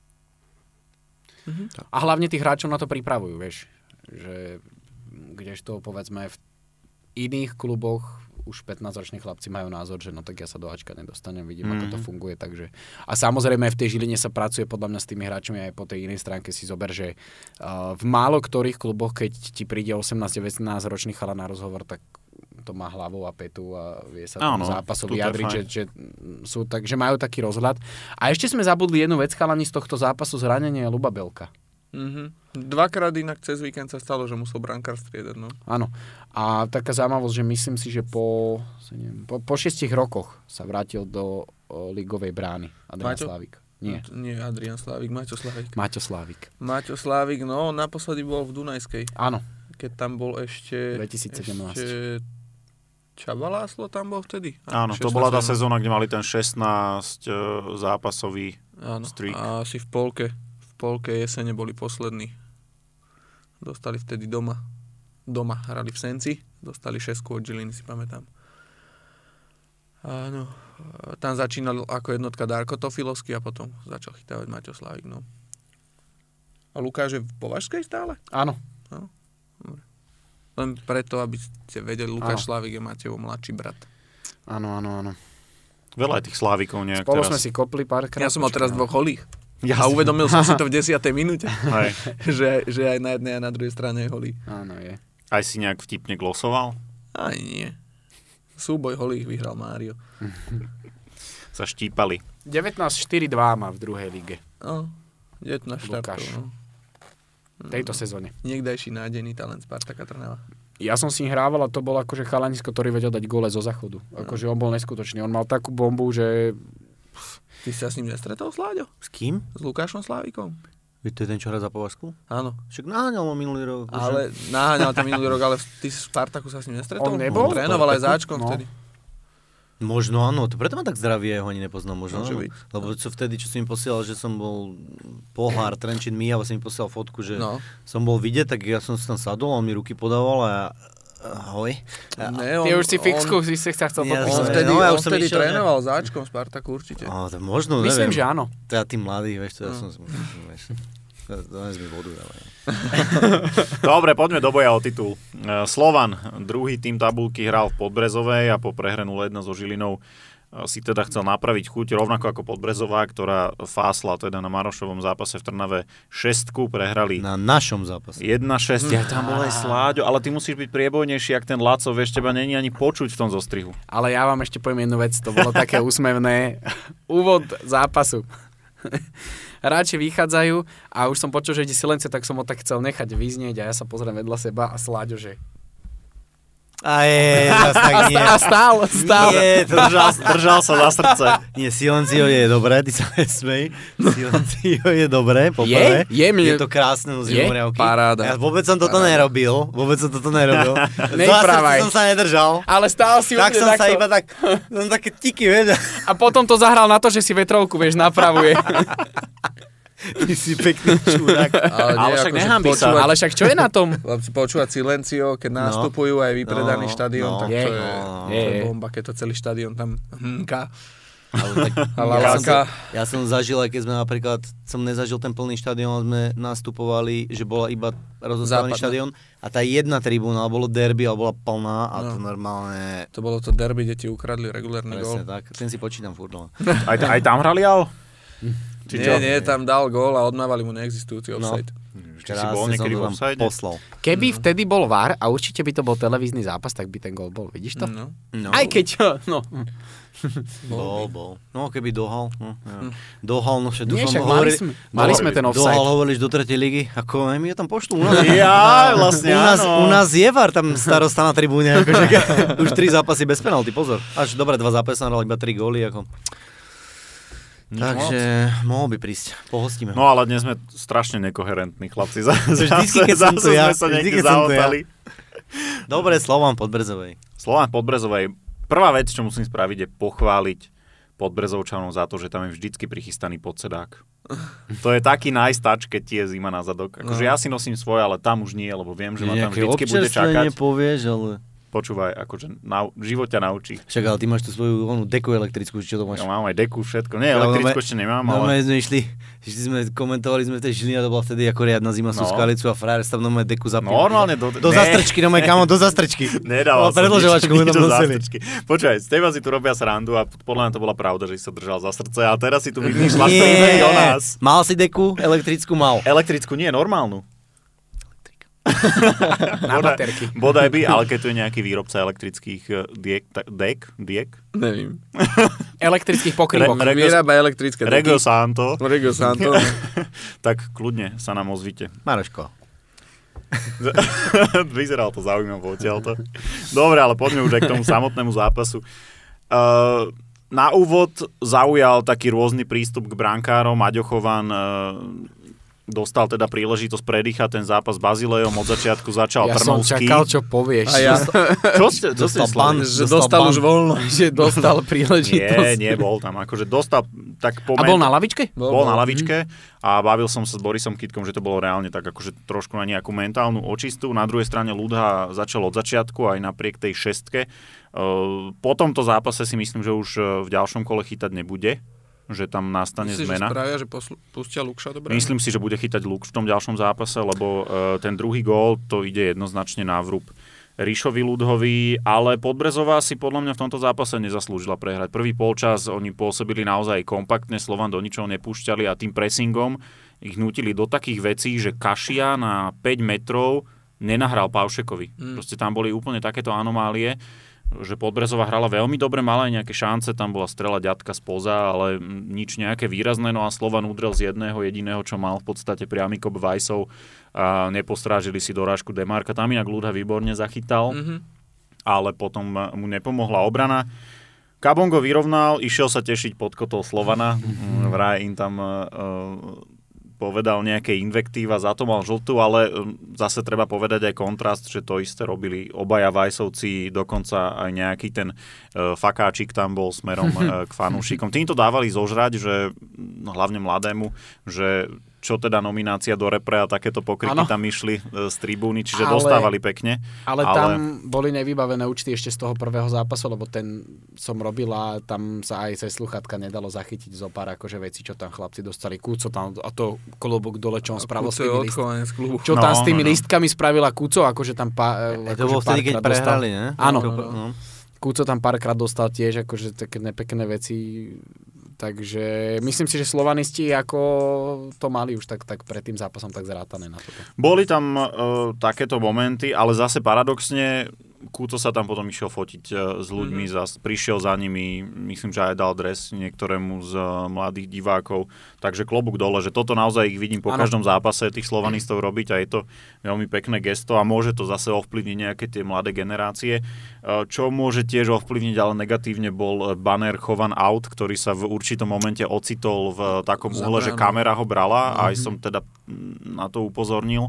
Mhm. A hlavne tých hráčov na to pripravujú, vieš. Že kdežto povedzme v iných kluboch už pätnásťroční chlapci majú názor, že no tak ja sa do Ačka nedostanem, vidím, mm-hmm. ako to funguje, takže... A samozrejme v tej Žiline sa pracuje podľa mňa s tými hráčmi aj po tej inej stránke si zober, že uh, v málo ktorých kluboch, keď ti príde osemnásť devätnásť ročný chala na rozhovor, tak to má hlavu a petu a vie sa tomu zápasu vyjadriť, že, že, sú tak, že majú taký rozhľad. A ešte sme zabudli jednu vec, chalani, z tohto zápasu zranenie Ľuba Belka. Mm-hmm. Dvakrát inak cez víkend sa stalo, že musel brankár striedať, no. Áno. A taká zaujímavosť, že myslím si, že po, neviem, po, po šiestich rokoch sa vrátil do o, ligovej brány. Adrián Maťo? Slávik. Nie. No, nie Adrián Slávik, Maťo Slávik. Maťo Slávik. Maťo Slávik, no naposledy bol v Dunajskej. Áno. Keď tam bol ešte... dvetisícsedemnásť. Ešte Čaba Láslo tam bol vtedy. Áno, to bola tá sezóna, kde mali ten šestnásť uh, zápasový Áno. streak. A asi v polke. V polke jesene boli poslední. Dostali vtedy doma. Doma hrali v Senci. Dostali šesku od Žiliny, si pamätám. Áno. Tam začínal ako jednotka Darko Tofilovský a potom začal chytávať Maťo Slávik. No. A Lukáš je v Považskej stále? Áno. No. Len preto, aby ste vedeli, Lukáš Slávik je Matejov mladší brat. Áno, áno, áno. Veľa aj tých Slávikov nejak Spolu teraz. sme si kopli párkrát. Ja som mal teraz dvoch holých. Ja a uvedomil som si to v desiatej minúte. Hej. že, že aj na jednej a na druhej strane je holý. Áno, je. Aj si nejak vtipne glosoval? Aj nie. Súboj holých vyhral Mário. Sa štípali. devätnásť štyri dva má v druhej lige. No, devätnásť štartov. No. V tejto sezóne. Niekdajší nádejný talent Spartaka Trnava. Ja som s ním hrával a to bol akože chalanisko, ktorý vedel dať gole zo záchodu. Akože on bol neskutočný. On mal takú bombu, že... Ty si sa s ním nestretol, Sláďo? S kým? S Lukášom Slávikom? Veď to je ten, čo hrá za Považsku? Áno. Však naháňal ma minulý rok. Ale naháňal to minulý rok, ale ty si v Spartaku sa s ním nestretol? On nebol? Trénoval aj záčkom No. vtedy. Možno áno, to preto ma tak zdravie, ja ho ani nepoznám, možno Môže áno. byť. Lebo čo vtedy, čo si mi posielal, že som bol pohár, Trenčín Mijava, si mi posielal fotku, že No. som bol vidieť, tak ja som si tam sadol, on mi ruky podával a ahoj. Ne, Ty on, už si fixku, on, si sa chcel Ja podpísať. on som- vtedy, no, ja on už som vtedy išiel, trénoval záčkom Spartaku určite. Á, to možno, Myslím, neviem. že áno. To ja tým mladý, vieš, to ja No. som... Vieš, dones mi vodu, ale... Dobre, poďme do boja o titul. E, Slovan, druhý tým tabulky, hral v Podbrezovej a po prehre nula jedna so Žilinou e, si teda chcel napraviť chuť, rovnako ako Podbrezová, ktorá fásla teda na Marošovom zápase v Trnave šestku, prehrali Na našom zápase. jedna šesť. Ja tam bol aj Sláďo, ale ty musíš byť priebojnejší, jak ten Laco, vieš, teba není ani počuť v tom zostrihu. Ale ja vám ešte poviem jednu vec, to bolo také úsmevné. Úvod zápasu. Hráči vychádzajú a už som počul, že ide silence, tak som ho tak chcel nechať vyznieť a ja sa pozriem vedľa seba a Sláďo, že A je, zas tak A, nie. stá, a stál, stál. Nie, to Držal, držal sa za srdce. Nie, Silencio je dobré, ty sa nesmej. Silencio je dobré, poprvé. Je? Je mne- Je to krásne nosiť Je? moriavky. Paráda. Ja vôbec som toto Paráda. nerobil. Vôbec som toto nerobil. Za Nepravaj. srdce som sa nedržal. Ale stál si Tak úplne som sa takto. iba tak, som také tiky, vieš. A potom to zahral na to, že si vetrovku, vieš, napravuje. Ty si pekný čurák. Ale, Ale však nehambí sa. Ale však čo je na tom? Chlapci, počúvať Silencio, keď No. nastupujú aj vypredaný No, štadión, no. tak Je, to je, no, to je je. bomba, keď to celý štadión tam hmka. Ale tak, A ja, som, Lalanka. ja som zažil, aj keď sme napríklad, som nezažil ten plný štadión, sme nastupovali, že bola iba rozostavený Západná. štadión a tá jedna tribúna, ale bolo derby, ale bola plná a No. to normálne... To bolo to derby, kde ti ukradli regulárny Presne gól. tak, ten si počítam furt. No. Aj, aj tam hrali Al? Či čo? Nie, nie, tam dal gól a odmávali mu neexistujúci No. offside. Či si bol niekedy v offside? poslal. Keby vtedy bol VAR a určite by to bol televízny zápas, tak by ten gól bol, vidíš to? No. No, Aj keď, no. Bol, bol. No, keby dohal. No, ja. Dohal, no však Nie, dúfam, však mali hovorí- sme, mali sme ten offside. Dohal hovoríš do tretej ligy, ako aj my ho tam pošlú. U nás, Ja, vlastne u nás, áno. u nás je VAR tam starosta na tribúne. Akože, už tri zápasy bez penalty, pozor. Až dobre, dva zápasy nahrali iba tri góly. Ako. Takže mohol by prísť, pohostíme. No ale dnes sme strašne nekoherentní chlapci. Zase, Vždycky, keď som tu ja. sme sa Vždy, niekde keď som tu ja. zaotali. Dobre, Slovan Podbrezovej. Slován Podbrezovej. Prvá vec, čo musím spraviť, je pochváliť Podbrezovčanov za to, že tam je vždycky prichystaný podsedák. To je taký nice touch, keď ti je zima na zadok. Akože ja si nosím svoje, ale tam už nie, lebo viem, že ma tam vždycky bude čakať. povieš, ale... Počúvaj, akože nau, život ťa naučí. Však, ale ty máš tu svoju onú deku elektrickú, čo to máš? Ja mám aj deku, všetko. Nie, Ja, elektrickú máme- ešte nemám, No, ale... my sme išli, išli sme, komentovali sme v tej Žiline a to bola vtedy ako riadna zima sú No. skalicu a frajer sa tam normálne deku zapil. Normálne do... Do ne. zastrčky, no kamo, do zastrčky. Nedával No, som predĺžovačku nič- mu tam nič do nosili. zástrčky. Počkaj, z teba si tu robia srandu a podľa mňa to bola pravda, že si sa držal za srdce a teraz si tu vymýšľaš príbehy o nás. Mal si deku, elektrickú mal. Elektrickú nie, normálnu. Na Bodaj- baterky. Bodaj by, ale keď tu je nejaký výrobca elektrických eh, diek, ta, dek, diek, Nevím. Elektrických pokrývok. Re- Regio- Vyrába elektrické Regio deky. Santo, Regio Santo. tak kľudne sa nám ozvite. Maroško. Vyzeral to zaujímavé odtiaľto. Dobre, ale poďme už aj k tomu samotnému zápasu. Uh, na úvod zaujal taký rôzny prístup k brankárom. Maďo Chovan uh, dostal teda príležitosť predýchať ten zápas s Bazilejom. Od začiatku začal Ja som Trnovský. čakal, čo povieš. A ja, Čo ste, čo ste Dostal ban. mysleli? že Dostal dostal ban. už voľno. Že dostal príležitosť. Nie, nie, bol tam. Akože dostal tak po A bol na lavičke? bol na lavičke a bavil som sa s Borisom Kytkom, že to bolo reálne tak akože trošku na nejakú mentálnu očistu. Na druhej strane Ľudha začal od začiatku aj napriek tej šestke. Uh, po tomto zápase si myslím, že už uh, v ďalšom kole chytať nebude, že tam nastane Myslíš, že zmena. spravia, že posl- pustia Lukša dobre? Myslím si, že bude chytať Luk v tom ďalšom zápase, lebo uh, ten druhý gól to ide jednoznačne na vrúb Ríšovi Ľudhovi, ale Podbrezová si podľa mňa v tomto zápase nezaslúžila prehrať. Prvý polčas oni pôsobili naozaj kompaktne, Slovan do ničoho nepúšťali a tým pressingom ich nutili do takých vecí, že Kašia na päť metrov nenahral Paušekovi. Mm. Proste tam boli úplne takéto anomálie, že Podbrezová hrala veľmi dobre, mala aj nejaké šance, tam bola strela ďatka spoza, ale nič nejaké výrazné, no a Slovan udrel z jedného jediného, čo mal v podstate priamy kop Vajsov a nepostrážili si dorážku Demarka, tam inak Ľudha výborne zachytal, Mhm. ale potom mu nepomohla obrana. Kabongo vyrovnal, išiel sa tešiť pod kotol Slovana, vraj im tam uh, povedal nejaké invektíva, za to mal žltú, ale zase treba povedať aj kontrast, že to isté robili obaja Vajsovci, dokonca aj nejaký ten uh, fakáčik tam bol smerom uh, k fanúšikom. Týmto dávali zožrať, že no, hlavne mladému, že čo teda nominácia do repre a takéto pokryky Áno. tam išli uh, z tribúny, čiže Ale- dostávali pekne. Ale, Ale- tam boli nevybavené účty ešte z toho prvého zápasu, lebo ten som robil a tam sa aj cez sluchátka nedalo zachytiť zo pár akože veci, čo tam chlapci dostali. Kúco tam, a to kolobok dole, čo on spravil s Kuco je tými list... odchovanec z klubu. Čo No, tam s tými no, no. listkami spravila Kúco, akože tam pá, E, akože to bolo vtedy, keď párkrát dostal. prehrali, ne? Áno. No. Kúco tam párkrát dostal tiež akože také nepekné veci, takže myslím si, že slovanisti ako to mali už tak, tak pred tým zápasom tak zrátané na toto. Boli tam uh, takéto momenty, ale zase paradoxne Kúco sa tam potom išiel fotiť s ľuďmi, mm-hmm. zas, prišiel za nimi, myslím, že aj dal dres niektorému z mladých divákov, takže klobúk dole, že toto naozaj ich vidím po ano. každom zápase tých slovanistov robiť a je to veľmi pekné gesto a môže to zase ovplyvniť nejaké tie mladé generácie. Čo môže tiež ovplyvniť, ale negatívne bol banner Chovan out, ktorý sa v určitom momente ocitol v takom uhle, že kamera ho brala a aj som teda na to upozornil.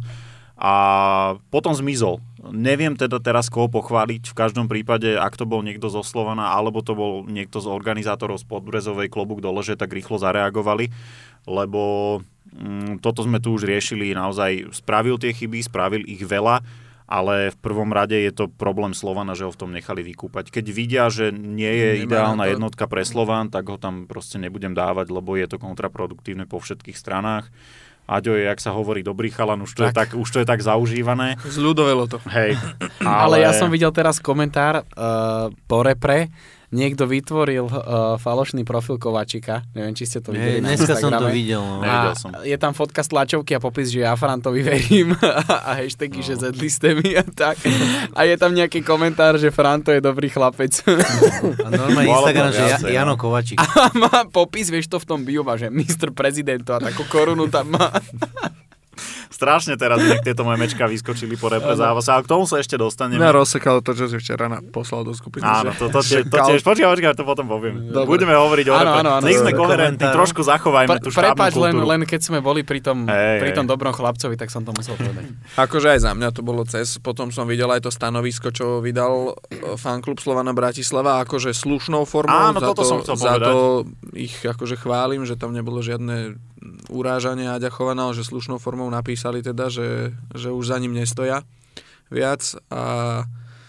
A potom zmizol. Neviem teda teraz koho pochváliť, v každom prípade, ak to bol niekto zo Slovana, alebo to bol niekto z organizátorov z Podbrezovej, klobúk dole, že tak rýchlo zareagovali, lebo mm, toto sme tu už riešili, naozaj spravil tie chyby, spravil ich veľa, ale v prvom rade je to problém Slovana, že ho v tom nechali vykúpať. Keď vidia, že nie je Nemá ideálna to... jednotka pre Slovan, tak ho tam proste nebudem dávať, lebo je to kontraproduktívne po všetkých stranách. Aďo je, jak sa hovorí, dobrý chalan, už to, tak. Je, tak, už to je tak zaužívané. Zľudovelo to. Hej. Ale... ale ja som videl teraz komentár uh, po repre. Niekto vytvoril uh, falošný profil Kovačika. Neviem, či ste to videli. Hey, dneska som to videl. No. A som. Je tam fotka z tlačovky a popis, že ja Frantovi verím a hashtagy, no. že zedli mi a tak. A je tam nejaký komentár, že Franto je dobrý chlapec. A normálne Instagram, že ja, Jano Kovačik. A má popis, vieš to v tom bio, že mister Prezident a takú korunu tam má. Strašne teraz nech tieto moje mečka vyskočili po repre závase, ale k tomu sa ešte dostaneme. Mňa rozsekalo to, čo si včera na, poslal do skupiny. Áno, to, to, to, to tiež, počkaj, počkaj, to potom poviem. Dobre. Budeme hovoriť o repre. Nech sme koherentní, trošku zachovajme Pre, tú štátnu prepáč, kultúru. Len, len keď sme boli pri tom, hey, pri tom hey. dobrom chlapcovi, tak som to musel povedať. Akože aj za mňa to bolo cez, potom som videl aj to stanovisko, čo vydal fanklub Slovana Bratislava, akože slušnou formou. Áno, za toto to, som chcel za povedať. to ich akože chválim, že tam nebolo žiadne urážanie Aďa Chovaná, že slušnou formou napísali teda, že, že už za ním nestoja viac a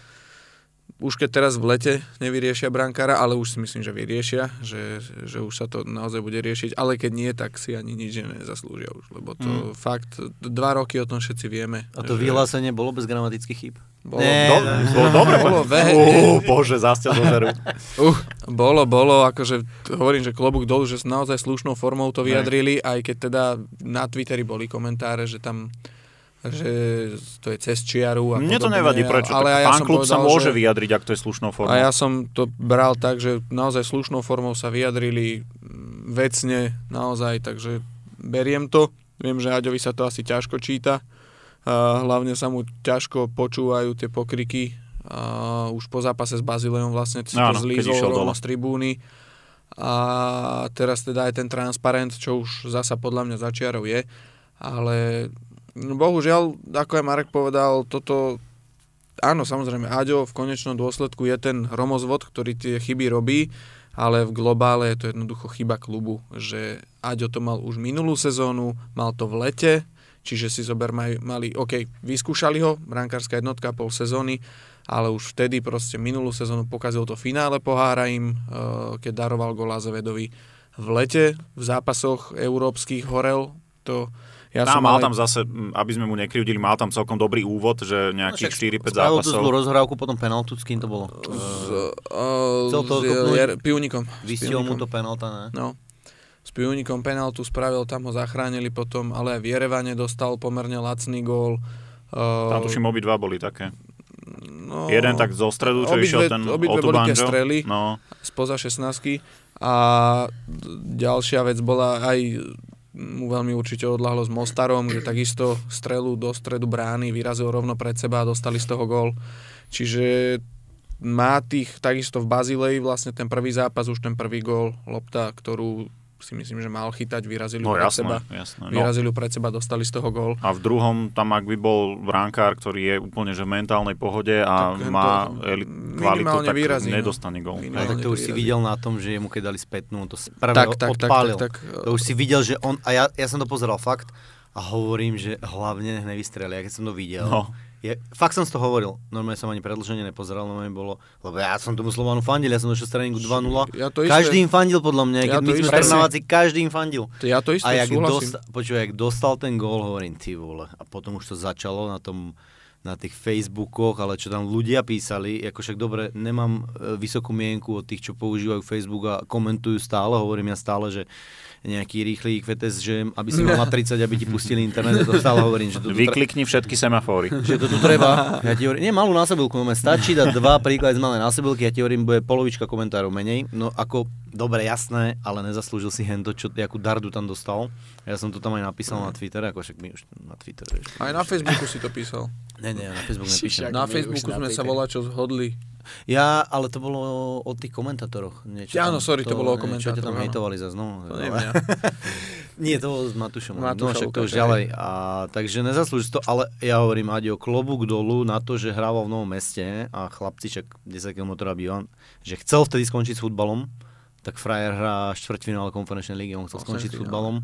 už keď teraz v lete nevyriešia brankára, ale už si myslím, že vyriešia, že, že už sa to naozaj bude riešiť, ale keď nie, tak si ani nič nezaslúžia už, lebo to mm. fakt, dva roky o tom všetci vieme. A to že... vyhlásenie bolo bez gramatických chýb? Bolo, Nie, do, ne. bolo dobre. Bolo ve... uh, bože, zase ťa zožerú. Uh, bolo, bolo, akože hovorím, že klobúk dolu, že naozaj slušnou formou to vyjadrili, aj keď teda na Twitteri boli komentáre, že tam že to je cez čiaru. A mne to podobne, nevadí, prečo? Ale tak ja fanklub sa môže že... vyjadriť, ak to je slušnou formou. A ja som to bral tak, že naozaj slušnou formou sa vyjadrili vecne, naozaj, takže beriem to. Viem, že Aďovi sa to asi ťažko číta. A hlavne sa mu ťažko počúvajú tie pokriky. A už po zápase s Bazileom vlastne si to zlízol rovno z tribúny. A teraz teda aj ten transparent, čo už zasa podľa mňa za čiarou je. Ale no, bohužiaľ, ako aj Marek povedal, toto, áno, samozrejme, Aďo v konečnom dôsledku je ten hromozvod, ktorý tie chyby robí, ale v globále je to jednoducho chyba klubu, že Aďo to mal už minulú sezónu, mal to v lete, čiže si zober maj, mali, OK, vyskúšali ho, brankárska jednotka pol sezóny, ale už vtedy proste minulú sezónu pokazil to finále pohára im, keď daroval gól Azevedovi v lete, v zápasoch európskych horel, to ja Tá, som mal ale... tam zase, aby sme mu nekryvdili, mal tam celkom dobrý úvod, že nejakých no, štyri päť zápasov. Spravil tú zlú rozhrávku, potom penaltu, s kým to bolo? S, uh, Chcel to s Pivníkom. Vystihol mu to penalta, ne? No. S Pivníkom penaltu spravil, tam ho zachránili potom, ale aj v Jerevane dostal pomerne lacný gól. Uh, tam tuším obidva boli také. No, jeden tak zo stredu, čo obidve, išiel ten obidve boli tie strely no. spoza šestnástky. A ďalšia vec bola aj mu veľmi určite odľahlo s Mostarom, kde takisto strelu do stredu brány vyrazil rovno pred seba a dostali z toho gól. Čiže má tých takisto v Bazileji vlastne ten prvý zápas, už ten prvý gól, lopta, ktorú si myslím, že mal chytať, vyrazili no, pred jasné, seba. Jasné, no. Vyrazili pred seba, dostali z toho gól. A v druhom, tam ak by bol brankár, ktorý je úplne že v mentálnej pohode a tak má elit- kvalitu, tak vyrazí, nedostane gól. No, tak to už si videl na tom, že mu keď dali spätnú, to práve odpálil. Tak, tak, tak, tak, to už si videl, že on, a ja, ja som to pozeral fakt a hovorím, že hlavne nevystrelí, keď som to videl. No. Je, fakt som si to hovoril, normálne som ani predĺženie nepozeral, normálne bolo, lebo ja som tomu Slovanu fandil, ja som došiel z tréningu dva nula, ja každý im fandil podľa mňa, keď ja my sme trenováci, každý im fandil. To ja to isté a jak súhlasím. Dosta, počuj, jak dostal ten gól, hovorím, ty vole, a potom už to začalo na tom, na tých Facebookoch, ale čo tam ľudia písali, ako však dobre, nemám vysokú mienku od tých, čo používajú Facebook a komentujú stále, hovorím ja stále, že nejaký rýchly kvetes, že aby si mal na tridsať, aby ti pustili internet, to stále hovorím. Že to Vyklikni všetky semafóry. Že to tu treba. Ja ti hovorím, nie, malú násobylku, máme stačí dať dva príklady z malé násobylky, ja ti hovorím, bude polovička komentárov menej. No ako, dobre, jasné, ale nezaslúžil si hento, čo, jakú dardu tam dostal. Ja som to tam aj napísal na Twitter, ako však my už na Twitter. Vieš. Aj na Facebooku si to písal. Nie, nie, na Facebook nepíšem. Na Facebooku sme sa volá čo zhodli. Ja, ale to bolo o tých komentátoroch. Niečo ja, áno, sorry, to, to bolo o Čo komentátoroch. ťa tam hejtovali zase, no. To neviem ja. Nie, to bolo s Matúšom. Matúša, no, však to už ďalej. A, takže nezaslúži to, ale ja hovorím, Aďo, klobúk dolu na to, že hrával v Novom Meste a chlapci, však desať kilometrov bývam, že chcel vtedy skončiť s futbalom, tak frajer hrá štvrťfinále konferenčnej ligy, on chcel skončiť s futbalom.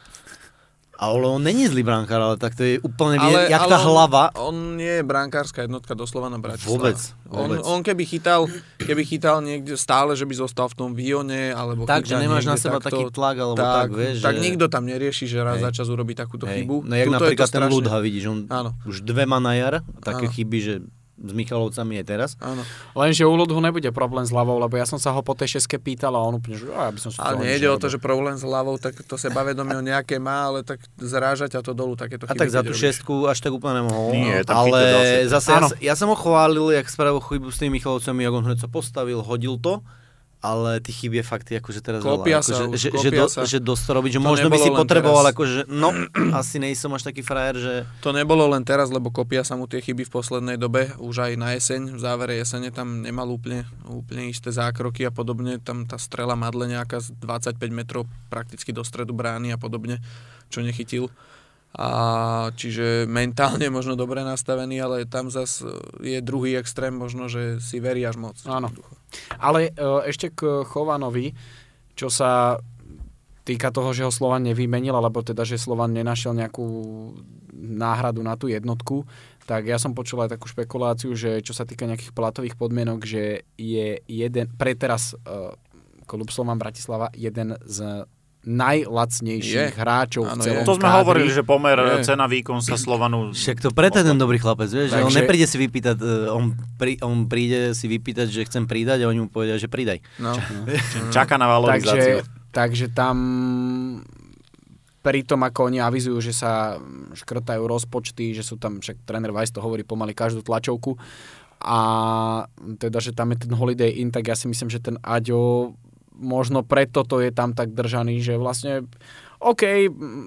Ale on není zlý brankár, ale tak to je úplne, ale, vie, jak ale tá hlava. On, on nie je brankárska jednotka doslova na Bratislava. Vôbec. vôbec. On, on keby chytal, keby chytal niekde stále, že by zostal v tom Vione, alebo tak, že nemáš na seba takto, taký tlak, alebo tak, tak vieš. Tak že... nikto tam nerieši, že raz hej. za čas urobí takúto hej. chybu. No jak Tuto napríklad ten strašne... Ľudha, vidíš, on áno. už dve má na jar, také áno. chyby, že s Michalovcami je teraz. Áno. Lenže u Ľudhu nebude problém s hlavou, lebo ja som sa ho po tej šeske pýtal a on úplne, že ja by som si to... Ale nejde o to, že problém s hlavou, tak to sebavedomie o nejaké má, ale tak zrážať a to dolu, takéto chyby. A tak za tú šestku až tak úplne nemohol. Nie, no. Ale zase ja, ja som ho chválil, jak spravil chybu s tými Michalovcami, jak on hneď sa postavil, hodil to. Ale tých chýb je fakt akože teraz kopia veľa. Sa, akože, že, kopia že, do, sa. že dosť to robiť, že to možno by si potreboval teraz. Akože, no asi nejsom až taký frajer, že... To nebolo len teraz, lebo kopia sa mu tie chyby v poslednej dobe, už aj na jeseň, v závere jesene tam nemal úplne, úplne isté zákroky a podobne, tam tá strela madle nejaká z dvadsaťpäť metrov prakticky do stredu brány a podobne, čo nechytil. A čiže mentálne možno dobre nastavený, ale tam zas je druhý extrém, možno, že si verí až moc. Áno. Ale ešte k Chovanovi, čo sa týka toho, že ho Slovan nevymenil, alebo teda, že Slovan nenašiel nejakú náhradu na tú jednotku, tak ja som počul aj takú špekuláciu, že čo sa týka nejakých platových podmienok, že je jeden, pre teraz uh, klub Slovan Bratislava jeden z najlacnejších je. hráčov ano, v celom To sme kádri. hovorili, že pomer je. cena-výkon sa Slovanu... Však to preto ten dobrý chlapec, vieš, že Takže... on nepríde si vypýtať, on, prí, on príde si vypýtať, že chcem pridať a oni mu povedia, že pridaj. No. Čaká na valorizáciu. Takže, takže tam pri tom, ako oni avizujú, že sa škrtajú rozpočty, že sú tam, však tréner Weiss to hovorí pomaly každú tlačovku a teda, že tam je ten Holiday Inn, tak ja si myslím, že ten Aďo možno preto to je tam tak držaný, že vlastne OK,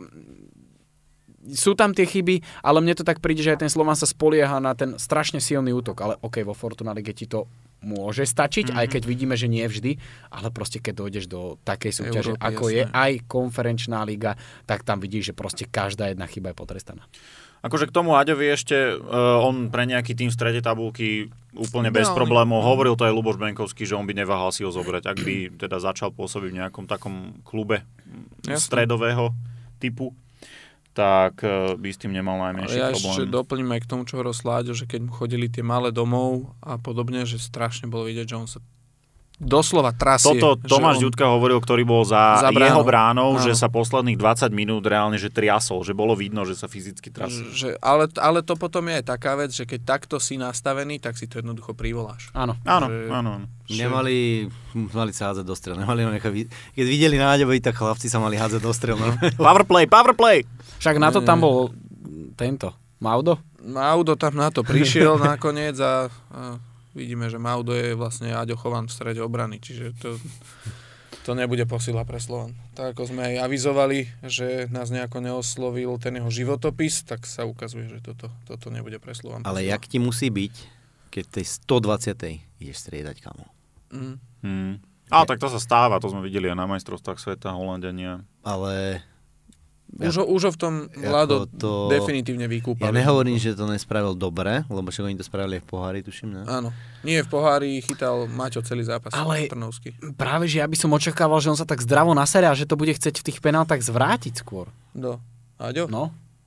sú tam tie chyby, ale mne to tak príde, že aj ten Slovan sa spolieha na ten strašne silný útok, ale OK, vo Fortuna Lige ti to môže stačiť, mm-hmm. aj keď vidíme, že nie vždy, ale proste keď dojdeš do takej súťaže, Európy, ako jasné. je aj konferenčná liga, tak tam vidíš, že proste každá jedna chyba je potrestaná. Akože k tomu Aďovi ešte, uh, on pre nejaký tým v strede tabulky úplne bez no, problémov, hovoril to aj Ľuboš Benkovský, že on by neváhal si ho zobrať, ak by teda začal pôsobiť v nejakom takom klube Jasne. stredového typu, tak uh, by s tým nemal najmenší ja problém. Ja ešte doplním aj k tomu, čo hovoril Sláďo, že keď mu chodili tie malé domov a podobne, že strašne bolo vidieť, že on sa doslova trasie. Toto Tomáš on... Ďudka hovoril, ktorý bol za, za bránou. jeho bránou, áno. že sa posledných dvadsať minút reálne že triasol, že bolo vidno, že sa fyzicky trasie. Že, ale, ale to potom je aj taká vec, že keď takto si nastavený, tak si to jednoducho privoláš. Áno. Áno, že, áno. Že... Nemali, mali sa hádzať do strel. Nemali nechať, keď videli Náďovi, tak chlapci sa mali hádzať do strel. No? Powerplay, powerplay! Však na to tam bol tento, Maudo. Maudo tam na to prišiel nakoniec a... a... Vidíme, že Maudo je vlastne Aďo Chovan v strede obrany, čiže to, to nebude posila pre Slovan. Tak ako sme aj avizovali, že nás nejako neoslovil ten jeho životopis, tak sa ukazuje, že toto, toto nebude pre Slovan. Ale jak ti musí byť, keď tej stodvadsiatej ideš striedať, kamo? Mm. Hmm. Ale tak to sa stáva, to sme videli aj na majstrovstvách sveta, Holandania. Ale... Už ho, už ho v tom Vlado to... definitívne vykúpali. Ja nehovorím, že to nespravil dobre, lebo však oni to spravili aj v pohári, tuším, ne? Áno. Nie, v pohári chytal Maťo celý zápas. Ale Trnovský. Práve, že ja by som očakával, že on sa tak zdravo nasere a že to bude chcieť v tých penáltach zvrátiť skôr. Do. Aďo? No.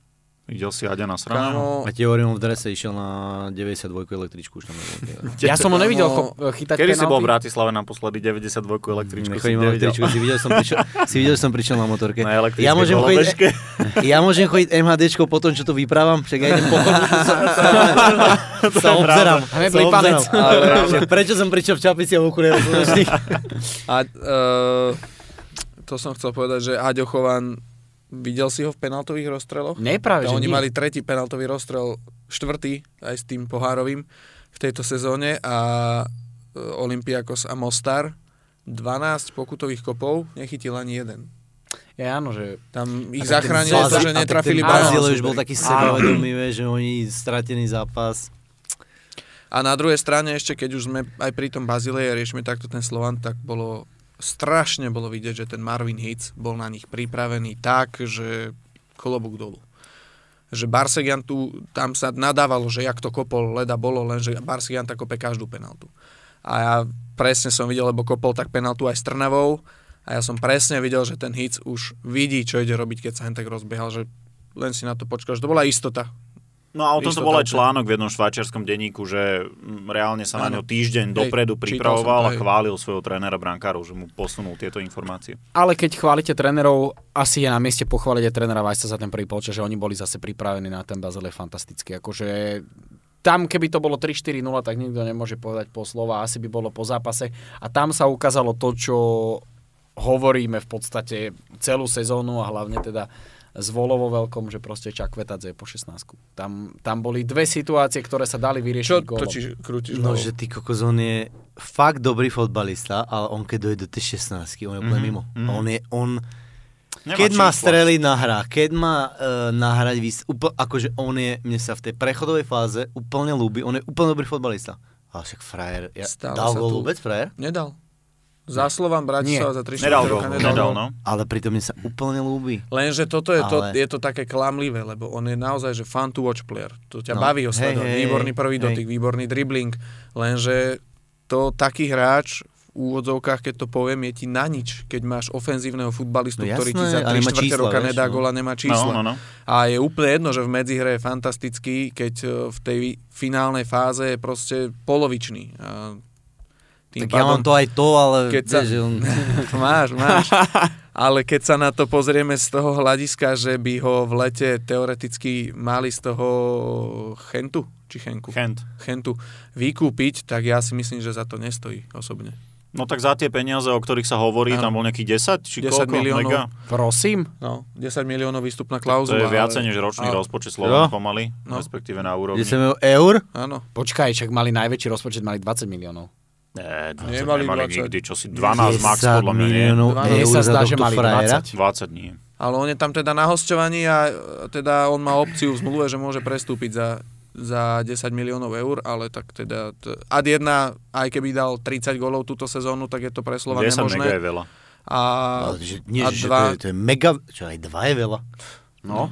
Videl si Aďa nasraného? A ti hovorím, v drese išiel na deväťdesiatdva električku už tam nebol. Ja som ho nevidel cho- chytať Kedy penalty. si bol v Bratislave naposledy deväťdesiatdva električku? Nechodím na električku, si videl, som prišiel, si videl, som prišiel na motorke. Na električke Ja môžem chodiť, kolobežke. ja môžem chodiť MHDčkou po tom, čo to vyprávam, však ja idem po chodníku, sa, sa, sa obzerám. A hneď sa lipanec. obzerám. Ale že prečo som prišiel v čapici a v okuliare slnečných? A uh, to som chcel povedať, že Aďo Chovan, videl si ho v penaltových rozstreloch? Nie, práve, že Oni nie. mali tretí penaltový rozstrel, štvrtý aj s tým pohárovým v tejto sezóne a Olympiakos a Mostar dvanásť pokutových kopov, nechytil ani jeden. Ja, áno, že... Tam ich A tak ten zachránilo to, Bazil- že a tak netrafili ten balón. Bazil už bol taký sebavedomý, vieš, že oni stratený zápas. A na druhej strane ešte, keď už sme aj pri tom Bazileji a riešime takto ten Slovan, tak bolo strašne bolo vidieť, že ten Marvin Hitz bol na nich pripravený tak, že klobúk dolu. Že Barsegian tu, tam sa nadávalo, že jak to kopol, leda bolo, lenže Barsegian tak kope každú penaltu. A ja presne som videl, lebo kopol tak penaltu aj s Trnavou a ja som presne videl, že ten Hitz už vidí, čo ide robiť, keď sa hen tak rozbiehal, že len si na to počkal, že to bola istota. No a o tom to Istota, bol aj že- článok v jednom švajčiarskom denníku, že mm, reálne sa na Áno. ňo týždeň Hej, dopredu čítal som pripravoval to a aj. chválil svojho trénera brankárov, že mu posunul tieto informácie. Ale keď chválite trénerov, asi je na mieste pochváliť aj trénera Vajsa za ten prvý polčas, že oni boli zase pripravení na ten Bazil, je fantastický. Akože tam, keby to bolo tri štyri nula, tak nikto nemôže povedať po slova, asi by bolo po zápase. A tam sa ukázalo to, čo hovoríme v podstate celú sezónu a hlavne teda s Volovo veľkom, že proste Čakvetadze je po šestnástku. Tam, tam boli dve situácie, ktoré sa dali vyriešiť Čo gólom. točíš, krútiš No, hlavou? že ty kokos, on je fakt dobrý fotbalista, ale on keď dojde do tej šestnástky, on je úplne Mhm, mimo. mhm. On je, on... Nemá Keď má čísla. streliť na hrách, keď má uh, nahrať, vys- úpl- akože on je, mne sa v tej prechodovej fáze úplne ľúbi, on je úplne dobrý fotbalista. Ale však frajer, ja, Stále dal sa gól tu- vôbec frajer? Nedal. Za Slovan Bratislava za tri Nedal štyri go, roka nedal, gól. no. Ale pritom mne sa úplne ľúbi. Lenže toto je, to, Ale- je to také klamlivé, lebo on je naozaj že fun to watch player. To ťa No, baví ho hej, sledovať. hej, Výborný prvý hej. dotyk, výborný dribbling. Lenže to taký hráč v úvodzovkách, keď to poviem, je ti na nič, keď máš ofenzívneho futbalistu, No ktorý ti jasné, za a tri nemá štvrte čísla, roka vieš, nedá no. gola, nemá čísla. No, no, no. A je úplne jedno, že v medzihre je fantastický, keď e, v tej finálnej fáze je proste polovičný. A tým Tak ja mám to aj to, ale keď sa- vieš, že on... máš, máš. Ale keď sa na to pozrieme z toho hľadiska, že by ho v lete teoreticky mali z toho Chentu, či Chenku, Chent. Chentu vykúpiť, tak ja si myslím, že za to nestojí osobne. No tak za tie peniaze, o ktorých sa hovorí, Áno. tam bol nejaký desať, či desať koľko? miliónov. Mega? Prosím? No, desať miliónov výstupná To klauzula. je viacej ale- než ročný ale- rozpočet Slovan Jo. pomaly, No. respektíve na úrovni. desať miliónov eur? Áno. Počkaj, však mali najväčší rozpočet, mali dvadsať miliónov. Nie, dvadsať Nemali nemali dvadsať. nikdy, čo si dvanásť max desať podľa mňa nie. miliónov dvanásť. Mne eur sa za zdá, že tohto mali frajera? dvadsať. dvadsať nie. Ale on je tam teda na hosťovaní a e, teda on má opciu v zmluve, že môže prestúpiť za, za desať miliónov eur, ale tak teda t- ad jedna, aj keby dal tridsať golov túto sezónu, tak je to pre Slovan desať mega je nemožné. veľa. A, Ale že, nie, a že, že to, dva, je, to je mega... Čo, aj dva je veľa. No.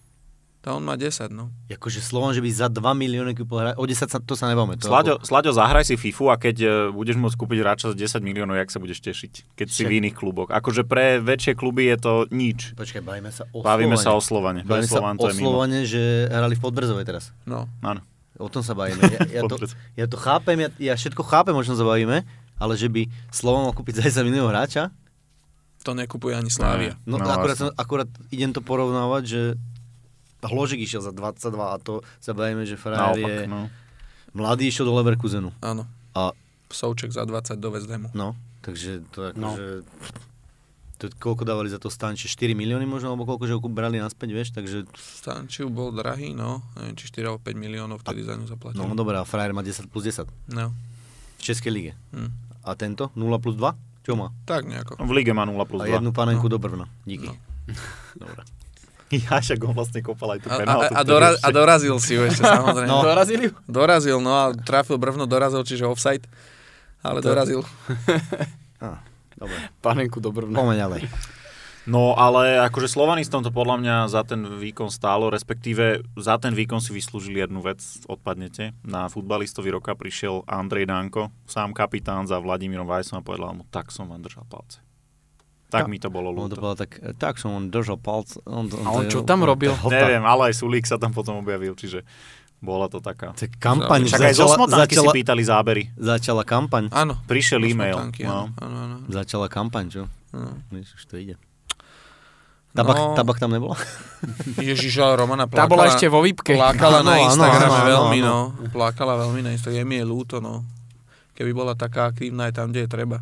to on má desať, no. Akože Slovan, že by za dva milióny kúpil hra... O desať sa, to sa nebavme. To Slaďo, ako- Slaďo, zahraj si FIFU a keď uh, budeš môcť kúpiť hráča za desať miliónov, jak sa budeš tešiť, keď si Však- v iných kluboch. Akože pre väčšie kluby je to nič. Počkaj, bavíme sa o Bavíme Slovane. sa o Slovane. Pre Bavíme sa Slovan o to je mimo. Slovane, že hrali v Podbrezovej teraz. no. Áno. O tom sa bavíme. Ja, ja, to, Podbrez. ja to chápem, ja, ja všetko chápem, o čom sa bavíme, ale že by Slovan mal kúpiť za desať miliónov hráča, To nekupuje ani Slávia. no, No, no akurát, jasne. som, akurát idem to porovnávať, že Hložik išiel za dvadsaťdva a to sa bavíme, že frajer je Naopak, no. mladý, išiel do Leverkusenu. Áno. A Souček za dvadsať do West Hamu. no, takže to No. akože... To, koľko dávali za to Stanče? štyri milióny možno, alebo koľko, že ho brali naspäť, vieš, takže... Stančiu bol drahý, no. Neviem, či štyri alebo päť miliónov vtedy za ňu zaplatil. No dobré, a frajer má desať plus desať no. v Českej lige. Hm. A tento nula plus dva? Čo má? Tak nejako. V lige má nula plus A dva. jednu panenku No. do Brna. Díky. No. Dobre. Ja však on vlastne kopal aj tú A, a, penáltu. a, ktorú dora, ešte- a dorazil si ho ešte, samozrejme. No. Dorazili? Dorazil, no a trafil brvno, dorazil, čiže offside. Ale To- dorazil. Á, dobre. Panenku do Brna. Poďme ďalej. No ale akože Slovanistom to podľa mňa za ten výkon stálo, respektíve za ten výkon si vyslúžili jednu vec, odpadnete. Na futbalistovi roka prišiel Andrej Danko, sám kapitán za Vladimírom Vajsom a povedal mu, tak som vám držal palce. Tak mi to bolo On ľúto. to bolo tak, tak som on držal palc. On, on, A on čo tam robil? Neviem, ale aj Sulík sa tam potom objavil, čiže bola to taká... Tak kampaň Však aj zo začala, smotanky si začala, pýtali zábery. začala kampaň. Áno. Prišiel Do e-mail. smotanky, No. áno, áno, áno. Začala kampaň, čo? No. Vieš, už to ide. Tabak, No. tabak tam nebola? Ježiš, ale Romana Tá plakala. bola ešte vo výpke. Plakala Áno, na áno, Instagrame áno, áno, veľmi, áno. no. Plakala veľmi na Instagrame. Je mi je ľúto, no. Keby bola taká aktívna aj tam, kde je treba.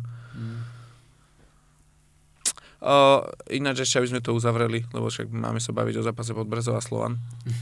Uh, ináč ešte, aby sme to uzavreli, lebo však máme sa baviť o zápase Podbrezov a Slovan.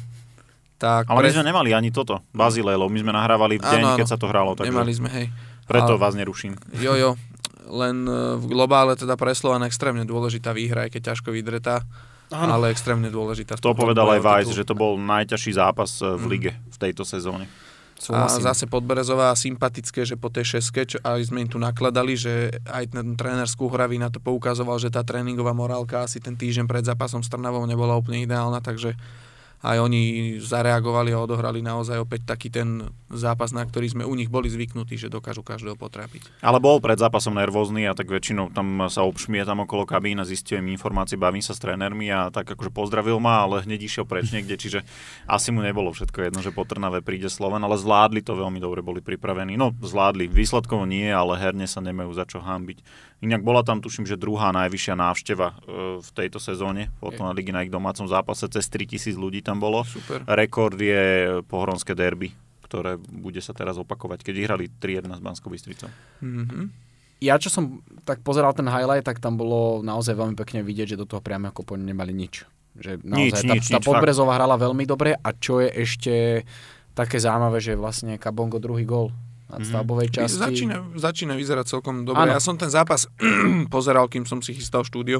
Tak Ale my sme nemali ani toto, Bazilejlov. My sme nahrávali v deň, Áno, áno. keď sa to hralo. Takže Nemali sme, hej. preto Ale- vás neruším. Jo, jo. Len uh, v globále teda pre Slovan extrémne dôležitá výhra, aj keď ťažko vydretá, Áno. ale extrémne dôležitá. To povedal aj Vajs, titul. že to bol najťažší zápas eh, v Mm. lige v tejto sezóne. A Súhlasím. zase Podberezová sympatické, že po tej šeske, čo aj sme im tu nakladali, že aj ten tréner z Kúhravy na to poukazoval, že tá tréningová morálka asi ten týždeň pred zápasom s Trnavou nebola úplne ideálna, takže aj oni zareagovali a odohrali naozaj opäť taký ten zápas, na ktorý sme u nich boli zvyknutí, že dokážu každého potrápiť. Ale bol pred zápasom nervózny a tak väčšinou tam sa obšmie tam okolo kabín a zistujem informácie, bavím sa s trénermi a tak akože pozdravil ma, ale hneď išiel preč niekde, čiže asi mu nebolo všetko jedno, že po Trnave príde Sloven, ale zvládli to veľmi dobre, boli pripravení. No zvládli, výsledkovo nie, ale herne sa nemajú za čo hanbiť. Inak bola tam, tuším, že druhá najvyššia návšteva e, v tejto sezóne Fortuna ligy na ich domácom zápase, cez tritisíc ľudí tam bolo. Super. Rekord je pohronské derby, ktoré bude sa teraz opakovať, keď vyhrali tri jedna s Banskou Bystricou. Mhm. Ja, čo som tak pozeral ten highlight, tak tam bolo naozaj veľmi pekne vidieť, že do toho priamo ako poň nemali nič. Že Nič, naozaj tá, nič, tá nič, Podbrezová hrala veľmi dobre a čo je ešte také zaujímavé, že vlastne Kabongo druhý gól na Mhm. stavbovej časti. Začína, začína vyzerať celkom dobre. Áno. Ja som ten zápas pozeral, kým som si chystal štúdio.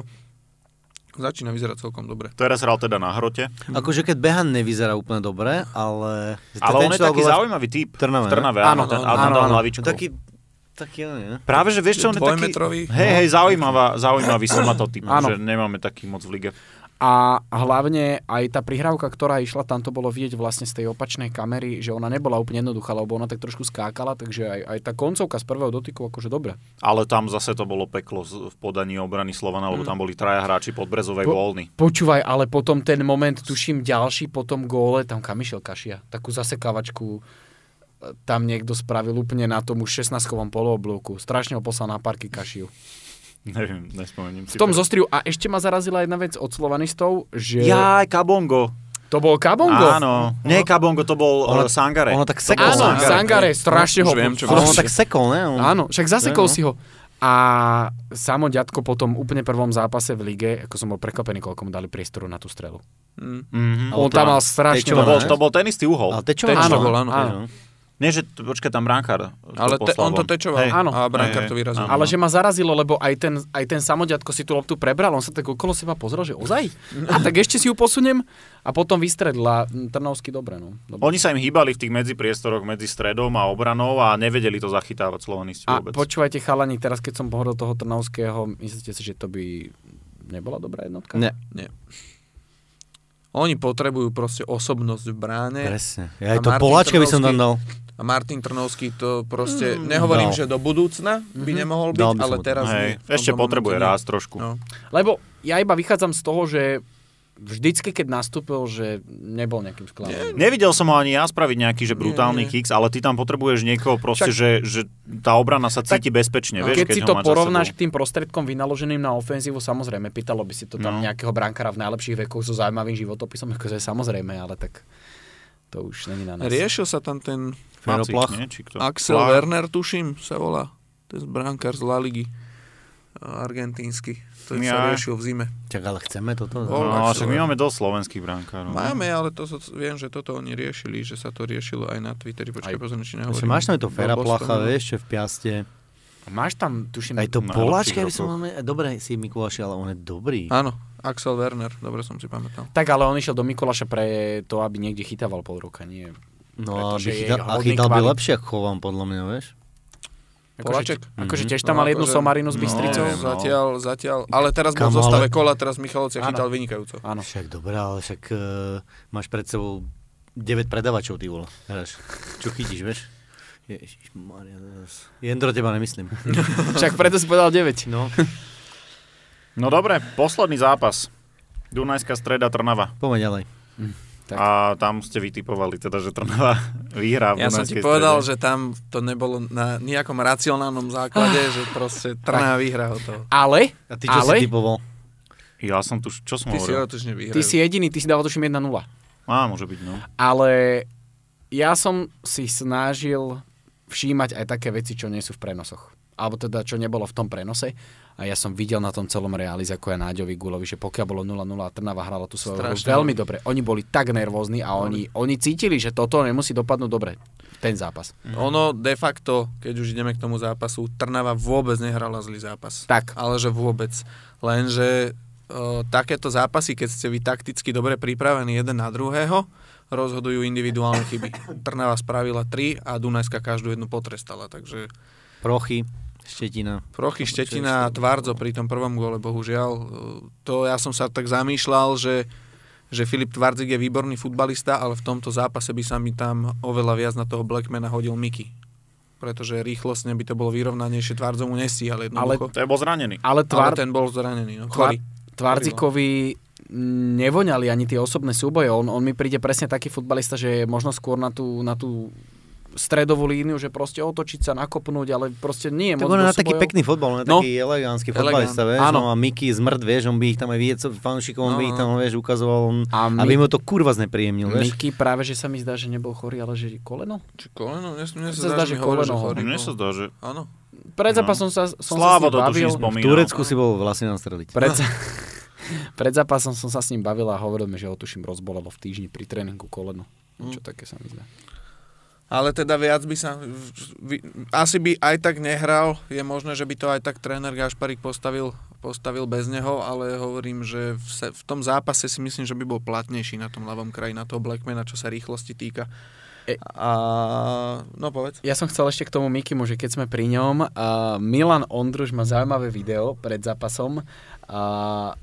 Začína vyzerať celkom dobre. Teraz hral teda na hrote. Akože keď Behan nevyzerá úplne dobre, ale... Ale on je taký zaujímavý typ. v Trnave, V Trnave, ne? áno, Áno, ten, áno, a ten áno, dal áno. hlavičkou. Taký, taký, nie? Práve, že vieš čo, on je taký... Dvojmetrový. Hej, hej, zaujímavá, zaujímavý somatotyp, Áno. že nemáme taký moc v lige. A hlavne aj tá prihrávka, ktorá išla, tam to bolo vidieť vlastne z tej opačnej kamery, že ona nebola úplne jednoduchá, lebo ona tak trošku skákala, takže aj, aj tá koncovka z prvého dotyku akože dobre. Ale tam zase to bolo peklo z- v podaní obrany Slovana, lebo tam boli traja hráči Podbrezovej Po- voľní. Počúvaj, ale potom ten moment, tuším ďalší po tom góle, tam kam išiel Kašia, takú zasekávačku e, tam niekto spravil úplne na tom už šestnástkovom polooblúku. Strašne ho poslal na parky Kašiu. Neviem, nespomeniem si. V tom teraz. zostriu. A ešte ma zarazila jedna vec od slovanistov, že Jaj, Kabongo. to bol Kabongo. Áno. Nie Kabongo, to bol Ono- uh, Sangare. ono tak To sekol bol Áno, Sangare. Sangare, strašne ho... Už viem, čo Ale on Proste. tak sekol, ne? On... Áno, však zasekol Ne, no. si ho. A samo ďatko po tom úplne prvom zápase v lige, ako som bol prekvapený, koľko mu dali priestoru na tú strelu. Mm. Mhm. On tam mal strašne... Tečo To bol, ne? to bol ten istý uhol. Ale tečo Tečo Áno, bol, áno. áno. Nie, že t- počkaj, tam brankár. Ale te, on to tečoval. Hej. Áno. A brankár Hej, to hej. vyrazil. Áno. Ale že ma zarazilo, lebo aj ten, aj ten samodiatko si tú loptu prebral, on sa tak okolo seba pozrel, že ozaj? A tak ešte si ju posuniem a potom vystredla Trnovsky dobre. No. dobre. Oni sa im hýbali v tých medzipriestoroch medzi stredom a obranou a nevedeli to zachytávať slovanisti A vôbec. počúvajte chalani, teraz keď som pohodol toho Trnavského, myslíte si, že to by nebola dobrá jednotka? Ne, Oni potrebujú proste osobnosť v bráne. presne. Ja aj A to Martin Poláčka by som tam Trnovský- dal. A Martin Trnovský to proste, nehovorím, dal. že do budúcna by nemohol byť, Dal by som ale ho tam. teraz Hej, nie. V ešte tomto potrebuje momente nie. rásť trošku. No. Lebo ja iba vychádzam z toho, že vždycky, keď nastúpil, že nebol nejakým sklamaním. Nevidel som ho ani ja spraviť nejaký že brutálny Nie, nie. kicks, ale ty tam potrebuješ niekoho proste, že, že tá obrana sa cíti bezpečne. Vieš, Keď si ho to máš za porovnáš sebou. k tým prostriedkom vynaloženým na ofenzívu, samozrejme, pýtalo by si to tam No. nejakého brankára v najlepších vekoch so zaujímavým životopisom, akože samozrejme, ale tak to už není na nás. Riešil sa tam ten Macík, Feroplach. nie? Či kto? Axel Plach. Werner, tuším, sa volá. To je brankár z La Ligy. Argentínsky. To Ja. sa riešil v zime. Čak, ale chceme toto? Bol. No, Axel však my Werner. máme dosť slovenských brankárov. Máme, ale to, to viem, že toto oni riešili, že sa to riešilo aj na Twitteri. Počkaj, Aj- pozriem, či Ešte nehovorím. máš tam aj to Fera Blbosť Placha, tomu. vieš, čo v Piaste. Máš tam, tuším, Aj to Na Poláčka najlepších by som rokoch. mal... Dobre, si Mikuláši, ale on je dobrý. Áno, Axel Werner, dobre som si pamätal. tak ale on išiel do Mikuláša pre to, aby niekde chytával pol roka, nie. No a, Pretože by je chytal, a hodný chytal by kvalit. lepšie ako Chovám, podľa mňa, vieš? Poláček? Akože, akože Mhm. tiež tam No, mal jednu akože- somarinu s no, Bystricou. neviem, no. Zatiaľ, zatiaľ, ale teraz bol v Kamo, zostave ale- kola, teraz Michalovci Áno. chytal vynikajúco. Áno. Však dobré, ale však uh, máš pred sebou deväť predavačov, ty vole. Hráš. Čo chytíš, vieš? Ježišmaria, teraz... Jendro, teba nemyslím. Však preto si povedal deväť. No. No dobre, posledný zápas. Dunajská Streda Trnava. Poďme ďalej. Tak. A tam ste vytipovali teda, že Trnava vyhrá v Ja som ti Dunajskej povedal, Strede. že tam to nebolo na nejakom racionálnom základe, že proste Trnava vyhrá hotovo. Ale, A ty čo ale, si typoval? Ja som tu, čo som Ty si hovoril? otočne vyhrajú. ty si jediný, ty si dával tuším jeden nula. Á, môže byť, no. Ale ja som si snažil všímať aj také veci, čo nie sú v prenosoch. Alebo teda, čo nebolo v tom prenose. A ja som videl na tom celom realize, ako je Náďovi Gulovi, že pokiaľ bolo nula nula a Trnava hrala tú svoju hru Strašne. veľmi dobre. Oni boli tak nervózni a oni, oni cítili, že toto nemusí dopadnúť dobre, ten zápas. Ono de facto, keď už ideme k tomu zápasu, Trnava vôbec nehrala zlý zápas. Tak. Ale že vôbec. Lenže o, takéto zápasy, keď ste vy takticky dobre pripravení jeden na druhého, rozhodujú individuálne chyby. Trnava spravila tri a Dunajska každú jednu potrestala, takže Prochy, Štetina. Prochy, Štetina, Tvardzo pri tom prvom góle, bohužiaľ. To ja som sa tak zamýšľal, že, že Filip Tvardzik je výborný futbalista, ale v tomto zápase by sa mi tam oveľa viac na toho Blackmana hodil Miky. Pretože rýchlostne by to bolo vyrovnanejšie, Tvardzo mu nestíhal jednoducho. To je bol zranený. Ale, Ale tvár, ten bol zranený, no, Tvar, chorý. Tvardzikovi nevoňali ani tie osobné súboje. On, on mi príde presne taký futbalista, že je možno skôr na tú, na tú stredovú líniu, že proste otočiť sa, nakopnúť, ale proste nie je Tak moc on je do na taký súbojov. pekný fotbal, on je No. taký elegánsky futbalista, vieš, Áno. no a Miky zmrd, vieš, on by ich tam aj vidieť, fanúšikov, on No, by ich no. tam, vieš, ukazoval, on, A my- aby mu to kurva znepríjemnil, vieš. Miky práve, že sa mi zdá, že nebol chorý, ale že koleno? Či koleno? Mne, mne Sa sa zdá, zdá, že že mi hovoril, že koleno ho- chorý. Mne no. sa zdá, že Pred Áno. No. zápasom sa, som Slávo sa s ním to tuším bavil. V spomínal. Turecku si bol vlastne nám streliť. Pred, pred zápasom som sa s ním bavil a hovoril mi, že ho tuším rozbolelo v týždni pri tréningu koleno. Čo také sa mi zdá. Ale teda viac by sa... Vy, asi by aj tak nehral. Je možné, že by to aj tak tréner Gašparík postavil, postavil bez neho, ale hovorím, že v, se, v tom zápase si myslím, že by bol platnejší na tom ľavom kraji, na toho Blackmana, čo sa rýchlosti týka. E- A... No povedz. Ja som chcel ešte k tomu Mikimu, že keď sme pri ňom, uh, Milan Ondruš má zaujímavé video pred zápasom. Uh,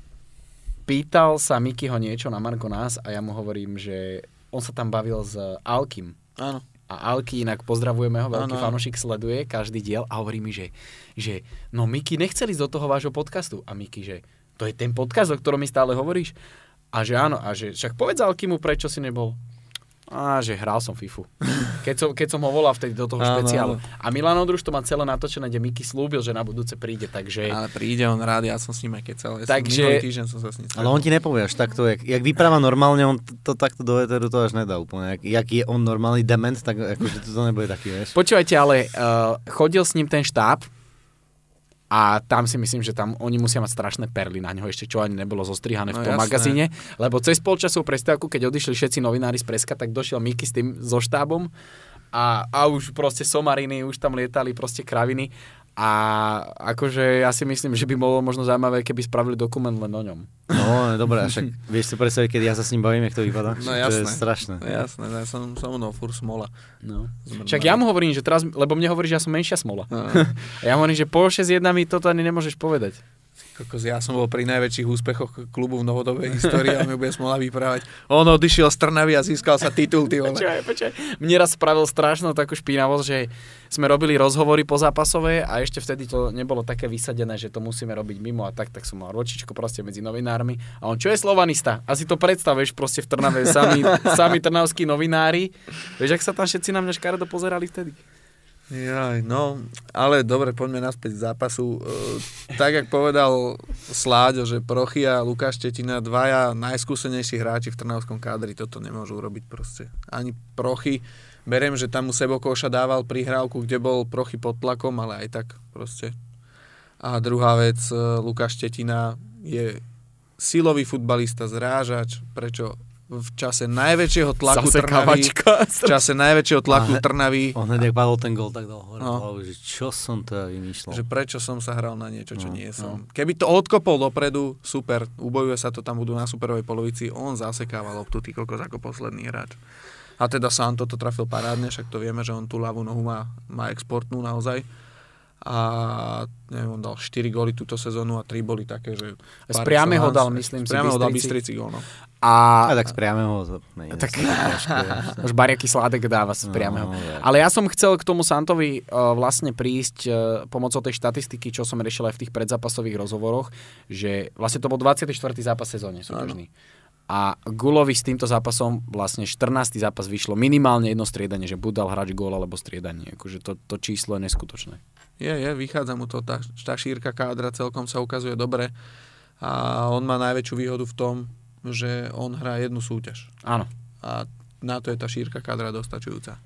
pýtal sa Mikyho niečo na margo nás a ja mu hovorím, že on sa tam bavil s Alkim. Áno. A Alky, inak pozdravujeme ho, veľký Áno. fanúšik, sleduje každý diel a hovorí mi, že, že no Miky nechcel ísť do toho vášho podcastu. A Miky, že to je ten podcast, o ktorom mi stále hovoríš? A že áno, a že však povedz Alkymu, prečo si nebol. A že hral som FIFU. Keď som, keď som ho volal vtedy do toho Áno, špeciálu. áno. A Milan Ondruš to má celé natočené, kde Miky slúbil, že na budúce príde, takže... Ale príde on rád, ja som s ním aj kecal. Ja Takže- Minulý týždeň som sa s ním Ale on ti nepovie až takto, jak, jak vypráva normálne, on to, to takto do éteru to až nedá úplne. Jak, jak je on normálny dement, tak akože to nebude taký, vieš. Počúvajte, ale uh, chodil s ním ten štáb a tam si myslím, že tam oni musia mať strašné perly na ňo ešte, čo ani nebolo zostrihané v No tom jasné. magazíne, lebo cez polčasovú prestávku, keď odišli všetci novinári z preska, tak došiel Miky s tým so štábom a, a už proste somariny, už tam lietali proste kraviny a akože ja si myslím, že by bolo možno zaujímavé, keby spravili dokument len o ňom. No, dobre, a však vieš si predstaviť, keď ja sa s ním bavím, jak to vypadá? No To jasné. je strašné. No jasné, ja som so mnou furt smola. No. Zmrdná. Však ja mu hovorím, že teraz, lebo mne hovorí, že ja som menšia smola. No. A ja mu hovorím, že po šesť jedna mi toto ani nemôžeš povedať. Kokos, ja som bol pri najväčších úspechoch klubu v novodobej histórii a mi bude smola vyprávať. On odišiel z Trnavy a získal sa titul, ty vole. Počkaj, počkaj. Mne raz spravil strašnú takú špinavosť, že sme robili rozhovory pozápasové a ešte vtedy to nebolo také vysadené, že to musíme robiť mimo a tak, tak som mal ročičko proste medzi novinármi. A on, čo je slovanista? A si to predstavuješ proste v Trnave, sami, sami trnavskí novinári. Vieš, ak sa tam všetci na mňa škaredo pozerali vtedy? Jaj, no, ale dobre, poďme naspäť k zápasu. E, tak, jak povedal Sláďo, že Prochy a Lukáš Štetina, dvaja najskúsenejší hráči v trnavskom kádri, toto nemôžu urobiť proste. Ani Prochy, beriem, že tam u Sebokoša dával prihrávku, kde bol Prochy pod tlakom, ale aj tak proste. A druhá vec, e, Lukáš Štetina je silový futbalista, zrážač, prečo v čase najväčšieho tlaku Zase Trnavy, kavačka. v čase najväčšieho tlaku Ale- Trnavy, On hneď, jak padol ten gol, tak dal hore No. hlavu, že čo som to ja vymýšľal. že prečo som sa hral na niečo, čo No, nie som. Keby to odkopol dopredu, super, ubojuje sa to, tam budú na superovej polovici, on zasekával loptu, ty kokos, ako posledný hráč. A teda Santo to trafil parádne, však to vieme, že on tú ľavú nohu má, má exportnú naozaj. a neviem, on dal štyri góly túto sezónu a tri boli také, že... Z priameho dal, myslím si, z priameho dal Bystrici gól, no. A, a tak z priameho... Ne, tak, už Bariaky Sládek dáva z priameho. No, ja. Ale ja som chcel k tomu Santovi uh, vlastne prísť uh, pomocou tej štatistiky, čo som riešil aj v tých predzápasových rozhovoroch, že vlastne to bol dvadsiaty štvrtý zápas sezóne súťažný. A Gulovi s týmto zápasom vlastne štrnásty zápas vyšlo minimálne jedno striedanie, že buď dal hráč gól alebo striedanie. Akože to, to číslo je neskutočné. Je, je, vychádza mu to, tá, tá šírka kádra celkom sa ukazuje dobre a on má najväčšiu výhodu v tom, že on hrá jednu súťaž. Áno. A na to je tá šírka kádra dostačujúca.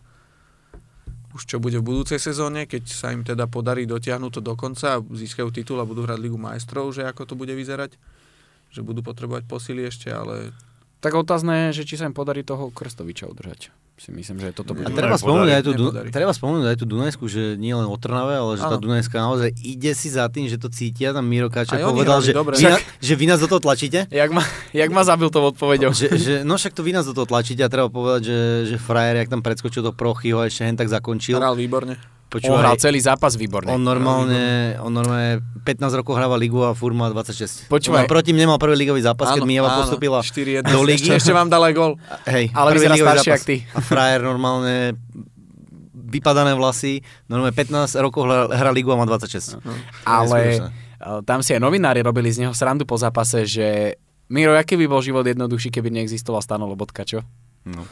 Už čo bude v budúcej sezóne, keď sa im teda podarí dotiahnuť to do konca a získajú titul a budú hrať Ligu majstrov, že ako to bude vyzerať, že budú potrebovať posily ešte, ale... Tak otázne je, že či sa im podarí toho Krstoviča udržať. Si myslím, že toto bude... A treba spomenúť, aj tú, nepodarí. treba spomenúť aj tú Dunajsku, že nie len o Trnave, ale že tá Dunajská naozaj ide si za tým, že to cítia. Tam Miro Káčer povedal, že vy, na, že vy nás do toho tlačíte. Jak ma, jak ma zabil tou odpoveďou. Že, že, no však to vy nás do toho tlačíte a treba povedať, že, že frajer, jak tam predskočil do Prochyho a ešte hen tak zakončil. Hral výborne. Počúvaj, on hral celý zápas výborne. On normálne, on normálne pätnásť rokov hráva ligu a furt má dvadsaťšesť. Počúvaj. Proti mne nemal prvý ligový zápas, áno, keď Mijava postupila štyri jedna do ligy. Ešte, ešte vám dal aj gól. Hej, ale vyzerá starší jak ty. A frajer normálne vypadané vlasy, normálne pätnásť rokov hra, hra ligu a má dvadsaťšesť. Uh-huh. Ale tam si aj novinári robili z neho srandu po zápase, že Miro, aký by bol život jednoduchší, keby neexistoval Stano Lobotka, čo? No.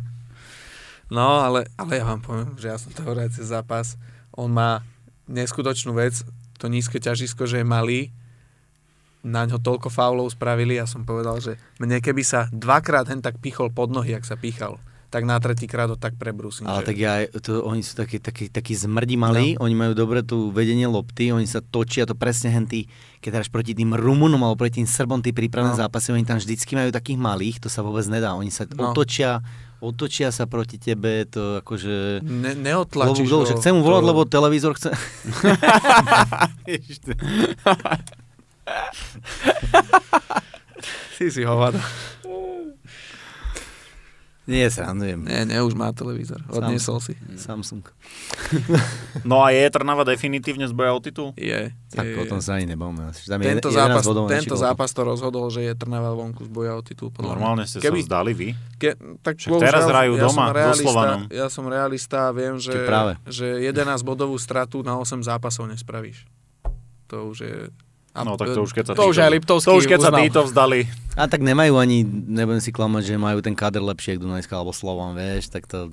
No, ale, ale ja vám poviem, že ja som to hovoril cez zápas. On má neskutočnú vec, to nízke ťažisko, že je malý, na ňo toľko faulov spravili, ja som povedal, že mne keby sa dvakrát hen tak pichol pod nohy, jak sa píchal, tak na tretíkrát ho tak prebrúsim. Ale že... tak ja, to, oni sú takí, takí, takí zmrdi malí, no. Oni majú dobre tú vedenie lopty, oni sa točia, to presne henty, keď hráš proti tým Rumunom alebo proti tým Srbom, tí prípravné no. zápasy, oni tam vždycky majú takých malých, to sa vôbec nedá, oni sa no. otočia, otočia sa proti tebe, to akože... Ne, neotlačíš ho. Chcem mu volať, to... lebo televízor chce... si si hovada. Nie, srandujem. Nie, nie, už má televízor. Odniesol si. Samsung. No a je Trnava definitívne z boja o titul? Je. Tak je, o tom sa ani nebavíme. Tento, zápas, tento zápas to rozhodol, že je Trnava vonku z boja o titul. Normálne ste Keby, sa vzdali vy? Ke, tak bohužiaľ, teraz hrajú ja doma so Slovanom. Ja som realista a viem, že, že jedenásť bodovú stratu na osem zápasov nespravíš. To už je... A no tak to už keď sa to títo, už aj Liptovský to už keď uznal. sa títo vzdali. A tak nemajú ani, nebudem si klamať, že majú ten káder lepšie, ako Dunajská alebo Slovan, vieš, tak to...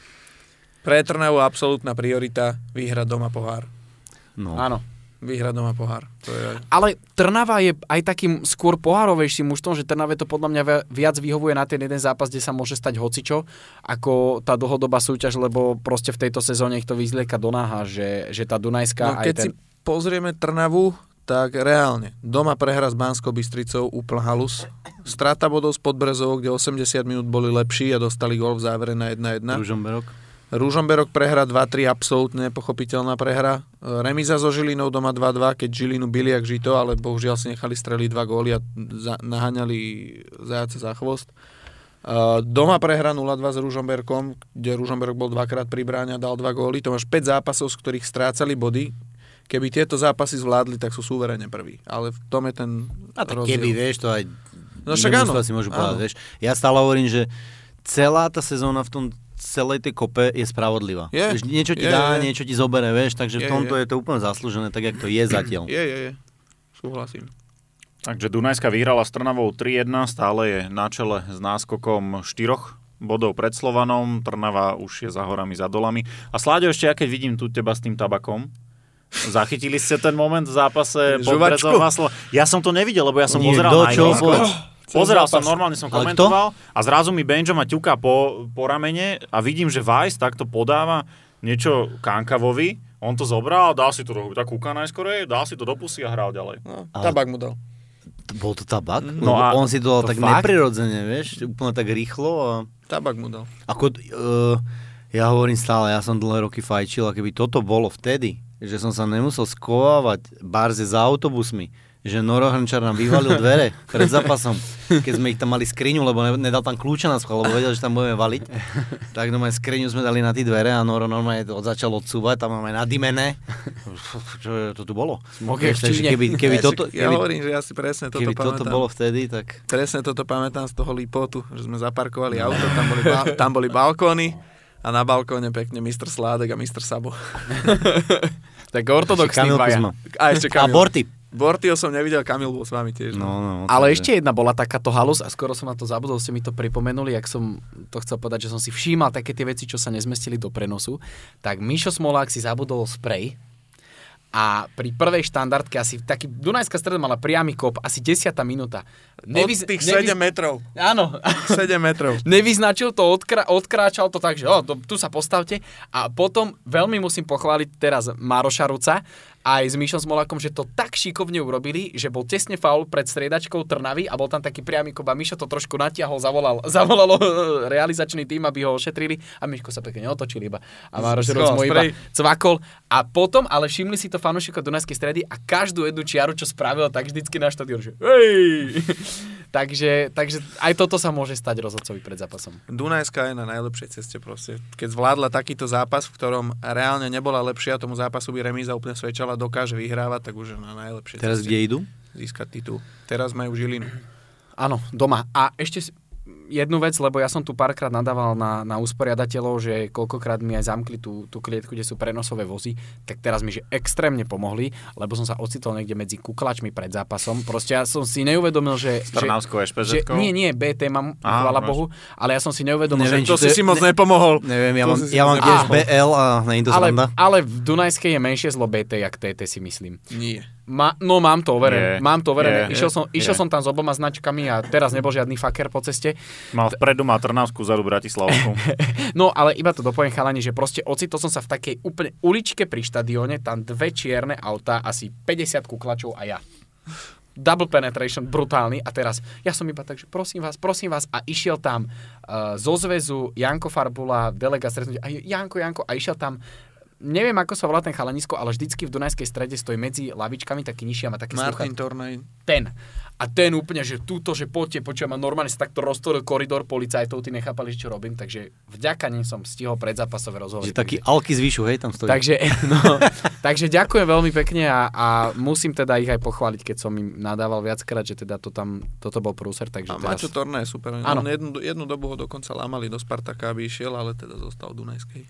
Pre Trnavu absolútna priorita vyhrať doma pohár. No. Áno. Vyhrať doma pohár. To je... Ale Trnava je aj takým skôr pohárovejším mužstvom, že Trnave to podľa mňa viac vyhovuje na ten jeden zápas, kde sa môže stať hocičo, ako tá dlhodobá súťaž, lebo proste v tejto sezóne ich to vyzlieka do náha, že, že tá Dunajská... No keď aj ten... si pozrieme Trnavu, tak reálne. Doma prehra s Banskou Bystricou úplný halus. Strata bodov z Podbrezovou, kde osemdesiat minút boli lepší a dostali gól v závere na jedna jedna. Ružomberok. Ružomberok prehra dva tri, absolútne nepochopiteľná prehra. Remíza so Žilinou doma dva dva, keď Žilinu bili jak žito, ale bohužiaľ si nechali streliť dva góly a za, naháňali zajace za chvost. Uh, doma prehra nula dva s Ružomberkom, kde Ružomberok bol dvakrát pri bráne a dal dva góly. To máš päť zápasov, z ktorých strácali body. Keby tieto zápasy zvládli, tak sú súverene prví. Ale v tom je ten a tak rozdiel. Keby, vieš, to aj... No však áno. Si môžu povedať, vieš. Ja stále hovorím, že celá tá sezóna v tom celej tej kope je spravodlivá. Je, vieš, niečo ti je, dá, je. niečo ti zobere, vieš, takže je, v tomto je. je to úplne zaslúžené, tak jak to je zatiaľ. Je, je, je. Súhlasím. Takže Dunajská vyhrala s Trnavou tri jedna, stále je na čele s náskokom štyroch bodov pred Slovanom, Trnava už je za horami, za dolami. A Sláďo, ešte ja keď vidím tu teba s tým tabakom, zachytili ste ten moment v zápase Podbrezov Maslo? Ja som to nevidel, lebo ja som Nie, pozeral na ihrisko. Pozeral som, normálne som Ale komentoval kto? A zrazu mi Benjo ma ťuká po, po ramene a vidím, že Weiss takto podáva niečo Kankavovi. On to zobral, dal si to do tak kúka najskorej, dal si to do pusy a hral ďalej. No, tabak mu dal. Bol to tabak? No a on si to dal to tak fakt? neprirodzene, vieš, úplne tak rýchlo a... Tabak mu dal. Ako, uh, ja hovorím stále, ja som dlhé roky fajčil a keby toto bolo vtedy, že som sa nemusel skovávať barze za autobusmi, že Noro Hrnčar nám vyvalil dvere pred zápasom, keď sme ich tam mali skriňu, lebo nedal tam kľúče na schvál, lebo vedel, že tam budeme valiť. Tak normálne skriňu sme dali na tie dvere a Noro normálne to začal odsúvať, tam máme nadimené. Čo to tu bolo? Keby, keby toto, ja keby, hovorím, že ja si presne toto keby pamätám. toto bolo vtedy, tak... Presne toto pamätám z toho Lipotu, že sme zaparkovali auto, tam boli, ba- tam boli balkóny a na balkóne pekne mister Sládek a mister Sabo. Tak ortodoxný dvaja. A ešte Kamil. A Borty. Bortyho som nevidel, Kamil bol s vami tiež. No, no, Ale takže... ešte jedna bola takáto halus a skoro som na to zabudol, ste mi to pripomenuli, ak som to chcel povedať, že som si všímal také tie veci, čo sa nezmestili do prenosu. Tak Mišo Smolák si zabudol sprej a pri prvej štandardke asi taký Dunajská Streda mala priamy kop, asi desiata minúta. Nevyz... Od tých nevyz... sedem metrov. Áno. sedem metrov. Nevyznačil to, odkrá... odkráčal to tak, že o, to, tu sa postavte a potom veľmi musím pochváliť teraz Maroša Ruca aj s Mišom Smolákom, že to tak šikovne urobili, že bol tesne faul pred striedačkou Trnavy a bol tam taký priamy kop a Mišo to trošku natiahol, zavolal, zavolalo realizačný tým, aby ho ošetrili a Miško sa pekne neotočil iba a Maroš Ruc mu iba cvakol a potom, ale všimli si to fanúšikov Dunajskej Stredy a každú jednu čiaru, čo spravil, tak vždycky na štadión, že hej! takže, takže aj toto sa môže stať rozhodcovi pred zápasom. Dunajská je na najlepšej ceste proste. Keď zvládla takýto zápas, v ktorom reálne nebola lepšia, tomu zápasu by remíza úplne svedčala, dokáže vyhrávať, tak už je na najlepšej Teraz ceste. kde idú? Získať titul. Teraz majú Žilinu. Áno, doma. A ešte jednu vec, lebo ja som tu párkrát nadával na, na usporiadateľov, že koľkokrát mi aj zamkli tú, tú klietku, kde sú prenosové vozy, tak teraz mi že extrémne pomohli, lebo som sa ocitol niekde medzi kuklačmi pred zápasom. Proste ja som si neuvedomil, že... S Trnavskou ešpezetkou? Nie, nie, bé té mám, chvála Bohu, ale ja som si neuvedomil, Neviem, že... To si si moc ne, nepomohol. Neviem, ja To mám, si si ja moc mám tiež nepomohol. bé el a nie je to ale, sranda. ale v Dunajskej je menšie zlo bé té, jak té té si myslím. Nie. Ma, no mám to overené, Je, mám to overené. je, išiel som, išiel je. som tam s oboma značkami a teraz nebol žiadny faker po ceste. Mal vpredu, má Trnavskú, zadu Bratislavskú. No ale iba to dopoviem chalani, že proste ocitol som sa v takej úplne uličke pri štadióne, tam dve čierne autá, asi päťdesiat kuklačov a ja. Double penetration, brutálny a teraz ja som iba tak, že prosím vás, prosím vás a išiel tam uh, zo zväzu Janko Farbula, delegát stretnutia a Janko, Janko a išiel tam. Neviem, ako sa volá ten chalanisko, ale vždycky v Dunajskej Strede stojí medzi lavičkami taký nižší a má také Martin sluchá. Tornaj. Ten. A ten úplne, že túto, že poďte, počujem, a normálne sa takto roztvoril koridor policajtov, tí nechápali, čo robím, takže vďaka nim som stihol predzápasové rozhovory. Že taký alky z výšu, hej, tam stojí. Takže, no, takže ďakujem veľmi pekne a, a musím teda ich aj pochváliť, keď som im nadával viackrát, že teda to tam, toto bol prúser, takže A teraz... Maťo Tornaj je super. Áno. On jednu, jednu dobu ho dokonca lámali do Spartaka, aby išiel, ale teda zostal v Dunajskej.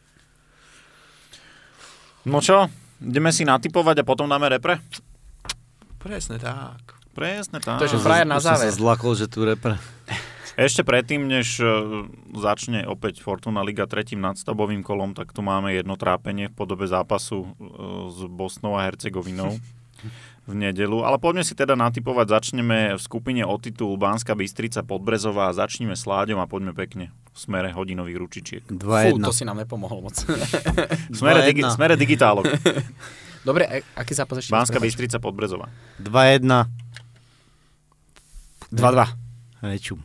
No čo, ideme si natipovať a potom dáme repre? Presne tak. Presne tak. To je, že frajer na Už som záver. sa zlakol, že tu repre. Ešte predtým, než e, začne opäť Fortuna Liga tretím nadstavbovým kolom, tak tu máme jedno trápenie v podobe zápasu e, s Bosnou a Hercegovinou v nedeľu. Ale poďme si teda natipovať. Začneme v skupine o titul Banská Bystrica Podbrezová. Začneme s Láďom a poďme pekne v smere hodinových ručičiek. dva Fú, jedna. to si nám nepomohol moc. V smere, dva digi- jedna. smere digitálok. Dobre, a- aký zápas ešte? Banská Prepáč. Bystrica Podbrezová. dva jedna. dva dva. Rečum.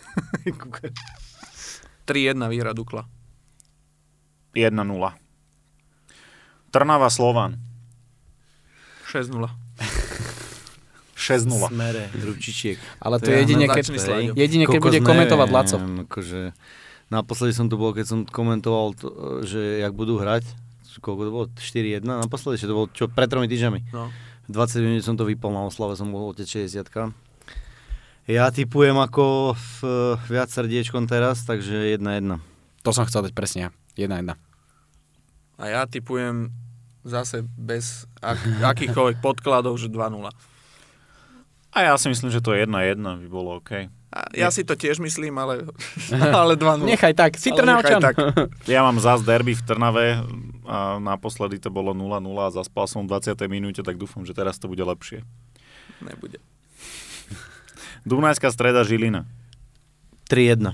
tri jedna výhra Dukla. jeden nula. Trnava Slovan. šesť nula. šesť nula. Smere ručičiek. Ale to To je ja jedine, mám keď, začný Slaďo. jedine, keď Kokos, bude komentovať neviem, Laco. Akože, naposledy som tu bol, keď som komentoval, to, že jak budú hrať, koľko to bolo, štyri jedna, naposledy, že to bolo čo, pred tromi týždňami. No. dvadsať minút som to vypol na oslave, som bol otec šesťdesiatka. Ja tipujem ako v, viac srdiečkom teraz, takže jedna jedna. To som chcel dať presne ja. jedna jedna. A ja tipujem zase bez ak- akýchkoľvek podkladov, že dva nula. A ja si myslím, že to jedna jedna by bolo OK. A ja si to tiež myslím, ale, ale dva nula. Nechaj tak, si Ale nechaj Trnavčan. tak. Ja mám zás derby v Trnave a naposledy to bolo nula nula a zaspal som v dvadsiatej minúte, tak dúfam, že teraz to bude lepšie. Nebude. Dunajská Streda Žilina. tri jedna.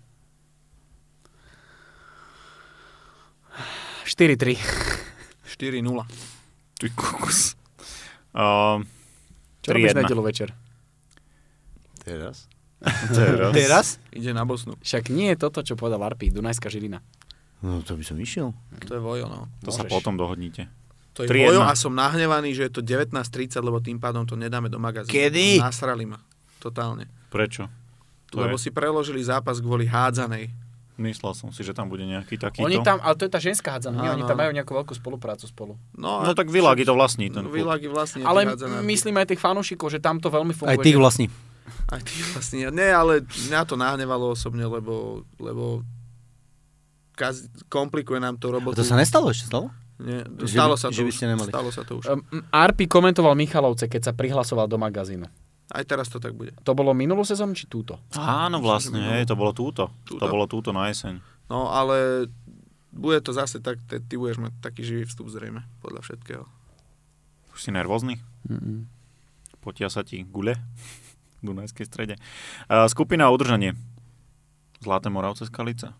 štyri tri. štyri nula. Ty kokos. Uh, Čo robíš nedeľu večer? Teraz? Teraz? Teraz? Ide na Bosnu. Však nie je toto, čo povedal Arpík, Dunajská Žilina. No to by som išiel. To je Vojo, no. To sa Môžeš. potom dohodnite. To je Vojo a som nahnevaný, že je to devätnásť tridsať, lebo tým pádom to nedáme do magazínu. Kedy? Nasrali ma. Totálne. Prečo? To Lebo je... si preložili zápas kvôli hádzanej. Myslel som si, že tam bude nejaký takýto. Oni tam, ale to je tá ženská hádzana, nie? Oni Áno. tam majú nejakú veľkú spoluprácu spolu. No, No tak Világi to vlastní, ten klub. Világi vlastne. Ale myslím aj tých fanúšikov, že tam to veľmi funguje. Aj tých vlastní. Aj ty vlastne. Nie, ale mňa to nahnevalo osobne, lebo, lebo kaz, komplikuje nám to A robotu. to sa nestalo ešte, stalo? Nie, Že stalo by- sa to že by už. ste nemali. Stalo sa to už. Um, Arpi komentoval Michalovce, keď sa prihlasoval do magazínu. Aj teraz to tak bude. To bolo minulú sezónu, či túto? Áno, vlastne, Myslím, že hej, to bolo túto. Túto? To bolo túto na jeseň. No, ale bude to zase tak, ty, ty budeš mať taký živý vstup zrejme, podľa všetkého. Už si nervózny? Mm-mm. Potia sa ti gule v Dunajskej strede. Uh, skupina a udržanie. Zlaté Moravce Skalica.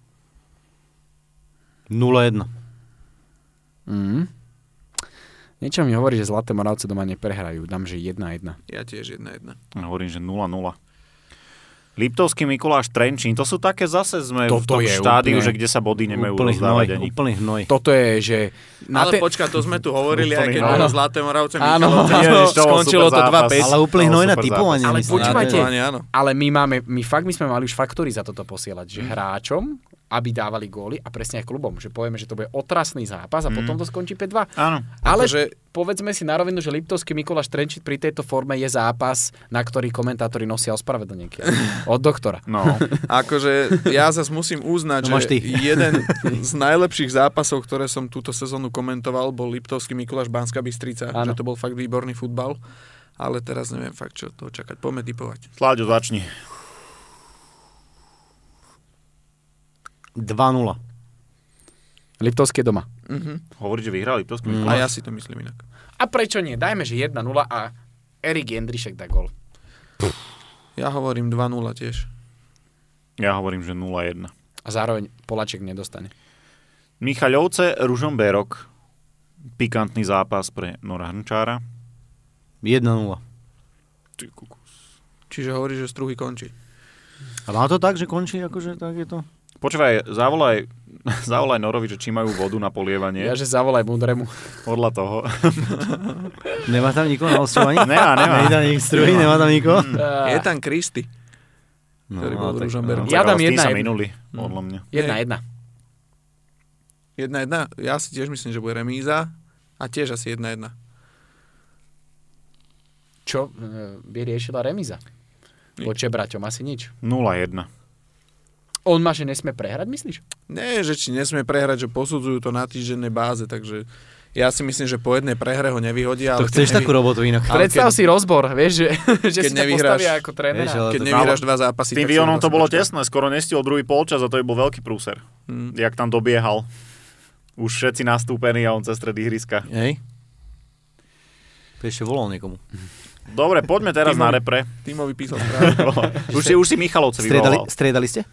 nula jedna. Mm. Niečo mi hovorí, že Zlaté Moravce doma neprehrajú. Dám, že jedna jedna. Ja tiež jedna jedna. Ja hovorím, že nula nula. Liptovský Mikuláš Trenčín. To sú také zase sme v Toto tom je štádiu, úplne- že kde sa body nemajú Úplný rozdávať hnoj, ani. úplný hnoj. Toto je, že... Na Ale te- počka, to sme tu hovorili, aj keď Úplný bolo áno. Zlaté Moravce Áno, Michalovce. áno. Ježiš, to bol Skončilo super to dva zápas. päť. Ale úplný To bol hnoj na super typovanie. Ale myslím. počúvajte, Na typovanie, áno. ale my máme, my fakt my sme mali už faktúry za toto posielať, že hráčom, aby dávali góly a presne aj klubom, že povieme, že to bude otrasný zápas a Mm. potom to skončí päť dva. Áno. Ale Akože- povedzme si na rovinu, že Liptovský Mikuláš Trenčín pri tejto forme je zápas, na ktorý komentátori nosia ospravedlnenie od doktora. No. Akože ja zase musím uznať, No máš že ty. jeden z najlepších zápasov, ktoré som túto sezónu komentoval, bol Liptovský Mikuláš Banská Bystrica. Áno. Že to bol fakt výborný futbal. Ale teraz neviem fakt, čo to čakať. Poďme typovať. Sláďo, začni. dva nula. Liptovské doma. Mhm. Hovorí, že vyhrá Liptovský Mm. A Mikuláš. ja si to myslím inak. A prečo nie? Dajme, že jedna nula a Erik Jendrišek dá gól. Ja hovorím dva nula tiež. Ja hovorím, že nula jedna. A zároveň Poláček nedostane. Michaľovce, Ružomberok. Pikantný zápas pre Nora Hrnčára. jedna nula. Ty kukus. Čiže hovorí, že Struhy končí. A má to tak, že končí, akože tak je to? Počúvaj, zavolaj, zavolaj Norovi, že či majú vodu na polievanie. Ja, že zavolaj Mudremu. Podľa toho. Nemá tam nikoho na hosťovaní? Nemá, nemá. Nie je tam nik struhy, nemá tam nikoho? Je tam Kristy. Ktorý bol v tak- Ružomberku. Ja Tak, dám ale s tým jedna sa jedna. minuli, podľa mňa. Jedna Nie. jedna. Jedna jedna. Ja si tiež myslím, že bude remíza. A tiež asi jedna jedna. Čo e, by riešila remíza? Nič. Voči braťom asi nič. nula jedna. On má, že nesmie prehrať, myslíš? Nie, že či nesmie prehrať, že posudzujú to na týždennej báze, takže ja si myslím, že po jednej prehre ho nevyhodia. To Ale chceš keď takú robotu inak. Ale Predstav keď- si rozbor, vieš, že, že Keď si ťa nevyhráš- postavia ako trénera. Vieš, ale Keď to- nevyhráš dva zápasy, Tým tak si Vionom to vlastne bolo počkaj. tesné, skoro nestihol druhý polčas a to by bol veľký prúser. Hmm. Jak tam dobiehal. Už všetci nastúpení a on cez stred ihriska. Hej. To ešte volal niekomu. Dobre, poďme teraz Timo- na repre. Timo vypísal správu. už, si, už si Michalovce Striedali, vyvolal. striedali ste?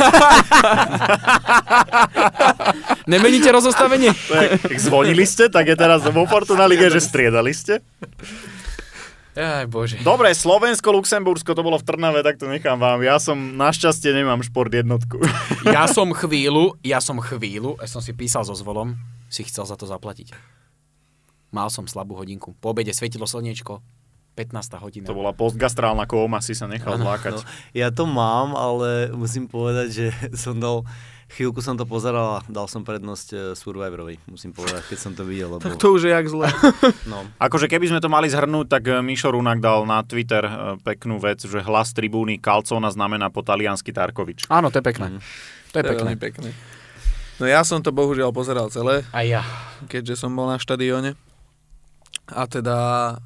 Nemeníte rozostavenie? To je, jak zvonili ste, tak je teraz vo Fortuna Lige, že striedali ste. Aj bože. Dobre, Slovensko, Luxembursko, to bolo v Trnave, tak to nechám vám. Ja som, našťastie nemám šport jednotku. Ja som chvíľu, ja som chvíľu, ja som si písal so Zvolom, si chcel za to zaplatiť. Mal som slabú hodinku. Po obede svietilo slniečko, pätnásta hodina. To bola postgastrálna kóma, si sa nechal zlákať. No, ja to mám, ale musím povedať, že som dal, chvíľku som to pozeral a dal som prednosť eh, Survivorovi, musím povedať, keď som to videl, lebo... Tak to už je jak zle. No. Akože keby sme to mali zhrnúť, tak eh, Mišo Runak dal na Twitter eh, peknú vec, že hlas tribúny Calzona znamená po taliansky Tarkovič. Áno, to je pekné. Mhm. To je To je pekné. veľmi pekné. No ja som to bohužiaľ pozeral celé, A ja. keďže som bol na štadióne. A teda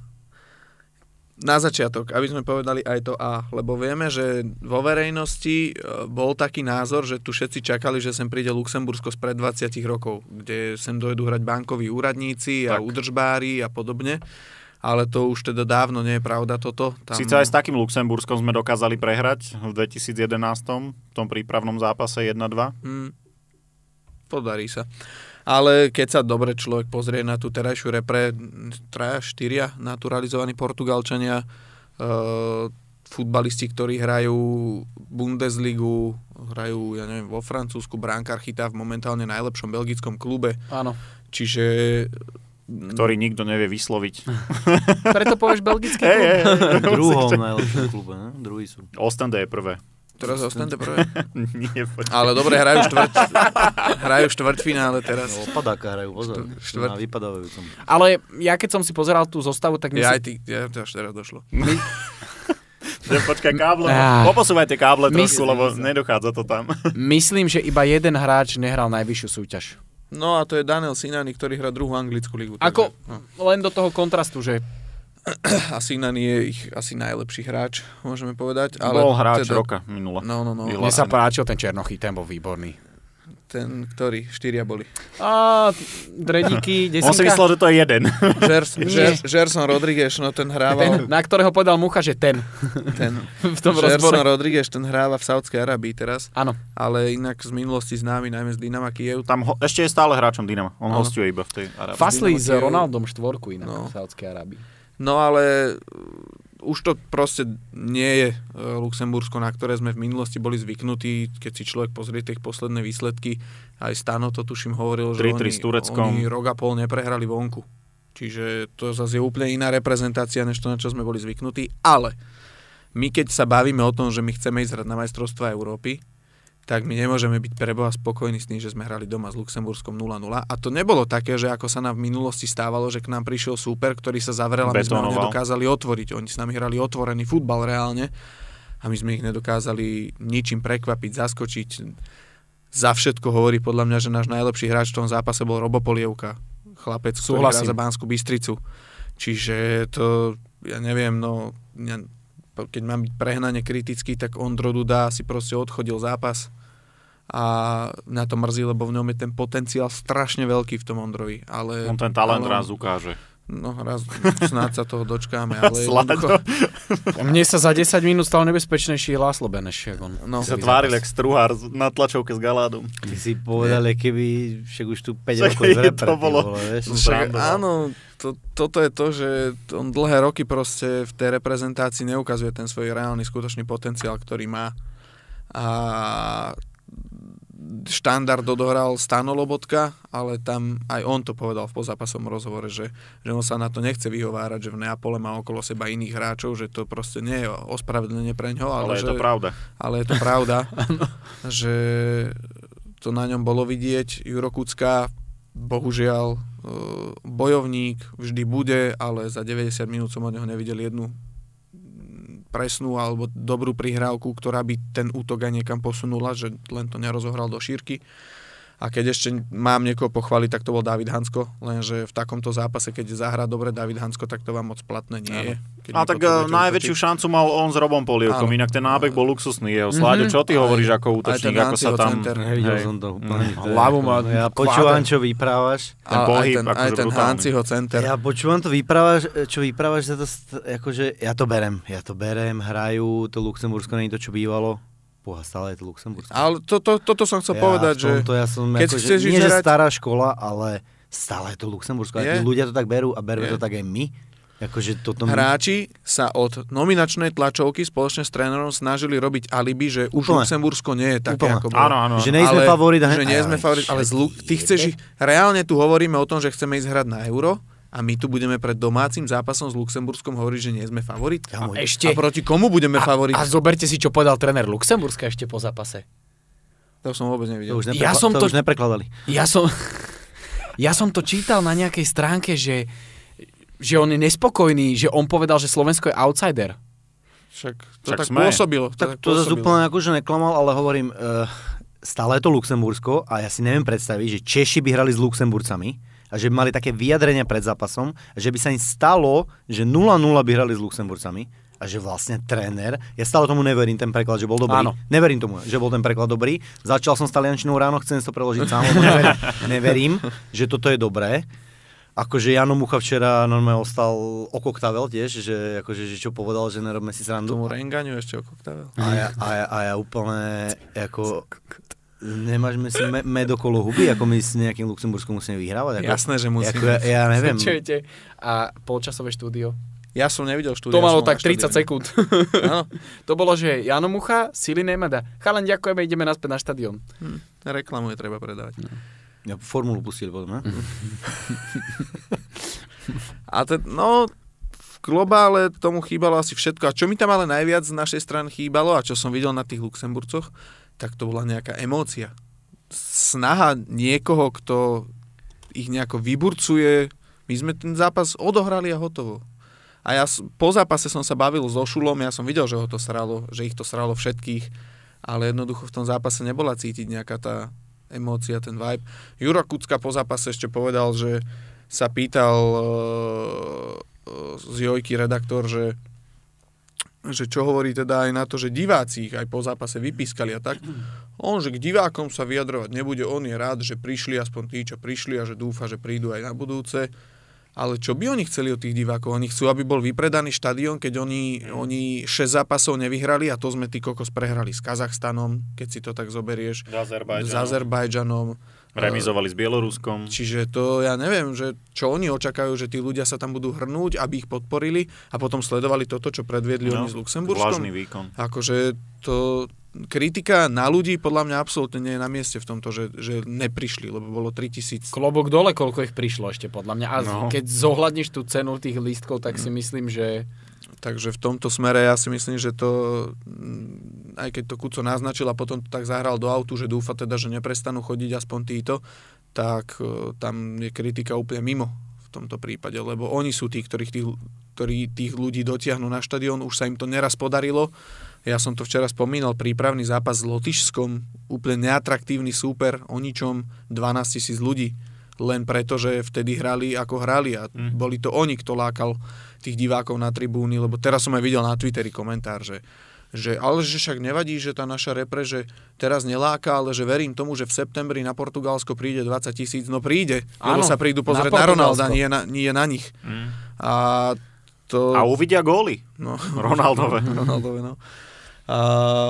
na začiatok, aby sme povedali aj to A, lebo vieme, že vo verejnosti e, bol taký názor, že tu všetci čakali, že sem príde Luxembursko spred dvadsať rokov, kde sem dojdú hrať bankoví úradníci a Tak. údržbári a podobne. Ale to už teda dávno nie je pravda toto. Tam... Sice aj s takým Luxemburskom sme dokázali prehrať v dvetisíc jedenásť v tom prípravnom zápase jedna dva. Hmm. Podarí sa. Ale keď sa dobre človek pozrie na tú terajšiu repre, traja, štyria naturalizovaní Portugalčania, uh, futbalisti, ktorí hrajú Bundesligu, hrajú, ja neviem, vo Francúzsku, bránkár chytá v momentálne najlepšom belgickom klube. Áno. Čiže Ktorý nikto nevie vysloviť. Preto povieš belgický klub? Hey, hey, hey. Druhom najlepšom klube, ne? Druhý sú. Ostende je prvé. Teraz Ostende prvé. Nie, poď. Ale dobre, hrajú štvrť, hrajú štvrťfinále teraz. No, opadáka hrajú, pozor. Štvrt- Na vypadávajúcom. Ale ja keď som si pozeral tú zostavu, tak Ja myslím... aj ty, ja to až teraz došlo. Že počkaj, káble, Ah. poposúvajte káble trošku, Myslím, lebo nedochádza to tam. Myslím, že iba jeden hráč nehral najvyššiu súťaž. No a to je Daniel Sinani, ktorý hrá druhú anglickú ligu. Ako, takže, no. len do toho kontrastu, že A Sinani je ich asi najlepší hráč, môžeme povedať. Ale Bol hráč teda, roka minule. No, no, no. Vyhlásený. mne sa páčil ten Černochy, ten bol výborný. Ten, ktorý? Štyria boli. A dredíky, desinka. On si myslel, že to je jeden. Žers, Nie. Žers, Žerson Rodriguez, no ten ten, hrával. na ktorého povedal Mucha, že ten. Ten, V tom Žerson rozbore. Rodriguez, ten hráva v Saudskej Arabii teraz. Áno. Ale inak z minulosti známy najmä z Dynama Kiev. Tam ho, ešte je stále hráčom Dynama. On Áno. hostuje iba v tej Arábii. Fasli s Dynamo Kiev. Ronaldom štvorku inak No. v Saudskej Arábii. No ale už to proste nie je Luxembursko, na ktoré sme v minulosti boli zvyknutí. Keď si človek pozrie tie posledné výsledky, aj Stano to tuším hovoril, že tri tri oni, s Tureckom. oni rok a pol neprehrali vonku. Čiže to zase je úplne iná reprezentácia, než to, na čo sme boli zvyknutí. Ale my keď sa bavíme o tom, že my chceme ísť hrať na majstrovstvá Európy, tak my nemôžeme byť preboha spokojní s tým, že sme hrali doma s Luxemburskom nula nula. A to nebolo také, že ako sa nám v minulosti stávalo, že k nám prišiel súper, ktorý sa zavrel a my sme ho Betonoval. nedokázali otvoriť. Oni s nami hrali otvorený futbal reálne a my sme ich nedokázali ničím prekvapiť, zaskočiť. Za všetko hovorí podľa mňa, že náš najlepší hráč v tom zápase bol Robo Polievka. Chlapec, ktorý hrá Súhlasím. za Banskú Bystricu. Čiže to, ja neviem, no... Ja, keď mám byť prehnane kritický, tak Ondro Duda si proste odchodil zápas a na to mrzí, lebo v ňom je ten potenciál strašne veľký v tom Ondrovi. Ale, On ten talent ale, raz ukáže. No raz, snáď sa toho dočkáme, ale Sláďo. jednoducho, Mne sa za desať minút stal nebezpečnejší Láslo Beneš. ako on. no, Sa tváril jak struhár na tlačovke s Galádom. Ty si povedal, keby však už tu päť Však rokov je v to repre, ty bolo- vole, vieš. však, Srandoval. áno, to, toto je to, že on dlhé roky proste v tej reprezentácii neukazuje ten svoj reálny, skutočný potenciál, ktorý má. A štandard odohral Stano Lobotka, ale tam aj on to povedal v pozápasovom rozhovore, že, že on sa na to nechce vyhovárať, že v Neapole má okolo seba iných hráčov, že to proste nie je ospravedlnenie pre ňoho, ale, Ale je že, to pravda. ale je to pravda, že to na ňom bolo vidieť. Juro Kucka, bohužiaľ, bojovník vždy bude, ale za deväťdesiat minút som od neho nevidel jednu presnú alebo dobrú prihrávku, ktorá by ten útok aj niekam posunula, že len to nerozohral do šírky. A keď ešte mám niekoho pochváliť, tak to bol David Hansko, lenže v takomto zápase, keď zahrá dobre David Hansko, tak to vám moc platné nie je. Keď A vy tak potrebujete najväčšiu útočiť. šancu mal on s Robom Polievkom, Áno. inak ten nábeh bol luxusný. Jeho Sláďo, čo ty Aj- hovoríš ako aj ten útočník, ako sa Nanciho tam... center. Nevidel Hej. som to úplne. Mm. to je Hlavu ako- má Ja kvádr. počúvam, čo vyprávaš. Ten A pohyb, aj ten, akože aj ten brutálny. Hanciho center. Ja počúvam to vyprávaš, čo vyprávaš, že to, st- akože, ja to berem, ja to berem, hrajú, to Luxembursko nie je to, čo bývalo. Poha, stále je to Luxembursko. Ale to, to, toto som chcel ja povedať, v že... tomto, ja som, keď akože, chceš ísť nie že hrať- stará škola, ale stále je to Luxembursko. A tí Je. ľudia to tak berú a berme Je. to tak aj my. Akože toto... Hráči sa od nominačnej tlačovky spoločne s trénerom snažili robiť alibi, že už Úplne. Luxembursko nie je také, Úplne. ako bolo. Áno, áno. Že nejsme ale, favorit. a- Že nie sme Aj, favorit, ale však z Lu- ty jebe. chceš ich... Reálne tu hovoríme o tom, že chceme ísť hrať na Euro a my tu budeme pred domácim zápasom s Luxemburskom hovoriť, že nie sme favorit. Kamo, A ešte... A proti komu budeme favorit? A zoberte si, čo povedal tréner Luxemburska ešte po zápase. To som vôbec To nevidel. už, neprekla- Ja som to to- už neprekladali. Ja som... ja som to čítal na nejakej stránke, že, že on je nespokojný, že on povedal, že Slovensko je outsider. Však to Však tak sme. pôsobilo. Tak tak to zase pôsobilo. úplne akože neklamal, ale hovorím, uh, stále je to Luxembursko a ja si neviem predstaviť, že Češi by hrali s Luxemburcami a že by mali také vyjadrenia pred zápasom, že by sa im stalo, že nula nula by hrali s Luxemburcami a že vlastne tréner, ja stále tomu neverím, ten preklad, že bol dobrý. Áno. Neverím tomu, že bol ten preklad dobrý. Začal som s taliančinou ráno, chcem si to preložiť sám, lebo neverím, neverím, že toto je dobré. Akože Jano Mucha včera normálne ostal okoktavel tiež, že, akože, že čo povedal, že nerobme si srandu. Tomu Rengaňu ešte okoktavel. A ja, a, ja, a ja úplne, ako, nemáme si me, med okolo huby, ako my s nejakým Luxemburskom musíme vyhrávať? Ako, Jasné, že musíme. Ako, ja, ja neviem. Čujete? A polčasové štúdio. Ja som nevidel štúdia. To malo som tak na tridsať štadióne. sekúnd. Áno, To bolo, že Jano Mucha, Sili Nemeda. Chalan, ďakujeme, ideme naspäť na štadión. hm, reklamu je treba predávať. Ja formulu pustili potom, ne? A te, no, v globále tomu chýbalo asi všetko. A čo mi tam ale najviac z našej strany chýbalo a čo som videl na tých Luxemburcoch, tak to bola nejaká emócia. Snaha niekoho, kto ich nejako vyburcuje. My sme ten zápas odohrali a hotovo. A ja po zápase som sa bavil so Šulom, ja som videl, že ho to sralo, že ich to sralo všetkých, ale jednoducho v tom zápase nebola cítiť nejaká tá emócia, ten vibe. Juro Kucka po zápase ešte povedal, že sa pýtal uh, z Jojky redaktor, že, že čo hovorí teda aj na to, že diváci ich aj po zápase vypískali a tak. On, že k divákom sa vyjadrovať nebude, on je rád, že prišli aspoň tí, čo prišli a že dúfa, že prídu aj na budúce. Ale čo by oni chceli od tých divákov? Oni chcú, aby bol vypredaný štadión, keď oni, oni šesť zápasov nevyhrali a to sme ty kokos prehrali s Kazachstanom, keď si to tak zoberieš. S Azerbajdžanom. S Azerbajdžanom. Remizovali s Bieloruskom. Čiže to ja neviem, že čo oni očakajú, že tí ľudia sa tam budú hrnúť, aby ich podporili a potom sledovali toto, čo predviedli no, oni s Luxemburskom. Vlažný výkon. Akože to... Kritika na ľudí podľa mňa absolútne nie je na mieste v tomto, že, že neprišli, lebo bolo tritisíc. Klobok dole, koľko ich prišlo ešte podľa mňa. A no. keď zohľadníš tú cenu tých lístkov, tak si myslím, že... Takže v tomto smere ja si myslím, že to, aj keď to Kuco naznačil a potom to tak zahral do autu, že dúfa teda, že neprestanú chodiť aspoň títo, tak tam je kritika úplne mimo v tomto prípade, lebo oni sú tí, ktorých tých, ktorí tých ľudí dotiahnu na štadión, už sa im to neraz podarilo. Ja som to včera spomínal, prípravný zápas s Lotyšskom, úplne neatraktívny súper, o ničom, dvanásť tisíc ľudí, len preto, že vtedy hrali ako hrali a mm. boli to oni, kto lákal tých divákov na tribúny, lebo teraz som aj videl na Twitteri komentár, že, že ale že však nevadí, že tá naša repre, že teraz neláka, ale že verím tomu, že v septembri na Portugalsko príde dvadsať tisíc, no príde, lebo áno, sa prídu pozrieť na, na Ronalda, nie na, nie na nich. Mm. A, to... a uvidia góly. No. Ronaldové. Ronaldové, no. Uh,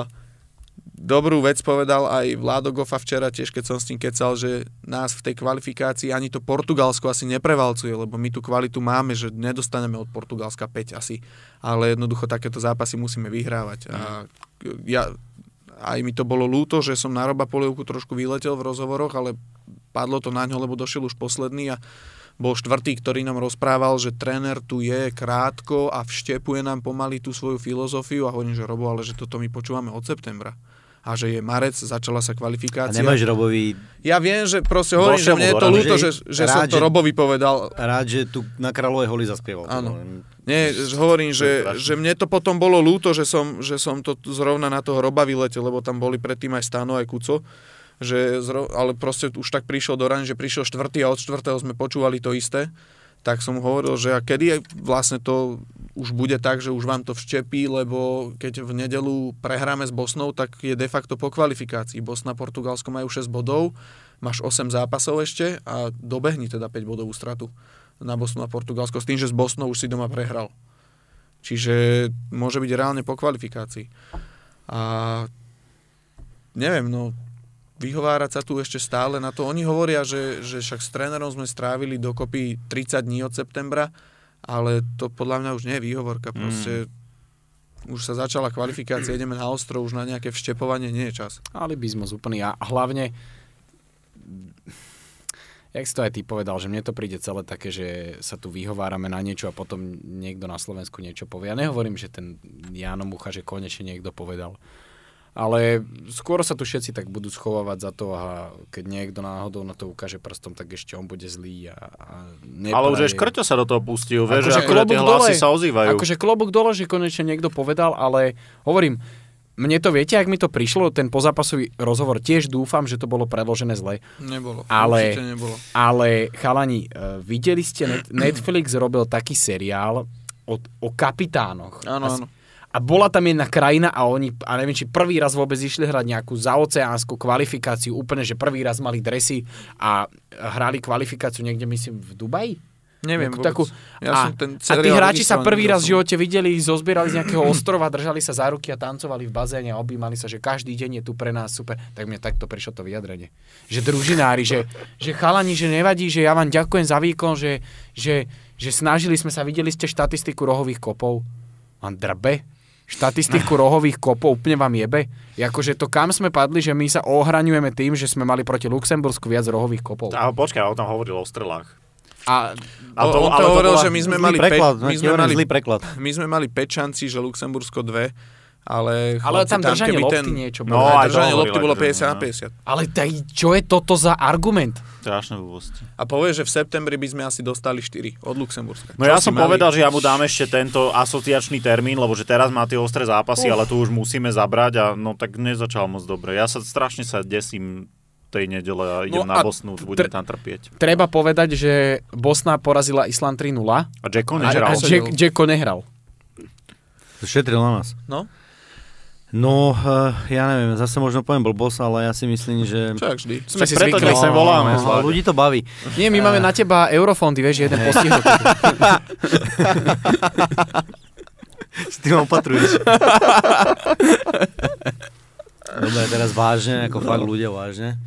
dobrú vec povedal aj Vládo Gofa včera tiež, keď som s ním kecal, že nás v tej kvalifikácii ani to Portugalsko asi neprevalcuje, lebo my tú kvalitu máme, že nedostaneme od Portugalska päť asi, ale jednoducho takéto zápasy musíme vyhrávať. Mm. A ja, aj mi to bolo ľúto, že som na Roba Polievku trošku vyletel v rozhovoroch, ale padlo to na ňo, lebo došiel už posledný a bol štvrtý, ktorý nám rozprával, že tréner tu je krátko a vštepuje nám pomaly tú svoju filozofiu a hovorím, že Robo, ale že toto my počúvame od septembra. A že je marec, začala sa kvalifikácia. A nemáš Robovi... Ja viem, že proste hovorím, že mne je to ľúto, že, že rád, som to Robovi povedal. Rád, že tu na Kráľovej holi zaspieval. Áno. Nie, hovorím, že, že mne to potom bolo ľúto, že som, že som to zrovna na toho Roba vyletel, lebo tam boli predtým aj Stano, aj Kuco. Že zro, ale proste už tak prišiel do rany, že prišiel štvrtý a od štvrtého sme počúvali to isté, tak som hovoril, že a kedy vlastne to už bude tak, že už vám to vščepí, lebo keď v nedelu prehráme s Bosnou, tak je de facto po kvalifikácii. Bosna, Portugalsko majú šesť bodov, máš osem zápasov ešte a dobehni teda päť bodovú stratu na Bosnu a Portugalsko, s tým, že s Bosnou už si doma prehral. Čiže môže byť reálne po kvalifikácii. A neviem, no vyhovárať sa tu ešte stále na to. Oni hovoria, že, že však s trénerom sme strávili dokopy tridsať dní od septembra, ale to podľa mňa už nie je výhovorka. Proste mm. už sa začala kvalifikácia, ideme na ostro, už na nejaké vštepovanie nie je čas. Alibizmus úplný. A hlavne, jak si to aj ty povedal, že mne to príde celé také, že sa tu vyhovárame na niečo a potom niekto na Slovensku niečo povie. Ja nehovorím, že ten Jáno Mucha, že konečne niekto povedal. Ale skôr sa tu všetci tak budú schovávať za to a keď niekto náhodou na to ukáže prstom, tak ešte on bude zlý. A, a ale už aj Škrťo sa do toho pustil, vieš, že akože tie hlasy sa ozývajú. Akože klobúk dole, že konečne niekto povedal, ale hovorím, mne to viete, ak mi to prišlo, ten pozápasový rozhovor, tiež dúfam, že to bolo predložené zle. Nebolo, ale, určite nebolo. Ale chalani, videli ste, Netflix robil taký seriál o, o kapitánoch. Áno, áno. A bola tam jedna krajina a oni, a neviem, či prvý raz vôbec išli hrať nejakú zaoceánsku kvalifikáciu, úplne, že prvý raz mali dresy a hrali kvalifikáciu niekde, myslím, v Dubaji? Neviem vôbec. Takú, ja a, som ten a tí hráči sa prvý raz v živote videli, zozbierali z nejakého ostrova, držali sa za ruky a tancovali v bazéne a objímali sa, že každý deň je tu pre nás super. Tak mne takto prišlo to vyjadrenie. Že družinári, že, že chalani, že nevadí, že ja vám ďakujem za výkon, že, že, že snažili sme sa, videli ste štatistiku rohových kopov. Mám drbe. Štatistiku rohových kopov, úplne vám jebe. Akože to kam sme padli, že my sa ohraňujeme tým, že sme mali proti Luxembursku viac rohových kopov. A počkaj, on tam hovoril o strelách. A, A to, on ale to to hovoril, bola... že my sme Zlý mali preklad, pe- my ti sme hovorím, mali, zlý preklad. my sme mali päť šancí, že Luxembursko dve, ale ale chlapci, tam držanie keby lopty ten, niečo No, bolo. aj aj to držanie hovorila, lopty bolo že- päťdesiat na no. päťdesiat. Ale taj, čo je toto za argument? Strašné blbosti. A povie, že v septembri by sme asi dostali štyri od Luxemburska. No Čo ja si som mali? povedal, že ja mu dám ešte tento asociačný termín, lebo že teraz má tie ostré zápasy, Uf. ale tu už musíme zabrať a no tak nezačal moc dobre. Ja sa strašne sa desím tej nedele a idem No na a Bosnu, budem tr- tam trpieť. Treba povedať, že Bosna porazila Island tri nula A Jacko a, nehral. a Jack, Jacko nehral. Šetril na nás. No, No, uh, ja neviem, zase možno poviem blbosť, ale ja si myslím, že... čo jak vždy. Sme si preto zvykli. ťa sem voláme, No, Slade. ľudí to baví. Nie, my máme na teba eurofondy, vieš, jeden postihnutý. S tým opatruješ. Dobre, teraz vážne, ako fakt ľudia vážne.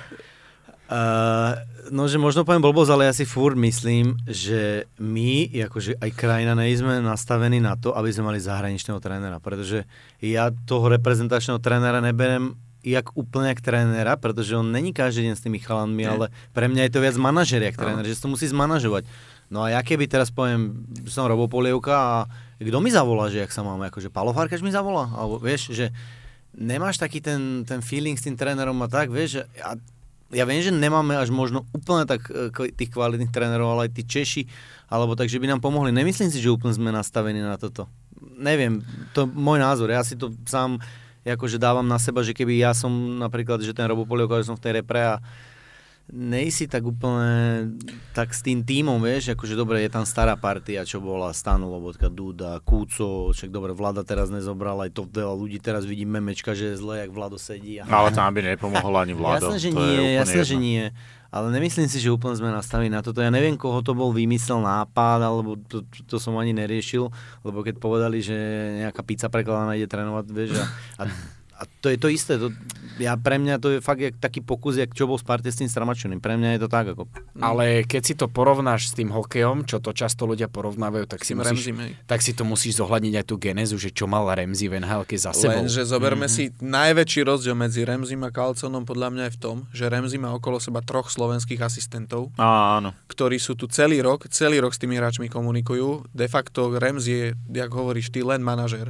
Uh, no, že možno poviem blbosť, ale ja si furt myslím, že my, akože aj krajina, nejsme nastavení na to, aby sme mali zahraničného trénera, pretože ja toho reprezentačného trénera neberem jak úplne jak trénera, pretože on není každý deň s tými chalanmi, ale pre mňa je to viac manažer jak tréner, že si to musí zmanažovať. No a ja keby teraz poviem, že som Robo Polievka a kto mi zavolá, že jak sa máme, akože Pálo Farkaš mi zavolá, alebo vieš, že nemáš taký ten, ten feeling s tým trénerom a tak, vieš, že ja, ja viem, že nemáme až možno úplne tak e, tých kvalitných trénerov, ale aj tí Češi, alebo tak, že by nám pomohli. Nemyslím si, že úplne sme nastavení na toto. Neviem, to je môj názor, ja si to sám akože dávam na seba, že keby ja som napríklad, že ten Robo Polievka, že som v tej repre a nejsi tak úplne tak s tým tímom, vieš, akože dobre, je tam stará partia, čo bola Stanu, Lobotka, Duda, Kúco, však dobre, Vlada teraz nezobral, aj to veľa ľudí teraz vidí memečka, že je zle, jak Vlado sedí. A... Ale tam by nepomohol ani Vlado. Jasné, že To je nie, úplne jasné, jedno. že nie. Ale nemyslím si, že úplne sme nastavili na toto. Ja neviem, koho to bol vymysel, nápad, alebo to, to som ani neriešil, lebo keď povedali, že nejaká pizza prekladaná ide trénovať, vieš, a, a A to je to isté, to, ja, pre mňa to je fakt jak taký pokus, jak čo bol v Sparte s tým Stramačuním. Pre mňa je to tak ako... Ale keď si to porovnáš s tým hokejom, čo to často ľudia porovnávajú, tak si, musíš, Remzi, tak si to musíš zohľadniť aj tú genézu, že čo mal Remzi v en há elke za sebou. Lenže zoberme Mhm. mm-hmm. si najväčší rozdiel medzi Remzim a Carlsonom podľa mňa je v tom, že Remzi má okolo seba troch slovenských asistentov, Á, áno. ktorí sú tu celý rok, celý rok s tými hráčmi komunikujú. De facto Remzi je, jak hovoríš ty, len manažér.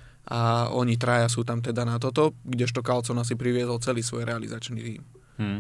A oni traja sú tam teda na toto, kdežto Carlson asi priviezol celý svoj realizačný tým. Hm.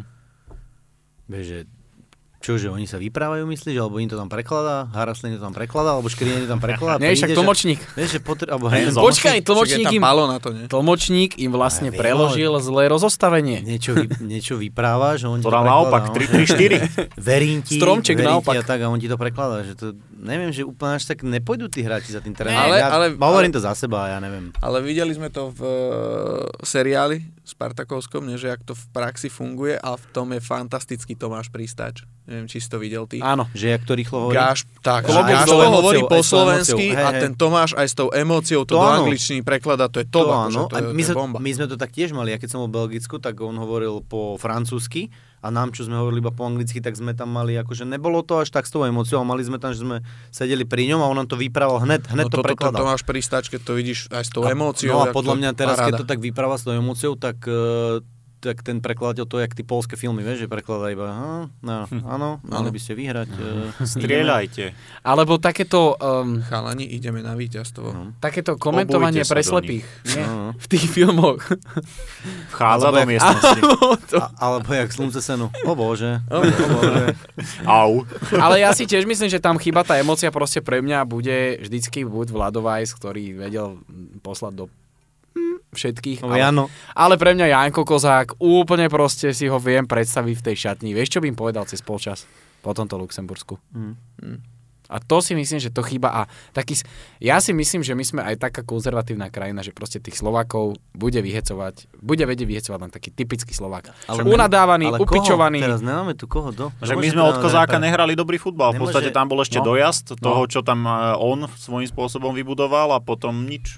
Vieš, že čože, oni sa vyprávajú, myslíš, alebo im to tam prekladá, Haraslin to tam prekladá, alebo Škrien to tam prekladá. Nie, však príde, že- tlmočník. Vieš, že potr- alebo Hands on. Počkaj, Čiže tlmočník je im, tam Palo na to, nie? tlmočník im vlastne Aj, preložil zlé rozostavenie. niečo, vy, niečo vypráva, že on To ti to dám prekladá. naopak, on- tri tri štyri. Verím ti, Stromček verím ti naopak. a tak a on ti to prekladá, že to, neviem, že úplne až tak nepôjdu tí hráči za tým trénerom. Ale- ja ale- hovorím ale- to za seba, ja neviem. Ale videli sme to v uh, seriáli Spartakovskom, nie, že jak to v praxi funguje a v tom je fantastický Tomáš Prístač. Neviem, či si to videl ty. Áno. Že jak to rýchlo hovorí. Gáš, tak, Klobúk Gáš dole to emóciou, hovorí aj po s tou slovensky emóciou, hej, a hej. ten Tomáš aj s tou emóciou to, To do áno. angličtiny prekladá, to je top, To akože, áno, to, a je, my, to je sme, bomba. my sme to tak tiež mali, ja keď som bol v Belgicku, tak on hovoril po francúzsky a nám, čo sme hovorili iba po anglicky, tak sme tam mali, akože nebolo to až tak s tou emóciou, ale mali sme tam, že sme sedeli pri ňom a on nám to vyprával hneď, hneď no to toto ten prekladal. Tomáš Prístač, keď to vidíš aj s tou A- emóciou. No a jak podľa to mňa teraz, paráda. keď to tak vypráva s tou emóciou, tak, uh, tak ten prekladateľ to je jak tí polské filmy, vieš, že prekladá iba, "Á, no, áno, mali by ste vyhrať. Uh, Strieľajte. Alebo takéto, um, Chalani, ideme na víťazstvo. No. takéto komentovanie Obujte sa pre do slepých. Nie? No, no. V tých filmoch. Vchádza Alebo do jak- miestnosti. A, alebo jak slunce senu. O bože. Oh, O bože. Au. Ale ja si tiež myslím, že tam chyba tá emócia proste pre mňa bude vždycky buď Vlado Weiss, ktorý vedel poslať do všetkých. No, Ale, Jano. ale pre mňa Janko Kozák, úplne proste si ho viem predstaviť v tej šatni. Vieš, čo by im povedal cez polčas po tomto Luxembursku? Mm. A to si myslím, že to chýba. A taký, ja si myslím, že my sme aj taká konzervatívna krajina, že proste tých Slovákov bude vyhecovať, bude vedieť vyhecovať len taký typický Slovák. Ale- Unadávaný, ale upičovaný. Koho? Teraz nemáme tu koho do. Že my sme od Kozáka nehrali dobrý futbal. V Nemôže- podstate tam bol ešte no. dojazd toho, No. čo tam eh, on svojím spôsobom vybudoval a potom nič.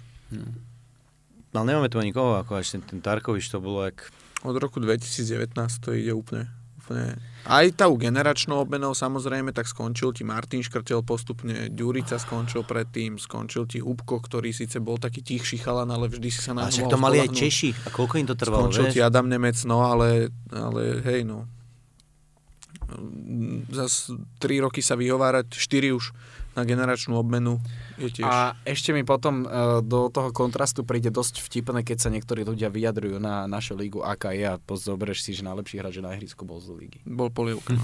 Ale nemáme tu ani koho, ako až ten, ten Tarkovič, to bolo jak... Od roku dvetisícdevätnásť to ide úplne, úplne... Aj tá generačnou obmenou samozrejme, tak skončil ti Martin Škrtel postupne, Ďurica skončil predtým, skončil ti Hubko, ktorý síce bol taký tichší chalan, ale vždy si sa na A ňo však mohol to mali aj spoľahnúť. Češi. A koľko im to trvalo, Skončil vieš? ti Adam Nemec, no ale, ale hej no. Zas tri roky sa vyhovárať, štyri už na generačnú obmenu je tiež... A ešte mi potom uh, do toho kontrastu príde dosť vtipné, keď sa niektorí ľudia vyjadrujú na našu lígu, aká je, a zoberieš si, že najlepší hráč na ihrisku bol z lígy. Bol polievka, no.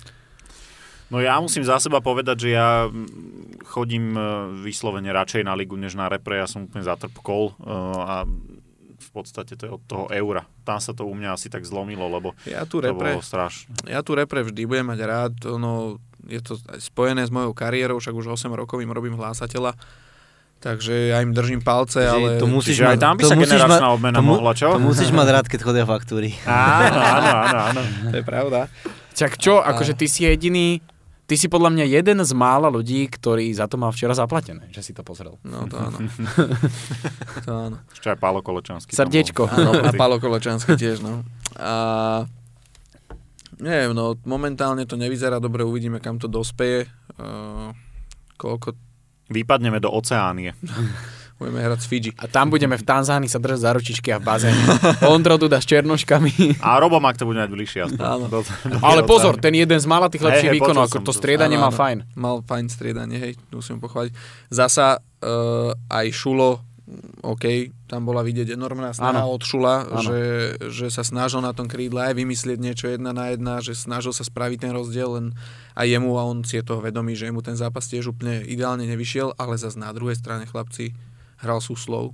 No ja musím za seba povedať, že ja chodím vyslovene radšej na ligu, než na repre. Ja som úplne zatrpkol a v podstate to je od toho eura. Tam sa to u mňa asi tak zlomilo, lebo ja tu to repre, bolo strašné. Ja tu repre vždy budem mať rád. Ono, je to spojené s mojou kariérou, však už osem rokov im robím hlásateľa. Takže ja im držím palce, že ale... To musíš Čiže mať, aj tam by to sa generačná ma, obmena to mu, mohla, čo? To musíš mať rád, keď chodia faktúry. Áno, áno, áno, áno. To je pravda. Čak čo, akože ty si jediný, ty si podľa mňa jeden z mála ľudí, ktorý za to mal včera zaplatené, že si to pozrel. No to áno. To áno. Ešte aj Pálo Koločanský. Srdiečko. Áno, a Pálo Koločanský tiež, no. A... Neviem, no, momentálne to nevyzerá dobre, uvidíme, kam to dospeje. Uh, koľko... Vypadneme do Oceánie. Budeme hrať s Fidži. A tam budeme v Tanzánii sa držať za ručičky a v bazéne. Ondro Duda s černoškami. A Robo Mak to bude mať bližšie. Áno. Do, do, Ale pozor, ten jeden z mála tých lepších Hej, hej, výkonov, počul ako som to to. striedanie Áno, mal áno. fajn. Mal fajn striedanie, hej, musím pochváliť. Zasa uh, aj Šulo, OK, tam bola vidieť enormná snaha Áno. od Šula, Áno. že, že sa snažil na tom krídle aj vymyslieť niečo jedna na jedna, že snažil sa spraviť ten rozdiel, len aj jemu, a on si je toho vedomý, že mu ten zápas tiež úplne ideálne nevyšiel, ale zase na druhej strane, chlapci, hral Suslov.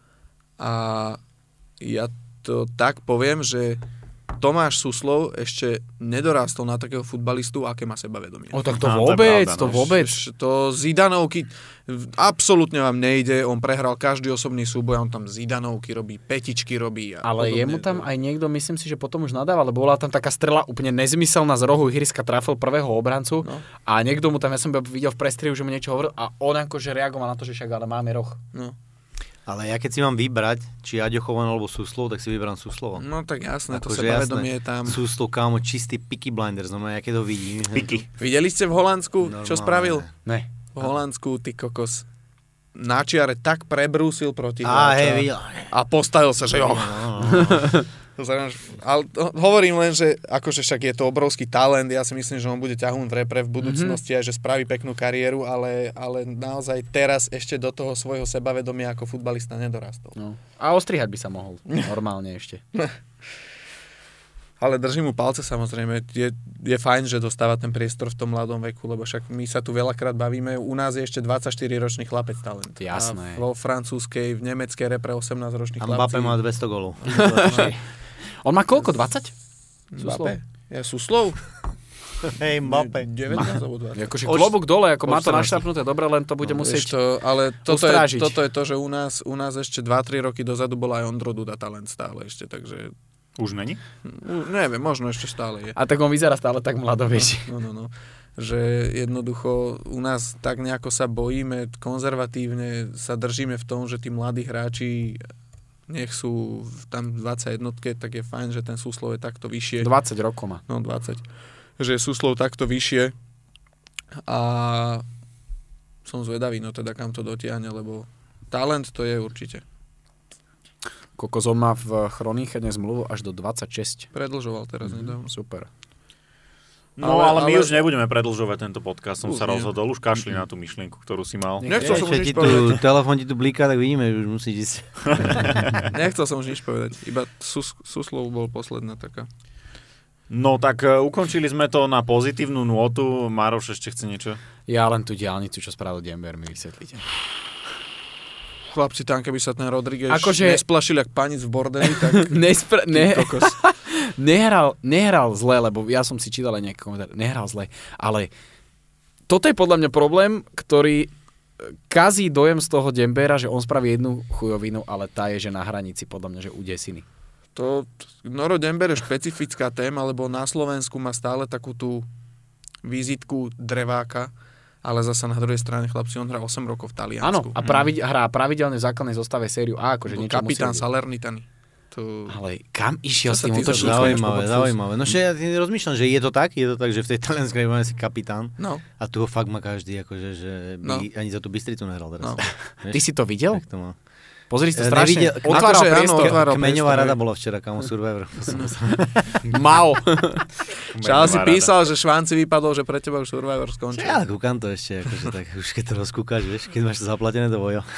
A ja to tak poviem, že Tomáš Suslov ešte nedorástol na takého futbalistu, aké má sebavedomie. O, tak to Á, to je vôbec, pravda, to no. vôbec. To Zidanovky absolútne vám nejde, on prehral každý osobný súboj, on tam Zidanovky robí, petičky robí. A Ale podobne. jemu tam aj niekto, myslím si, že potom už nadával, lebo bola tam taká strela úplne nezmyselná z rohu ihriska, trafil prvého obrancu No. a niekto mu tam, ja som videl v prestrihu, že mu niečo hovoril a on akože reagoval na to, že však ale máme roh. No. Ale ja keď si mám vybrať, či Aďochovan alebo Suslov, tak si vyberám Suslova. no tak jasné, to Akože sebavedomie je tam. Suslov, kámo, čistý Peaky Blinders, no ja keď to vidím. Piky. Videli ste v Holandsku, čo Normálne. spravil? Ne. V Holandsku, ty kokos. Na čiare tak prebrúsil proti Á, hej, hráča videl. a postavil sa, že jo. No, no, no. Ale to- hovorím len, že akože však je to obrovský talent, ja si myslím, že on bude ťahún v repre v budúcnosti mm-hmm. a že spraví peknú kariéru, ale, ale naozaj teraz ešte do toho svojho sebavedomia ako futbalista nedorastol. No. A ostrihať by sa mohol, normálne ešte. Ale držím mu palce samozrejme, je, je fajn, že dostáva ten priestor v tom mladom veku, lebo však my sa tu veľakrát bavíme, u nás je ešte dvadsaťštyriročný chlapec talent. Jasné. A vo francúzskej, v nemeckej repre osemnásťroční A chlapci. Mbappé má dvesto golov. On má koľko, dvadsať? Mbappé? Je Suslov? Hej, Mbappé. devätnásť alebo dvadsať. Akože Od- klobúk dole, ako má to od naštarpnuté dobre, len to bude No, musieť... vieš to, ale toto je, ustrážiť. toto je to, že u nás, u nás ešte dva tri roky dozadu bola aj Ondro Duda talent stále ešte, takže Už není? uh, neviem, možno ešte stále je. A tak on vyzerá stále tak mlado, vieš. No, no, no. Že jednoducho u nás tak nejako sa bojíme, konzervatívne sa držíme v tom, že tí mladí hráči nech sú v- tam v dvadsaťjednotke, tak je fajn, že ten Suslov je takto vyššie. dvadsať rokov má. No dvadsať. Že je Suslov takto vyššie a som zvedavý, no teda kam to dotiahne, lebo talent to je určite. Kokos, on má v Chronike dnes zmluvu až do dvadsaťšesť. Predlžoval teraz mm-hmm. nedávno. Super. No ale, Ale- my ale- už nebudeme predlžovať tento podcast, som Už sa nie. rozhodol, už kašli na tú myšlienku, ktorú si mal. Nechcel som už nič ti tu, povedať. telefón ti tu bliká, tak vidíme, že už musíš ísť. Nechcel som už nič povedať, iba Sus, Suslov bol posledná taká. No tak uh, ukončili sme to na pozitívnu nôtu. Mároš ešte chce niečo? Ja len tú diaľnicu, čo spravil Denver, mi vysvetlíte. Chlapci, tam keby sa ten Rodriguez Akože- nesplašil jak panic v bordeli, tak Nespr- ty ne- kokos. nehral, nehral zle, lebo ja som si čítal aj nejaké komentáre. Nehral zle, ale toto je podľa mňa problém, ktorý kazí dojem z toho Denvera, že on spraví jednu chujovinu, ale tá je, že na hranici podľa mňa, že udesiny. To, Noro Denver je špecifická téma, lebo na Slovensku má stále takú tú vizitku dreváka, ale zasa na druhej strane chlapci, on hrá osem rokov v Áno, Taliansku. a pravid- hrá pravidelne v základnej zostave sériu A, akože Bol niečo kapitán musí robiť. Salernitany. To... Ale kam išiel Čo s sa tým ty útočníkom? zaujímavé, Zaujímavé, Focus. zaujímavé. No že ja tým rozmýšľam, že je to tak, je to tak, že v tej talianskej máme si kapitán No, a tu ho fakt má každý, akože, že by No. ani za tú Bystricu nehral teraz. No. Vieš? Ty si to videl? Tak to má. Pozri si to Ja strašne. nevidel- Otváral Akože áno, priestor. otváral Kmeňová priestor, rada hej. bola včera, kamo Survivor. Mao. Čau si Rada. písal, že Švanci vypadol, že pre teba už Survivor skončil. Ja kúkam to ešte, akože tak, už keď to rozkúkaš, vieš, keď máš to zaplatené do vojo.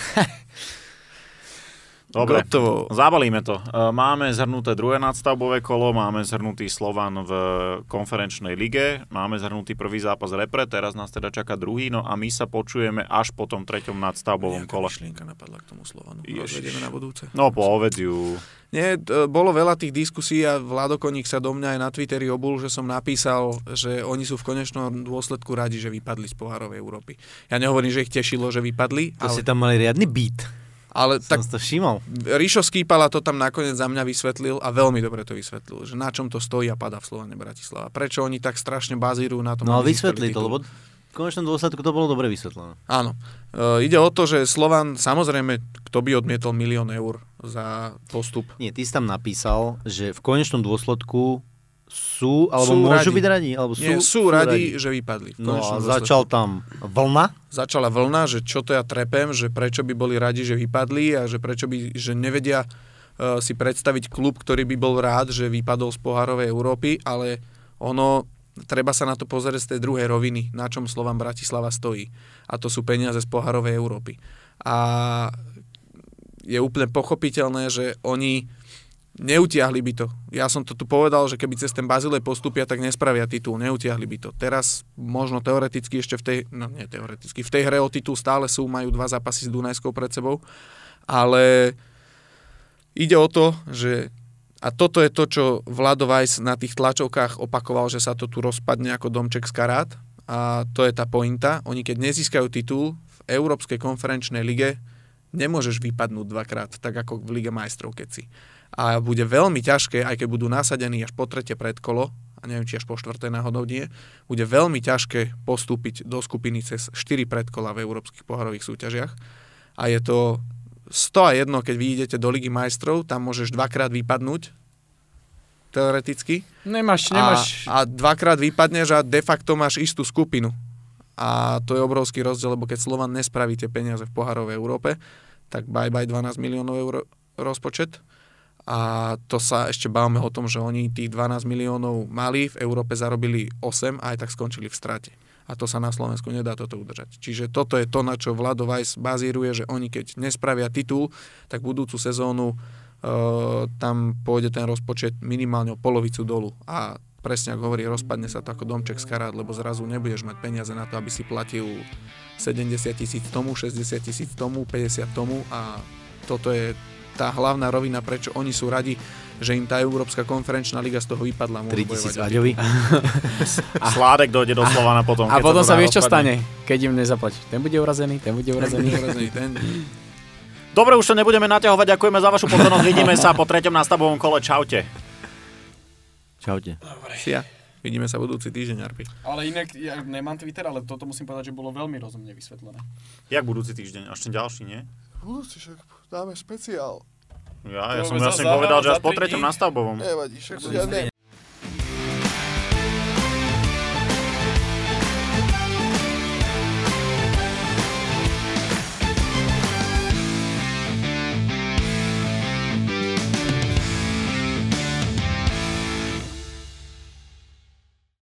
Dobre, Gotovo. zabalíme to. E, Máme zhrnuté druhé nadstavbové kolo, máme zhrnutý Slovan v konferenčnej lige, máme zhrnutý prvý zápas repre, teraz nás teda čaká druhý, no a my sa počujeme až po tom treťom nadstavbovom Nejaká kole. myšlienka napadla k tomu Slovanu. Ježiš. Rozvedieme na budúce. No, povedz ju. Nie, t- bolo veľa tých diskusí a Vlado Koník sa do mňa aj na Twitteri obul, že som napísal, že oni sú v konečnom dôsledku radi, že vypadli z pohárovej Európy. Ja nehovorím, že ich tešilo, že vypadli, To ale, si tam mali riadny beat. ale Som tak si to všimol. Rišo Skýpala to tam nakoniec za mňa vysvetlil a veľmi dobre to vysvetlil, že na čom to stojí a padá v Slovane Bratislava. Prečo oni tak strašne bazírujú na tom, No ale aby získali vysvetli to, titul. lebo v konečnom dôsledku to bolo dobre vysvetlené. Áno. E, ide o to, že Slovan, samozrejme, kto by odmietol milión eur za postup. Nie, ty si tam napísal, že v konečnom dôsledku sú, alebo Sú môžu radi. byť radi, alebo sú, Nie, sú, radi, že vypadli. V No a konečnom začal dôsledku. tam vlna. Začala vlna, že čo to ja trepem, že prečo by boli radi, že vypadli a že prečo by, že nevedia uh, si predstaviť klub, ktorý by bol rád, že vypadol z pohárovej Európy, ale ono, treba sa na to pozrieť z tej druhej roviny, na čom Slovan Bratislava stojí. A to sú peniaze z pohárovej Európy. A je úplne pochopiteľné, že oni neutiahli by to. Ja som to tu povedal, že keby cez ten Bazilej postupia, tak nespravia titul, neutiahli by to. Teraz možno teoreticky ešte v tej, no nie teoreticky, v tej hre o titul stále sú, majú dva zápasy s Dunajskou pred sebou, ale ide o to, že a toto je to, čo Vlado Weiss na tých tlačovkách opakoval, že sa to tu rozpadne ako domček z karát a to je tá pointa. Oni keď nezískajú titul v Európskej konferenčnej lige, nemôžeš vypadnúť dvakrát, tak ako v Lige majstrov, keď si. A bude veľmi ťažké, aj keď budú nasadení až po tretie predkolo, a neviem, či až po štvrté náhodou nie, bude veľmi ťažké postúpiť do skupiny cez štyri predkola v európskych pohárových súťažiach. A je to sto a jedno, keď vy idete do Ligy majstrov, tam môžeš dvakrát vypadnúť, teoreticky. Nemáš, nemáš... A, a dvakrát vypadneš a de facto máš istú skupinu. A to je obrovský rozdiel, lebo keď Slovan nespraví tie peniaze v pohárovej Európe, tak bye bye dvanásť miliónov eur rozpočet. A to sa ešte bavíme o tom, že oni tých dvanásť miliónov mali, v Európe zarobili osem a aj tak skončili v strate. A to sa na Slovensku nedá toto udržať. Čiže toto je to, na čo Vlado Weiss bazíruje, že oni keď nespravia titul, tak budúcu sezónu uh, tam pôjde ten rozpočet minimálne o polovicu dolu. A presne ako hovorí, rozpadne sa to ako domček z karát, lebo zrazu nebudeš mať peniaze na to, aby si platil sedemdesiat tisíc tomu, šesťdesiat tisíc tomu, päťdesiat tomu a toto je tá hlavná rovina, prečo oni sú radi, že im tá Európska konferenčná liga z toho vypadla. tritisíc Aďovi. Sládek dojde do Slovana potom. A keď potom sa to vieš, čo rozpadne. stane, keď im nezaplatíš. Ten bude urazený, ten bude urazený. ten... Dobre, už to nebudeme naťahovať. Ďakujeme za vašu pozornosť. Vidíme sa po treťom nástavbovom kole. Čaute. Čaute. Ja. Vidíme sa budúci týždeň, Arpi. Ale inak, ja nemám Twitter, ale toto musím povedať, že bolo veľmi rozumne vysvetlené. Jak budúci týždeň? Až ten ďalší, nie? Budúci však dáme špeciál. Ja, ja To som za- jasne za- povedal, že za až po tri treťom dní. nástavbovom. Nevadí, však ja ne,